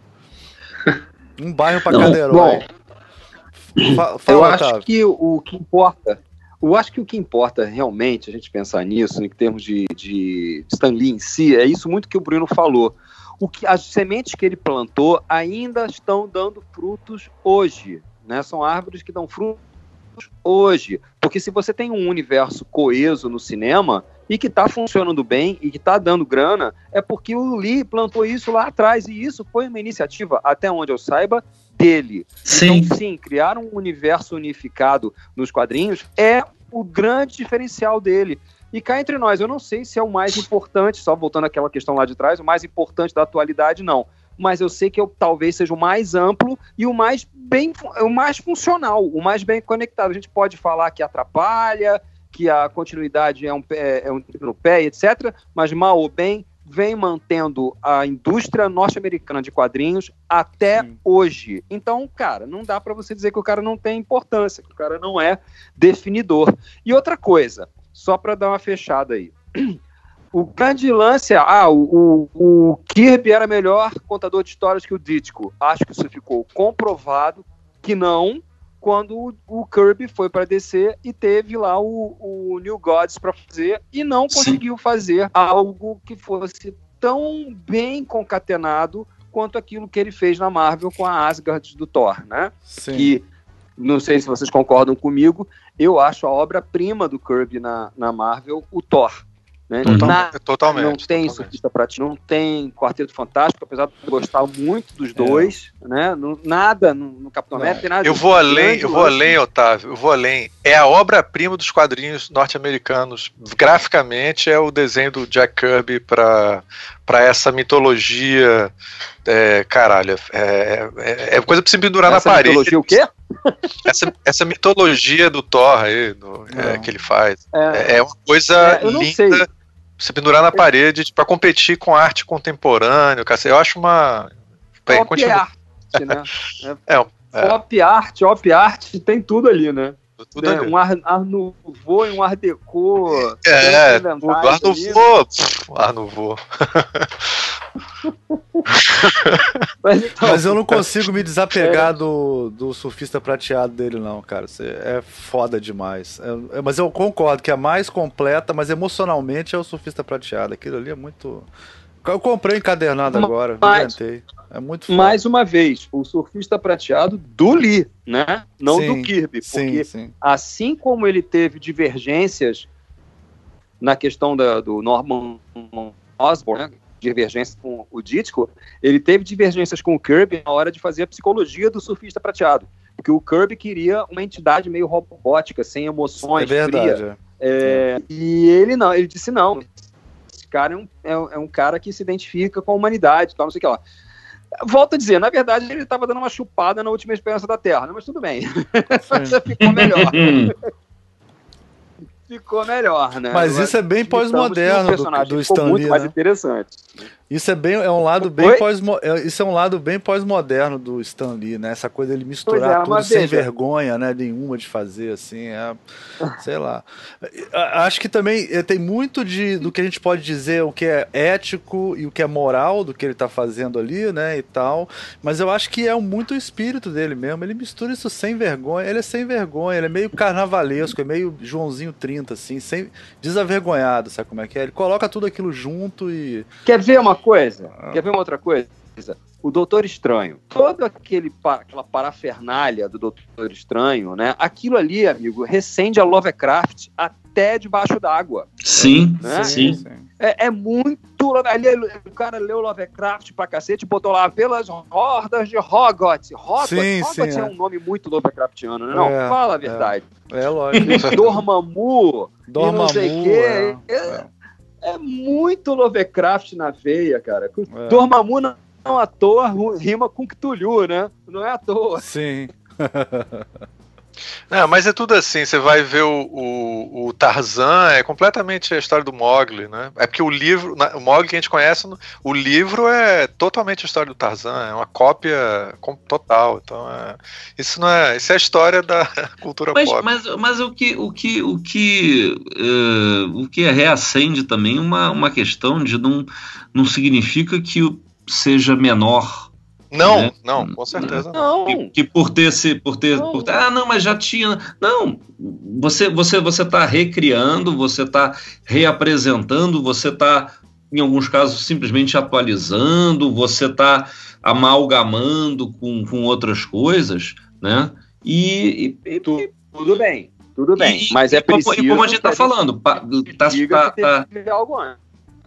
Um bairro para cada herói. Bom, Fa fala, eu acho Otávio. que o, o que importa, eu acho que o que importa realmente, a gente pensar nisso, em termos de, de Stan Lee em si, é isso muito que o Bruno falou. O que, as sementes que ele plantou ainda estão dando frutos hoje, né? São árvores que dão frutos hoje, porque se você tem um universo coeso no cinema e que está funcionando bem e que está dando grana, é porque o Lee plantou isso lá atrás, e isso foi uma iniciativa, até onde eu saiba, dele. Sim. Então, sim, criar um universo unificado nos quadrinhos é o grande diferencial dele. E cá entre nós, eu não sei se é o mais importante, só voltando àquela questão lá de trás, o mais importante da atualidade, não. Mas eu sei que eu, talvez seja o mais amplo e o mais bem, o mais funcional, o mais bem conectado. A gente pode falar que atrapalha, que a continuidade é um, é, é um tiro no pé, etcétera, mas mal ou bem vem mantendo a indústria norte-americana de quadrinhos até Sim. hoje. Então, cara, não dá para você dizer que o cara não tem importância, que o cara não é definidor. E outra coisa, só para dar uma fechada aí. O grande lance é, ah, o, o, o Kirby era melhor contador de histórias que o Ditko. Acho que isso ficou comprovado que não, quando o, o Kirby foi para D C e teve lá o, o New Gods para fazer e não conseguiu Sim. fazer algo que fosse tão bem concatenado quanto aquilo que ele fez na Marvel com a Asgard do Thor, né? Sim. Que, não sei se vocês concordam comigo, eu acho a obra-prima do Kirby na, na Marvel o Thor. Né? Total, Na, totalmente. Não tem totalmente. Surfista Prateado, não tem Quarteto Fantástico, apesar de eu gostar muito dos dois, é. né? Não, nada no, no Capitão América tem nada. Eu vou além, eu vou além, Otávio, eu vou além. É a obra-prima dos quadrinhos norte-americanos. Graficamente é o desenho do Jack Kirby para para essa mitologia. É, caralho, é, é, é coisa pra se pendurar essa na parede. Mitologia o quê? Essa, essa mitologia do Thor aí, do, é, que ele faz. É, é uma coisa é, linda. Se pendurar na é. parede para competir com arte contemporânea. Eu acho uma. Bem, Pop continua. art, né? É, é. Pop art, op art, tem tudo ali, né? Tudo é, um ar, ar nouveau e um art déco. É, tudo. Ar nouveau. Ar nouveau. Mas, então, Mas eu não consigo me desapegar é. do, do Surfista Prateado dele, não, cara. É foda demais. É, mas eu concordo que é mais completa, mas emocionalmente é o Surfista Prateado. Aquilo ali é muito. Eu comprei encadernado agora, mas, me É muito foda. Mais uma vez, o Surfista Prateado do Lee, né? Não sim, do Kirby. Porque sim, sim. assim como ele teve divergências na questão da, do Norman Osborn, né? Divergência com o Ditko, ele teve divergências com o Kirby na hora de fazer a psicologia do Surfista Prateado. Porque o Kirby queria uma entidade meio robótica, sem emoções, é verdade, fria. É. É, e ele não, ele disse não. Esse cara é um, é, é um cara que se identifica com a humanidade, tal, não sei o que lá. Volto a dizer, na verdade ele estava dando uma chupada na Última Esperança da Terra, né? Mas tudo bem. Ficou melhor. Ficou melhor, né? Mas isso é bem pós-moderno do, do Stan Lee, muito mais né? interessante. Isso é bem, é um lado bem pós, isso é um lado bem pós-moderno do Stan Lee, né? Essa coisa dele misturar é, tudo sem veja. vergonha, né? Nenhuma de fazer assim, é, sei lá. Acho que também tem muito de do que a gente pode dizer o que é ético e o que é moral do que ele tá fazendo ali, né? E tal. Mas eu acho que é muito o espírito dele mesmo. Ele mistura isso sem vergonha. Ele é sem vergonha. Ele é meio carnavalesco, é meio Joãozinho trinta, assim, sem desavergonhado, sabe como é que é? Ele coloca tudo aquilo junto e quer ver uma coisa? Ah. Quer ver uma outra coisa? O Doutor Estranho. Toda aquele, aquela parafernália do Doutor Estranho, né? Aquilo ali, amigo, recende a Lovecraft até debaixo d'água. Sim, né? sim. sim. É, é muito... Ali, o cara leu Lovecraft pra cacete e botou lá pelas hordas de Hogwarts. Hogwarts, sim, Hogwarts sim, é. é um nome muito Lovecraftiano, né? Não, é, fala a verdade. É, é lógico. Dormammu, Dormammu, e não sei o quê. É, é. É muito Lovecraft na veia, cara. É. Dormammu não, não à toa rima com Cthulhu, né? Não é à toa. Sim. Não, mas é tudo assim, você vai ver o, o, o Tarzan, é completamente a história do Mowgli, né? É porque o livro, o Mowgli que a gente conhece, o livro é totalmente a história do Tarzan, é uma cópia total, então é, isso não é, isso é a história da cultura mas, pop. Mas, mas o que, o que, o que, uh, o que reacende também uma, uma questão de não, não significa que seja menor. Não, né? não, com certeza não. Que, que por ter se, por ter, por ter, ah, não, mas já tinha, não. Você, você, você está recriando, você está reapresentando, você está, em alguns casos, simplesmente atualizando, você está amalgamando com, com outras coisas, né? E, e, tudo, e tudo bem, tudo bem, e, mas é preciso. E como a gente está falando, tá, tá, tá, algo antes.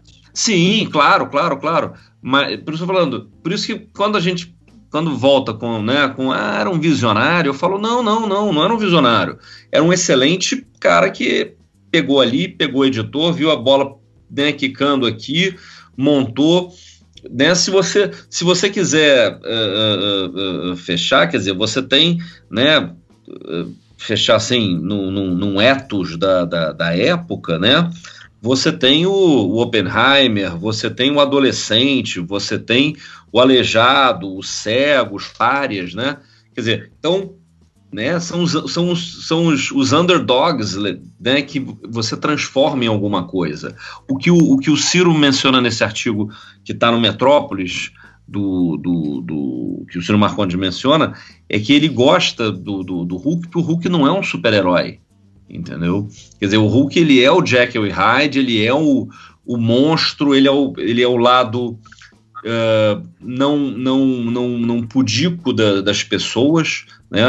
Sim, claro, claro, claro. Mas por isso eu tô falando, por isso que quando a gente quando volta com, né, com ah, era um visionário, eu falo, não, não, não, não era um visionário. Era um excelente cara que pegou ali, pegou o editor, viu a bola, né, quicando aqui, montou, né, se você, se você quiser uh, uh, uh, fechar, quer dizer, você tem, né, uh, fechar assim, num, num, num ethos da, da, da época, né, você tem o, o Oppenheimer, você tem o adolescente, você tem o aleijado, o cego, os párias, né? Quer dizer, então, né, são, os, são, os, são os, os underdogs, né, que você transforma em alguma coisa. O que o, o, que o Ciro menciona nesse artigo que está no Metrópolis, do, do, do, que o Ciro Marcondes menciona, é que ele gosta do, do, do Hulk, porque o Hulk não é um super-herói. Entendeu? Quer dizer, o Hulk, ele é o Jekyll e Hyde, ele é o, o monstro, ele é o, ele é o lado uh, não, não, não, não pudico da, das pessoas, né?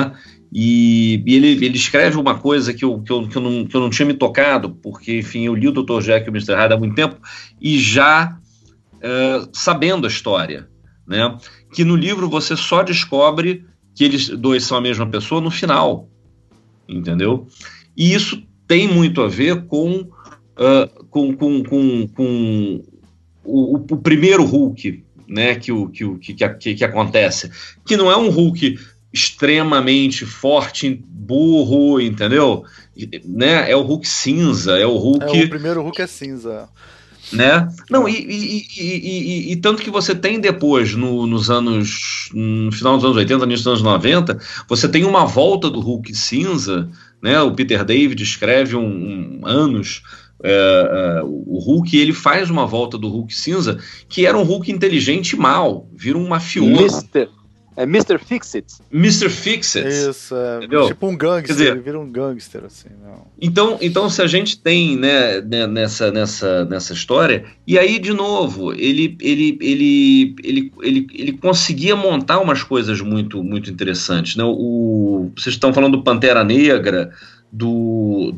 E, e ele, ele escreve uma coisa que eu, que, eu, que, eu não, que eu não tinha me tocado, porque, enfim, eu li o doutor Jekyll e o mister Hyde há muito tempo, e já uh, sabendo a história, né? Que no livro você só descobre que eles dois são a mesma pessoa no final, entendeu? E isso tem muito a ver com, uh, com, com, com, com o, o primeiro Hulk, né, que, o, que, o, que, que, que acontece, que não é um Hulk extremamente forte, burro, entendeu? Né? É o Hulk cinza, é o Hulk... É, o primeiro Hulk é cinza. Né? Não, e, e, e, e, e tanto que você tem depois, no, nos anos, no final dos anos oitenta, início dos anos noventa, você tem uma volta do Hulk cinza, né? O Peter David escreve um, um anos... É, é, o Hulk, ele faz uma volta do Hulk cinza, que era um Hulk inteligente e mal, vira um mafioso. mister É mister Fix-It. mister Fix-It. Isso, é entendeu? Tipo um gangster, dizer, ele vira um gangster, assim. Não. Então, então, se a gente tem, né, nessa, nessa, nessa história, e aí, de novo, ele, ele, ele, ele, ele, ele conseguia montar umas coisas muito, muito interessantes. Né? O, vocês estão falando do Pantera Negra, do...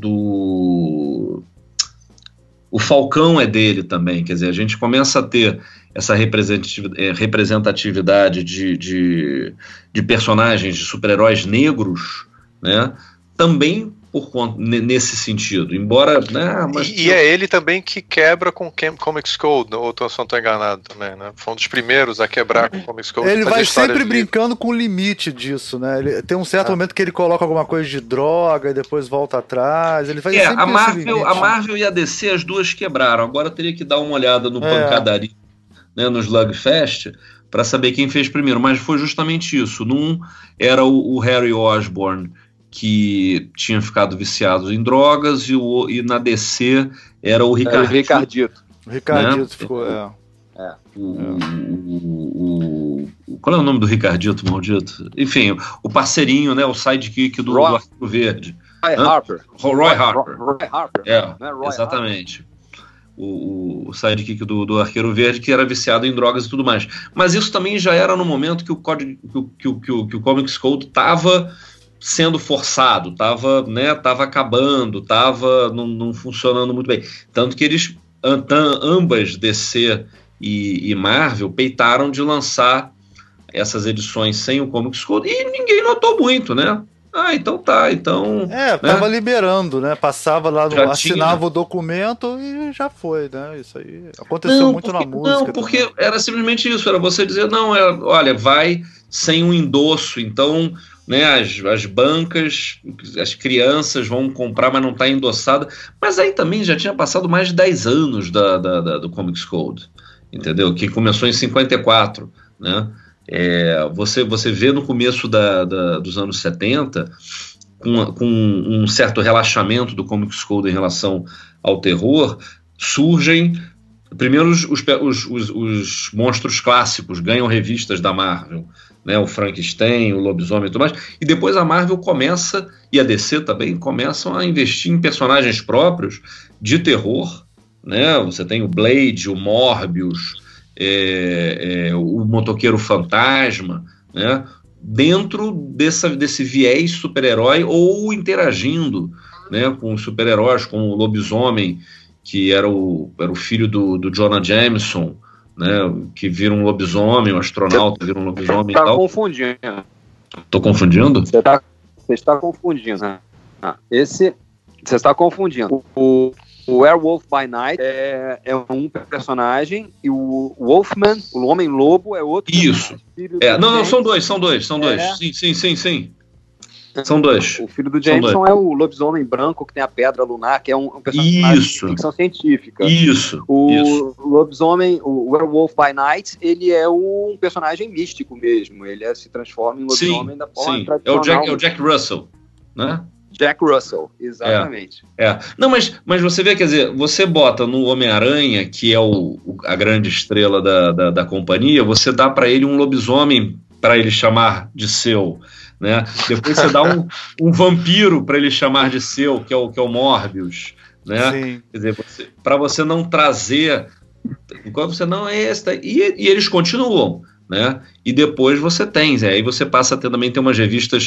do o Falcão é dele também, quer dizer, a gente começa a ter essa representatividade de, de, de personagens, de super-heróis negros, né, também por conta, nesse sentido, embora... Né, mas... e, e é ele também que quebra com o Comics Code, ou eu estou enganado também, né? Foi um dos primeiros a quebrar com o Comics Code. Ele vai sempre brincando com o limite disso, né? Ele, tem um certo ah. momento que ele coloca alguma coisa de droga e depois volta atrás, ele faz é, sempre a Marvel, a Marvel e a D C, as duas quebraram, agora teria que dar uma olhada no é. Pancadaria, né, no Slugfest, para saber quem fez primeiro, mas foi justamente isso. Num era o, o Harry Osborn, que tinha ficado viciado em drogas, e, o, e na D C era o Ricardito. É, o Ricardito. O Ricardito, né? Ficou, é. é. O, o, o, qual é o nome do Ricardito, maldito? Enfim, o parceirinho, né, o sidekick do, do Arquivo Verde. Roy Hã? Harper. Roy Harper. Roy Harper. É, né? Roy exatamente. Harper. O, o sidekick do, do Arqueiro Verde, que era viciado em drogas e tudo mais. Mas isso também já era no momento que o, código, que, que, que, que o Comics Code estava sendo forçado, estava, né, tava acabando, estava não, não funcionando muito bem. Tanto que eles, ambas, D C e, e Marvel, peitaram de lançar essas edições sem o Comics Code e ninguém notou muito, né? Ah, então tá, então... É, tava né? liberando, né? Passava lá, no, já assinava tinha. o documento e já foi, né? Isso aí aconteceu não, muito porque, na música. Não, porque também. Era simplesmente isso, era você dizer, não, é, olha, vai sem um endosso, então... Né, as, as bancas, as crianças vão comprar, mas não está endossada. Mas aí também já tinha passado mais de dez anos da, da, da, do Comics Code, entendeu? Que começou em cinquenta e quatro, né? É, você, você vê no começo da, da, dos anos setenta, com, com um certo relaxamento do Comics Code em relação ao terror, surgem primeiro os, os, os, os monstros clássicos, ganham revistas da Marvel, né, o Frankenstein, o Lobisomem e tudo mais, e depois a Marvel começa, e a D C também, começam a investir em personagens próprios de terror, né, você tem o Blade, o Morbius, é, é, o Motoqueiro Fantasma, né, dentro dessa, desse viés super-herói ou interagindo, né, com os super-heróis, com o Lobisomem, que era o, era o filho do, do Jonah Jameson, né, que vira um lobisomem, um astronauta vira um lobisomem tá e tal. Confundindo. Tô confundindo? Você está você está confundindo. Né? Ah, esse, você está confundindo. O, o Werewolf by Night é, é um personagem e o Wolfman, o Homem-Lobo, é outro. Isso. É, não, não, são dois, são dois, são dois. É. Sim, sim, sim, sim. São dois. O filho do Jameson é o lobisomem branco que tem a pedra lunar, que é um, um personagem isso. de ficção científica. Isso. O isso. lobisomem, o Werewolf by Night, ele é um personagem místico mesmo. Ele é, se transforma em lobisomem sim, da forma sim. tradicional. É o, Jack, é o Jack Russell, né? Jack Russell, exatamente. É, é. Não, mas, mas você vê, quer dizer, você bota no Homem-Aranha, que é o, o, a grande estrela da, da, da companhia, você dá para ele um lobisomem para ele chamar de seu. Né? Depois você dá um, um vampiro para ele chamar de seu, que é o, que é o Morbius, né? Sim. Quer dizer, para você não trazer, enquanto você não é esse, e, e eles continuam, né? E depois você tem, aí você passa a ter, também ter umas revistas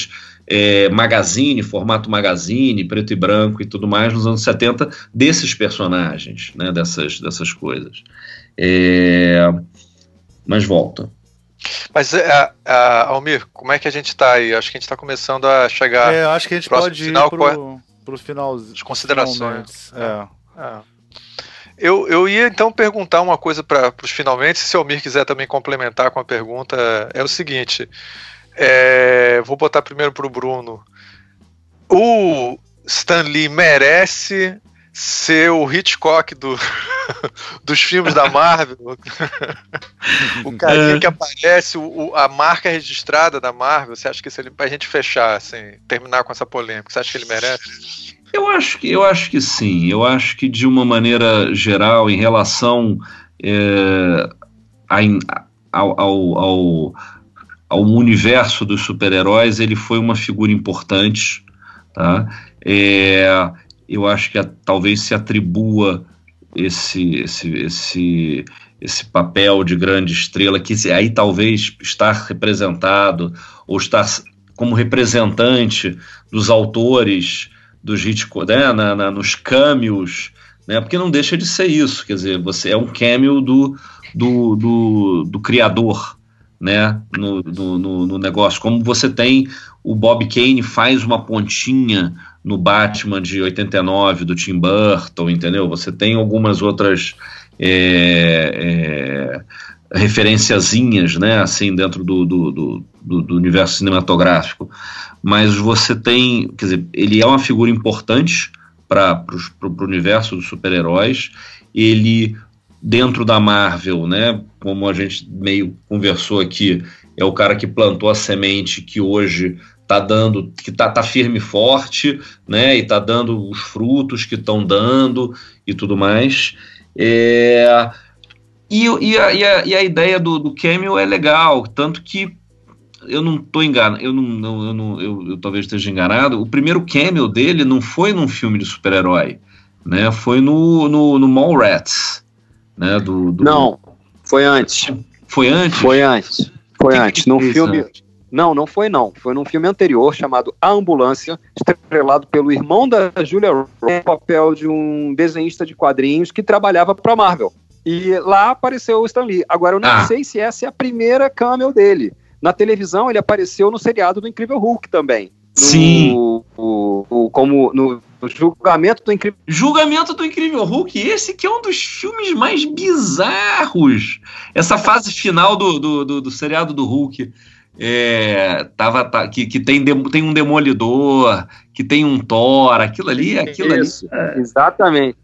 é, magazine, formato magazine, preto e branco e tudo mais nos anos setenta, desses personagens, né, dessas, dessas coisas. É, mas volta. Mas, a, a, Almir, como é que a gente está aí? Acho que a gente está começando a chegar... É, acho que a gente pode ir final, pro, pro final... As considerações. É. É. Eu, eu ia então perguntar uma coisa para os finalmente, se o Almir quiser também complementar com a pergunta, é o seguinte, é, vou botar primeiro para o Bruno. O Stan Lee merece ser o Hitchcock do, dos filmes da Marvel? O carinha que aparece, o, a marca registrada da Marvel, você acha que, se ele, pra gente fechar, assim, terminar com essa polêmica, você acha que ele merece? Eu acho que, eu acho que sim, eu acho que de uma maneira geral, em relação é, a, ao, ao, ao, ao universo dos super-heróis, ele foi uma figura importante, tá? É, eu acho que a, talvez se atribua esse, esse, esse, esse papel de grande estrela, que aí talvez estar representado, ou estar como representante dos autores dos Hitchcock, né, na, na, nos cameos, né, porque não deixa de ser isso, quer dizer, você é um cameo do, do, do, do criador, né, no, no, no negócio, como você tem o Bob Kane faz uma pontinha no Batman de oitenta e nove do Tim Burton, entendeu? Você tem algumas outras é, é, referenciazinhas, né, assim, dentro do, do, do, do universo cinematográfico, mas você tem, quer dizer, ele é uma figura importante para o universo dos super-heróis, ele, dentro da Marvel, né, como a gente meio conversou aqui, é o cara que plantou a semente que hoje está dando, que está tá firme e forte, né, e está dando os frutos que estão dando e tudo mais. É, e, e, a, e, a, e a ideia do, do cameo é legal, tanto que eu não estou enganado, eu, não, não, eu, não, eu, eu talvez esteja enganado, o primeiro cameo dele não foi num filme de super-herói, né, foi no, no, no Mallrats, né, do, do... Não, foi antes. Foi antes? Foi antes, foi que antes, que num fez filme... antes? Não, não foi não, foi num filme anterior chamado A Ambulância, estrelado pelo irmão da Julia Roberts, no papel de um desenhista de quadrinhos que trabalhava para a Marvel. E lá apareceu o Stan Lee. Agora, eu não ah. sei se essa é a primeira cameo dele. Na televisão, ele apareceu no seriado do Incrível Hulk também. No, Sim. O, o, como no, no Julgamento do Incrível Julgamento do Incrível Hulk, esse que é um dos filmes mais bizarros. Essa fase final do, do, do, do seriado do Hulk. É, tava, tá, que, que tem, tem um Demolidor, que tem um Thor, aquilo ali, aquilo Isso, ali. É... Exatamente.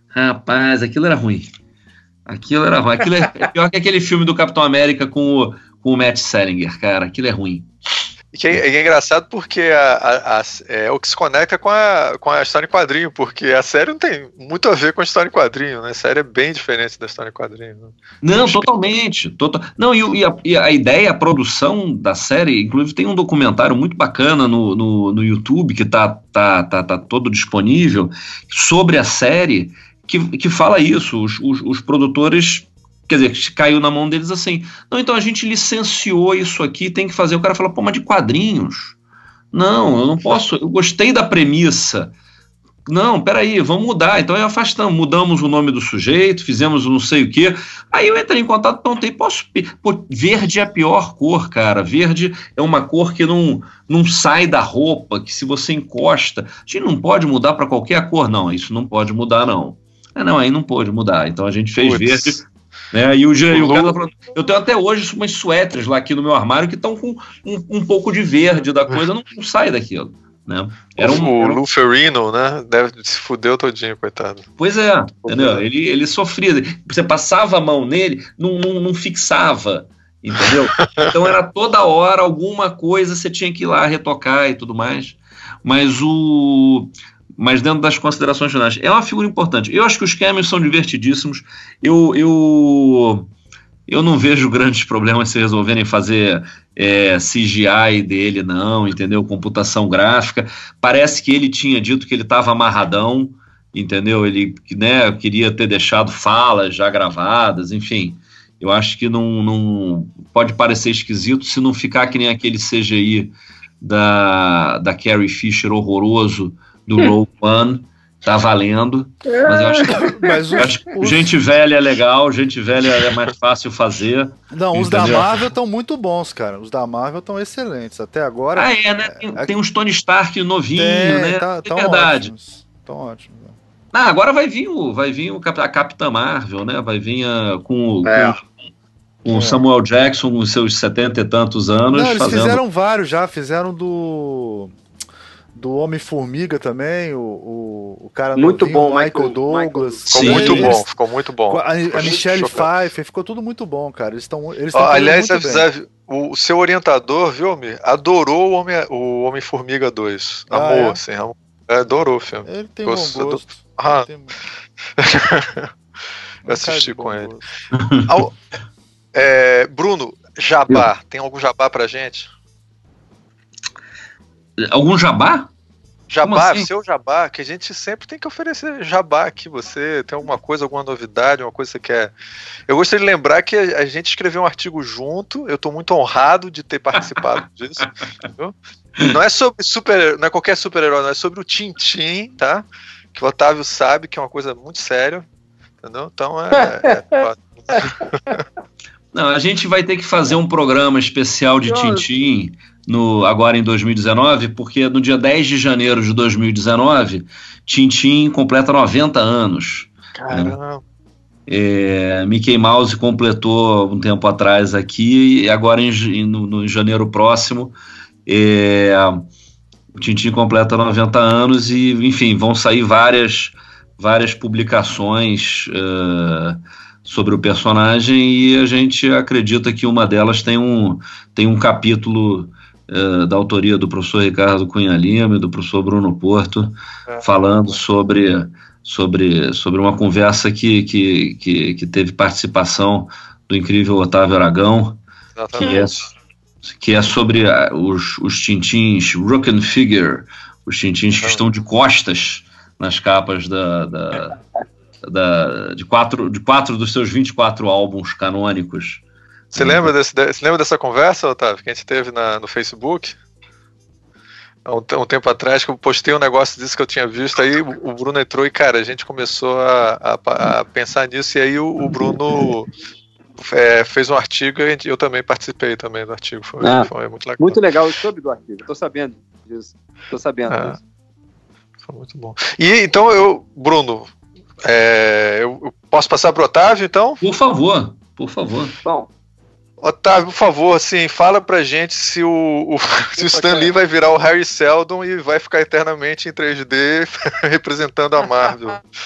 Rapaz, aquilo era ruim. Aquilo era ruim. Aquilo é, é pior que aquele filme do Capitão América com o, com o Matt Salinger, cara. Aquilo é ruim. E que é, é engraçado porque a, a, a, é o que se conecta com a, com a história em quadrinho, porque a série não tem muito a ver com a história em quadrinho, né? A série é bem diferente da história em quadrinho. Né? Não, totalmente. Total... Não, e, e, a, e a ideia, a produção da série, inclusive tem um documentário muito bacana no, no, no YouTube, que tá, tá, tá, tá todo disponível, sobre a série, que, que fala isso. Os, os, os produtores... Quer dizer, caiu na mão deles assim, não, então a gente licenciou isso aqui, tem que fazer. O cara fala, pô, mas de quadrinhos? Não, eu não posso, eu gostei da premissa. Não, peraí, vamos mudar. Então aí afastamos, mudamos o nome do sujeito, fizemos não sei o quê. Aí eu entrei em contato, perguntei, posso... Pô, verde é a pior cor, cara. Verde é uma cor que não, não sai da roupa, que se você encosta... A gente não pode mudar para qualquer cor, não. Isso não pode mudar, não. É, não, aí não pode mudar. Então a gente fez Puts. verde... Né? E o, e o cara tá falando, eu tenho até hoje umas suéteres lá aqui no meu armário que estão com um, um pouco de verde da coisa, não, não sai daquilo. Né? Era um, o Lou Ferrigno, né? Deve se fudeu todinho, coitado. Pois é, entendeu? Ele, ele sofria. Você passava a mão nele, não, não, não fixava, entendeu? Então era toda hora alguma coisa, você tinha que ir lá retocar e tudo mais. Mas o... Mas dentro das considerações finais, é uma figura importante. Eu acho que os cameos são divertidíssimos. Eu, eu, eu não vejo grandes problemas se resolverem fazer é, C G I dele, não, entendeu? Computação gráfica. Parece que ele tinha dito que ele estava amarradão, entendeu? Ele, né, queria ter deixado falas já gravadas, enfim. Eu acho que não, não pode parecer esquisito se não ficar que nem aquele C G I da, da Carrie Fisher horroroso do Rogue One. Tá valendo, mas eu acho que, mas os, eu acho que os... gente velha é legal, gente velha é mais fácil fazer. Não, os entendeu? da Marvel estão muito bons, cara. Os da Marvel estão excelentes. Até agora. Ah, é, né? Tem, é... tem uns Tony Stark novinho, tem, né? Tá, é verdade. Estão ótimos. Ah, agora vai vir o, vai vir o a Capitã Marvel, né? Vai vir a, com, é. com, com é. Samuel Jackson, com seus setenta e tantos anos. Não, eles fazendo... fizeram vários já. Fizeram do. Do Homem-Formiga também, o, o, o cara muito novinho, bom, Michael, Michael Douglas. Ficou Sim, muito eles, bom, ficou muito bom. A, a Michelle Pfeiffer, ficou tudo muito bom, cara. Eles estão eles oh, aliás, avisar, o, o seu orientador, viu, Mi? Adorou o Homem, o Homem-Formiga dois. Amor, ah, é? assim, amor. Adorou o filme. Ele tem Gostou, bom gosto. Ah. Ele tem... Eu assisti com ele. Ao, é, Bruno, jabá. Eu. Tem algum jabá pra gente? Algum jabá? Jabá, assim? Seu jabá, que a gente sempre tem que oferecer jabá aqui. Você tem alguma coisa, alguma novidade, uma coisa que você quer. Eu gostaria de lembrar que a gente escreveu um artigo junto. Eu estou muito honrado de ter participado disso. Viu? Não é sobre super, não é qualquer super-herói, não é sobre o Tintin, tá? Que o Otávio sabe que é uma coisa muito séria, entendeu? Então é. é... Não, a gente vai ter que fazer um programa especial de Tintin. No, agora em dois mil e dezenove, porque no dia dez de janeiro de dois mil e dezenove, Tintin completa noventa anos. Caramba! Né? É, Mickey Mouse completou um tempo atrás aqui, e agora em, no, no janeiro próximo, é, o Tintin completa noventa anos, e enfim, vão sair várias, várias publicações uh, sobre o personagem, e a gente acredita que uma delas tem um, tem um capítulo Uh, da autoria do professor Ricardo Cunha Lima e do professor Bruno Porto, é. falando sobre, sobre, sobre uma conversa que, que, que, que teve participação do incrível Otávio Aragão, que é, que é sobre uh, os, os tintins Rooken Figure, os tintins que estão de costas nas capas da, da, da, de, quatro, de quatro dos seus vinte e quatro álbuns canônicos. Você lembra, desse, você lembra dessa conversa, Otávio, que a gente teve na, no Facebook? Há um, um tempo atrás, que eu postei um negócio disso que eu tinha visto, aí o, o Bruno entrou e, cara, a gente começou a, a, a pensar nisso, e aí o, o Bruno é, fez um artigo e eu também participei também do artigo. Foi, ah, foi muito legal. Muito legal, eu soube do artigo, tô sabendo disso. Tô sabendo ah, disso. Foi muito bom. E então eu, Bruno, é, eu, eu posso passar pro Otávio, então? Por favor, por favor. Bom, Otávio, por favor, assim, fala pra gente se o, o, se o Stan Lee vai virar o Harry Seldon e vai ficar eternamente em três D representando a Marvel.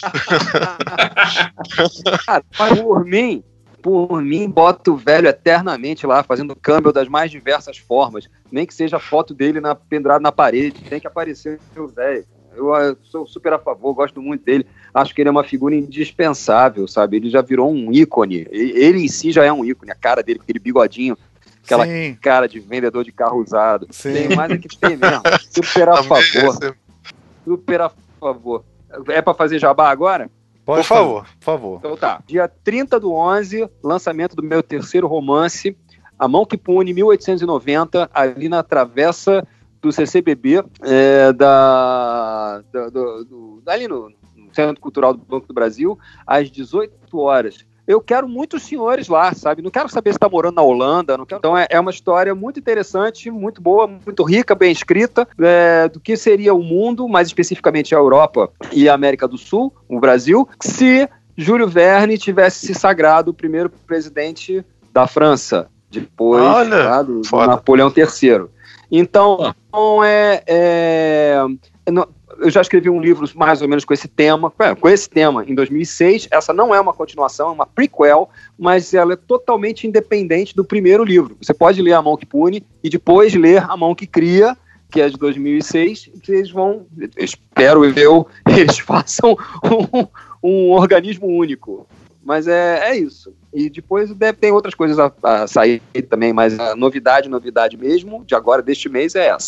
Cara, por mim, por mim, bota o velho eternamente lá, fazendo câmbio das mais diversas formas. Nem que seja a foto dele na, pendurado na parede, tem que aparecer o velho. Eu, eu sou super a favor, gosto muito dele. Acho que ele é uma figura indispensável, sabe? Ele já virou um ícone. Ele em si já é um ícone. A cara dele, aquele bigodinho, aquela Sim. cara de vendedor de carro usado. Sim. Tem mais é que tem mesmo. Super a favor. Super a favor. É pra fazer jabá agora? Pode, por favor, por favor. Então tá. Dia trinta do onze, lançamento do meu terceiro romance, A Mão que Pune, mil oitocentos e noventa, ali na travessa do C C B B, é, da, da, do, do, ali no, no Centro Cultural do Banco do Brasil, às dezoito horas. Eu quero muitos senhores lá, sabe? Não quero saber se está morando na Holanda. Não quero... Então é, é uma história muito interessante, muito boa, muito rica, bem escrita, é, do que seria o mundo, mais especificamente a Europa e a América do Sul, o Brasil, se Júlio Verne tivesse se sagrado o primeiro presidente da França, depois lá, do, do Napoleão terceiro. Então, é, é, eu já escrevi um livro mais ou menos com esse tema, com esse tema em dois mil e seis. Essa não é uma continuação, é uma prequel, mas ela é totalmente independente do primeiro livro. Você pode ler A Mão que Pune e depois ler A Mão que Cria, que é de dois mil e seis, que eles vão, espero eu, eles façam um, um organismo único. Mas é, é isso. E depois deve ter outras coisas a, a sair também, mas a novidade, novidade mesmo, de agora, deste mês, é essa.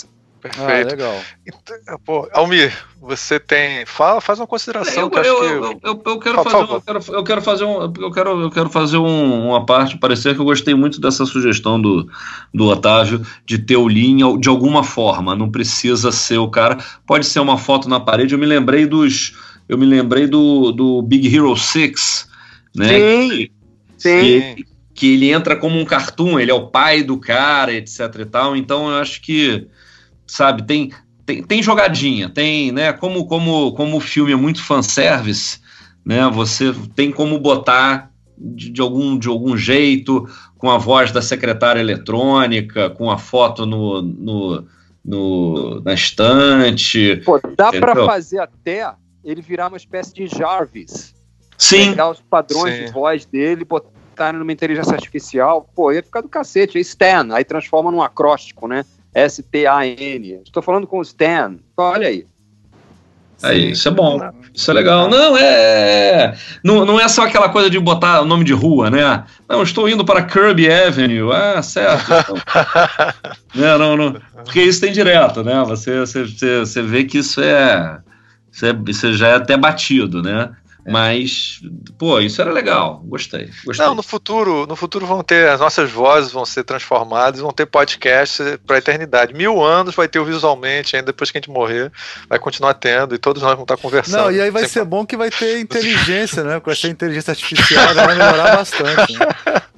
Perfeito. Ah, legal. Então, pô, Almir, você tem. Fala, faz uma consideração. Eu, que eu, eu, acho eu, que... eu, eu quero fazer, um, eu, quero, eu quero fazer um, eu quero, eu quero fazer um, uma parte. Parecer que eu gostei muito dessa sugestão do, do Otávio de ter o Lee de alguma forma. Não precisa ser o cara. Pode ser uma foto na parede. Eu me lembrei dos. Eu me lembrei do, do Big Hero seis, né? Sim. Que, Sim. Que, que ele entra como um cartoon. Ele é o pai do cara, etc e tal. Então eu acho que, sabe, tem Tem, tem jogadinha, tem, né, como, como, como o filme é muito fanservice, né, você tem como botar de, de, algum, de algum jeito, com a voz da secretária eletrônica, com a foto no, no, no, na estante. Pô, dá para fazer até ele virar uma espécie de Jarvis. Sim. Pegar os padrões Sim. de voz dele, botar numa inteligência artificial, pô, ia ficar do cacete, é Stan, aí transforma num acróstico, né? S T A N. Estou falando com o Stan. Olha aí. Aí, isso é bom. Isso é legal. Não, é. Não, não é só aquela coisa de botar o nome de rua, né? Não, estou indo para Kirby Avenue. Ah, certo. Então, não, não, não. Porque isso tem direto, né? Você, você, você vê que isso é. Isso, é, isso já é até batido, né? Mas, pô, isso era legal. Gostei, gostei. Não, no futuro, no futuro vão ter, as nossas vozes vão ser transformadas, vão ter podcasts para a eternidade. Mil anos vai ter o visualmente, ainda depois que a gente morrer, vai continuar tendo, e todos nós vamos estar conversando. Não, e aí vai Sempre. ser bom que vai ter inteligência, né? Com essa inteligência artificial vai melhorar bastante. Né?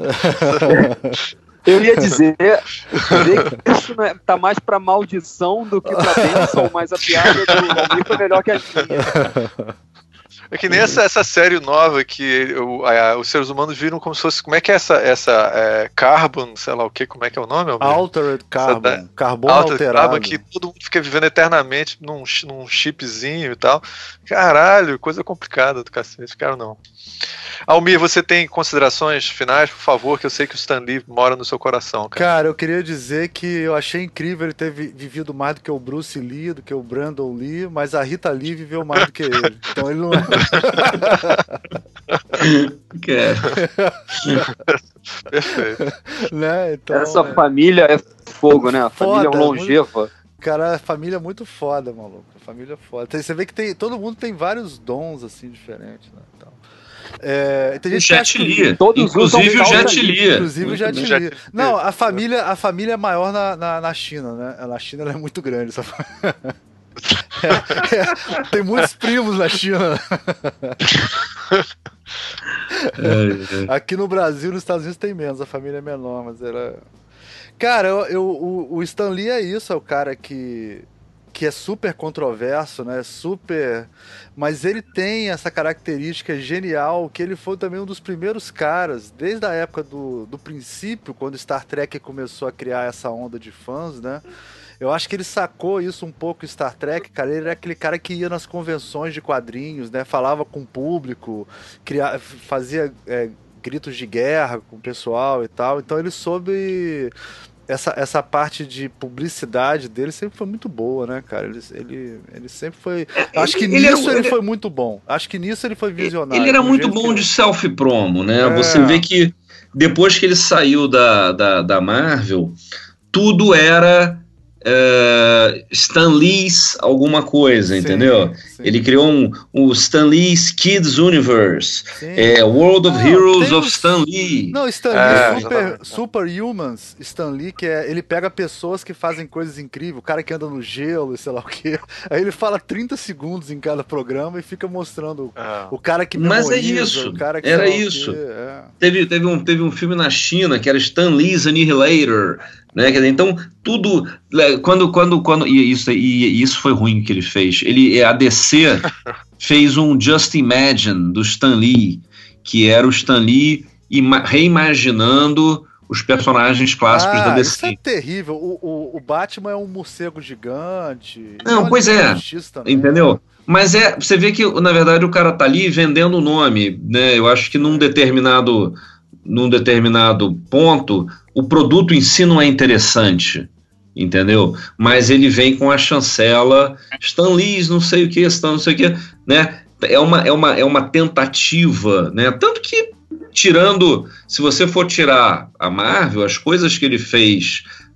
Eu ia dizer, dizer que isso não é, tá mais pra maldição do que pra bênção, mas a piada do Almir foi melhor que a minha. É que nem essa, essa série nova que o, a, os seres humanos viram como se fosse. Como é que é essa, essa é, Carbon, sei lá o que, como é que é o nome? Almir? Altered Carbon. Da, Carbono Altered alterado. Carbon, que todo mundo fica vivendo eternamente num, num chipzinho e tal. Caralho, coisa complicada do cacete, cara, não. Almir, você tem considerações finais, por favor, que eu sei que o Stan Lee mora no seu coração, cara. Cara, eu queria dizer que eu achei incrível ele ter vi- vivido mais do que o Bruce Lee, do que o Brandon Lee, mas a Rita Lee viveu mais do que ele. Então ele não é. Que é. Perfeito. Né? Então, Essa é... família é fogo, né? A família Foda, longeva. Cara, a família é muito foda, maluco. A família é foda. Tem- Você vê que tem, todo mundo tem vários dons, assim, diferentes, né? Então, é, tem O gente que acha Jet que- Li. todos Inclusive usam o Jet calça Li. Inclusive o Muito Jet bem. Li. Jet Li. Não, a família, a família é maior na, na, na China, né? Na China ela é muito grande. Essa... É, é, tem muitos primos na China. É, é. Aqui no Brasil, nos Estados Unidos tem menos, a família é menor, mas era... Cara, eu, eu- o, o Stan Lee é isso, é o cara que, que é super controverso, né? Super... Mas ele tem essa característica genial, que ele foi também um dos primeiros caras, desde a época do, do princípio, quando Star Trek começou a criar essa onda de fãs, né? Eu acho que ele sacou isso um pouco em Star Trek, cara. Ele era aquele cara que ia nas convenções de quadrinhos, né? Falava com o público, cria... fazia é, gritos de guerra com o pessoal e tal. Então ele soube... Essa, essa parte de publicidade dele sempre foi muito boa, né, cara? Ele, ele, ele sempre foi... Acho que Ele era- nisso ele ele- foi muito bom. Acho que nisso ele foi visionário. Ele era do muito jeito bom que- de self-promo, né? É. Você vê que depois que ele saiu da, da, da Marvel, tudo era é, Stan Lee's alguma coisa, Sim, entendeu? sim. Ele criou um, um Stan Lee's Kids Universe, Sim. é, World of Não, Heroes tem of os- Stan Lee. Não, Stan Lee, É, super, exatamente. Superhumans, Stan Lee, que é, ele pega pessoas que fazem coisas incríveis, o cara que anda no gelo e sei lá o quê. Aí ele fala trinta segundos em cada programa e fica mostrando Ah. o cara que Mas é memoriza, isso, o cara que era sei lá o isso. quê, é. Teve, teve, um, teve um filme na China que era Stan Lee's Annihilator, né? Quer dizer, então, tudo. né, Quando, quando, quando, e, isso, e, e isso foi ruim que ele fez. Ele, a D C fez um Just Imagine do Stan Lee, que era o Stan Lee ima- reimaginando os personagens clássicos Ah, da D isso C. é terrível. O, o, o Batman é um morcego gigante. Não, E o pois Liga da é, Justiça também. Entendeu? Mas é, você vê que, na verdade, o cara tá ali vendendo o nome, né? Eu acho que num determinado, num determinado ponto, o produto em si não é interessante, entendeu? Mas ele vem com a chancela, Stan Lee, não sei o que, Stan não sei o que, né? É uma, é uma, é uma tentativa, né? Tanto que, tirando, se você for tirar a Marvel, as coisas que ele fez,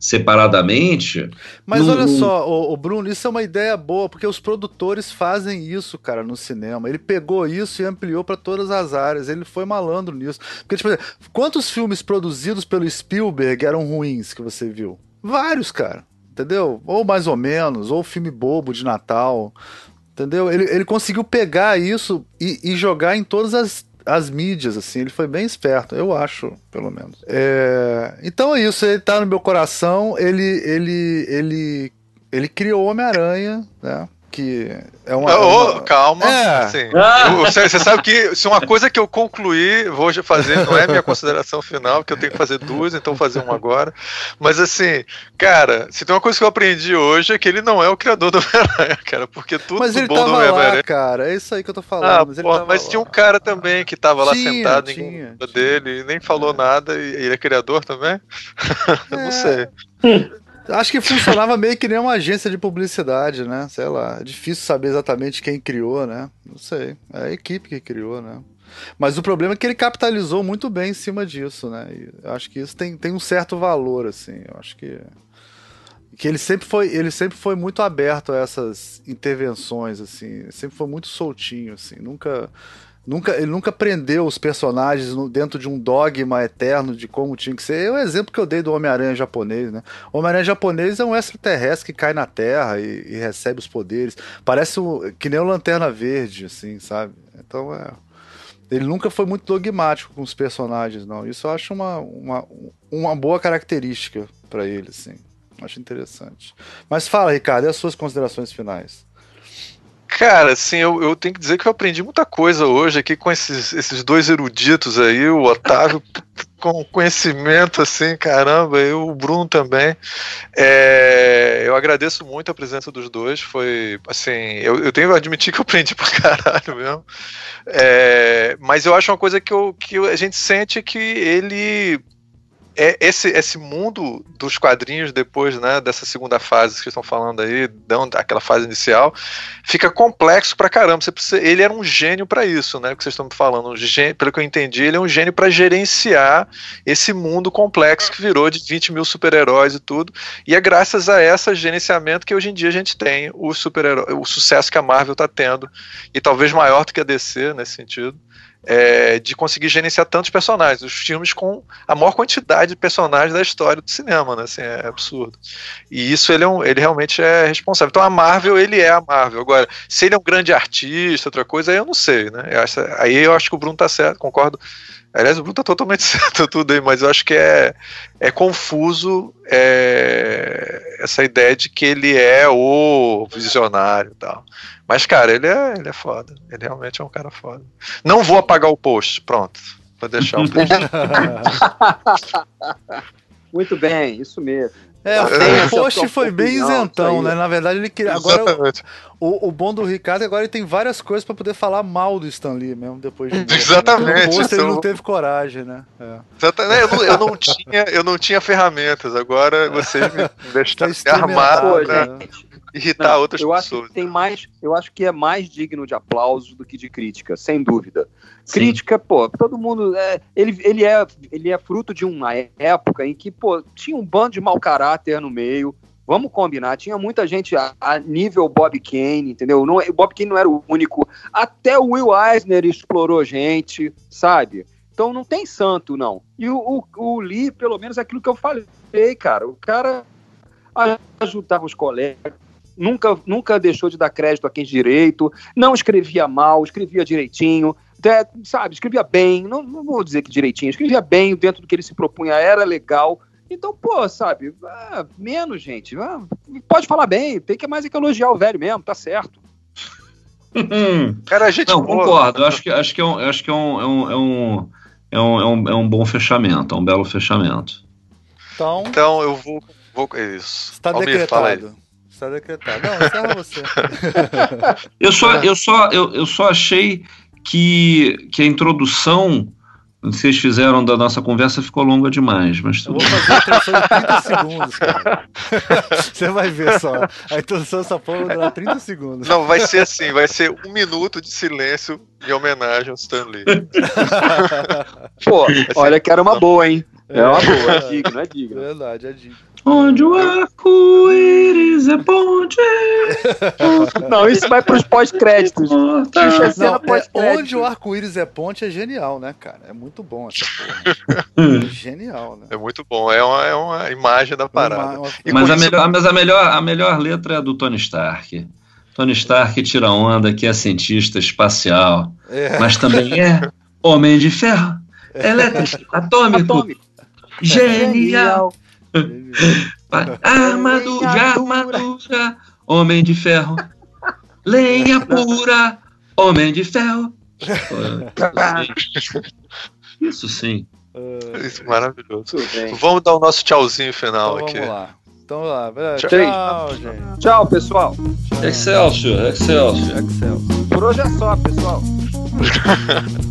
separadamente... Mas não, olha não... só, o, o Bruno, isso é uma ideia boa, porque os produtores fazem isso, cara, no cinema. Ele pegou isso e ampliou pra todas as áreas. Ele foi malandro nisso. Porque, tipo, quantos filmes produzidos pelo Spielberg eram ruins que você viu? Vários, cara. Entendeu? Ou mais ou menos, ou filme bobo de Natal. Entendeu? Ele, ele conseguiu pegar isso e, e jogar em todas as, as mídias, assim. Ele foi bem esperto, eu acho, pelo menos. É... Então é isso, ele tá no meu coração. Ele, ele, ele, ele criou o Homem-Aranha, né? Que é uma... Oh, uma... Calma, é. assim, você, você sabe que se uma coisa que eu concluí, vou fazer, não é minha consideração final, porque eu tenho que fazer duas, então vou fazer uma agora, mas assim, cara, se tem uma coisa que eu aprendi hoje é que ele não é o criador do Homem-Aranha, cara, porque tudo mas ele bom tava do Homem-Aranha... lá, cara, é isso aí que eu tô falando. Ah, mas ele porra, mas lá. tinha um cara também que tava lá tinha, sentado tinha, em tinha. dele e nem falou é. nada, e ele é criador também? Eu é. não sei. Acho que funcionava meio que nem uma agência de publicidade, né? Sei lá, é difícil saber exatamente quem criou, né? Não sei, é a equipe que criou, né? Mas o problema é que ele capitalizou muito bem em cima disso, né? E eu acho que isso tem, tem um certo valor, assim. Eu acho que que ele sempre foi ele sempre foi muito aberto a essas intervenções, assim. Sempre foi muito soltinho, assim. Nunca Nunca, ele nunca prendeu os personagens no, dentro de um dogma eterno de como tinha que ser. É o exemplo que eu dei do Homem-Aranha japonês, né? O Homem-Aranha japonês é um extraterrestre que cai na Terra e, e recebe os poderes. Parece um, que nem o Lanterna Verde, assim, sabe? Então, é... Ele nunca foi muito dogmático com os personagens, não. Isso eu acho uma, uma, uma boa característica pra ele, assim. Acho interessante. Mas fala, Ricardo, e as suas considerações finais? Cara, assim, eu, eu tenho que dizer que eu aprendi muita coisa hoje aqui com esses, esses dois eruditos aí, o Otávio com conhecimento, assim, caramba, e o Bruno também. É, eu agradeço muito a presença dos dois, foi, assim, eu, eu tenho que admitir que eu aprendi pra caralho mesmo, é, mas eu acho uma coisa que, eu, que a gente sente que ele... É esse, esse mundo dos quadrinhos depois, né, dessa segunda fase que vocês estão falando aí, aquela fase inicial, fica complexo pra caramba. Você precisa, ele era um gênio pra isso, né, que vocês estão me falando. Um gênio, pelo que eu entendi, ele é um gênio pra gerenciar esse mundo complexo que virou de vinte mil super-heróis e tudo. E é graças a esse gerenciamento que hoje em dia a gente tem o, super-herói, o sucesso que a Marvel tá tendo, e talvez maior do que a D C nesse sentido. É, de conseguir gerenciar tantos personagens, os filmes com a maior quantidade de personagens da história do cinema, né? Assim, é absurdo. E isso ele, é um, ele realmente é responsável. Então a Marvel, ele é a Marvel. Agora, se ele é um grande artista, outra coisa, aí eu não sei, né? Eu acho, aí eu acho que o Bruno tá certo, concordo. Aliás, o Bruno tá totalmente certo tudo aí, mas eu acho que é, é confuso é, essa ideia de que ele é o visionário e tal. Mas, cara, ele é, ele é foda. Ele realmente é um cara foda. Não vou apagar o post. Pronto. Vou deixar o post. Muito bem, isso mesmo. É, o post foi bem isentão, né? Na verdade, ele queria. Agora, o, o bom do Ricardo é que agora ele tem várias coisas pra poder falar mal do Stan Lee mesmo, depois de morrer, exatamente. Né? O post ele então... não teve coragem, né? É. Exatamente. Eu, não, eu, não tinha, eu não tinha ferramentas, agora vocês me deixaram tá armado pra né? irritar não, outras eu pessoas. Acho que tem mais, eu acho que é mais digno de aplausos do que de crítica, sem dúvida. Sim. Crítica, pô, todo mundo. É, ele, ele, é, ele é fruto de uma época em que, pô, tinha um bando de mau caráter no meio. Vamos combinar, tinha muita gente a, a nível Bob Kane, entendeu? Não, o Bob Kane não era o único. Até o Will Eisner explorou gente, sabe? Então não tem santo, não. E o, o, o Lee, pelo menos, é aquilo que eu falei, cara. O cara ajudava os colegas. Nunca, nunca deixou de dar crédito a quem direito, não escrevia mal, escrevia direitinho, até, sabe, escrevia bem, não, não vou dizer que direitinho, escrevia bem dentro do que ele se propunha, era legal. Então, pô, sabe, ah, menos, gente, ah, pode falar bem, tem que mais é que elogiar o velho mesmo, tá certo. Cara, a gente não, concordo, eu acho que, acho que, é, um, acho que é, um, é, um, é, um, é, um, é, um, é um bom fechamento, é um belo fechamento. Então, então eu vou... vou isso. Está decretado. Está decretado. Não, encerra você. eu, só, eu, só, eu, eu só achei que, que a introdução que vocês fizeram da nossa conversa ficou longa demais. Mas eu vou fazer a introdução de trinta segundos, cara. Você vai ver só. A introdução dessa porra vai durar trinta segundos. Não, vai ser assim, vai ser um minuto de silêncio em homenagem ao Stan Lee. Pô, assim, olha que era uma boa, hein? É uma boa, é digno, é digno. Verdade, é digno. Onde o arco-íris é ponte. Não, isso vai pros pós-créditos. Xuxa cena pós-crédito. Onde o arco-íris é ponte é genial, né, cara? É muito bom essa porra. É genial, né? É muito bom. É uma, é uma imagem da parada. Uma, uma... Mas, a melhor, mas a, melhor, a melhor letra é a do Tony Stark. Tony Stark tira onda que é cientista espacial, é. Mas também é homem de ferro, elétrico, atômico, atômico. Genial. Armadura de armadura, homem de ferro, lenha pura, homem de ferro. Isso sim. Isso, maravilhoso. Vamos dar o nosso tchauzinho final então, aqui. Vamos lá. Então lá, tchau, tchau, gente. Tchau, pessoal. Excelsior, Excelsior. Excelsior. Por hoje é só, pessoal.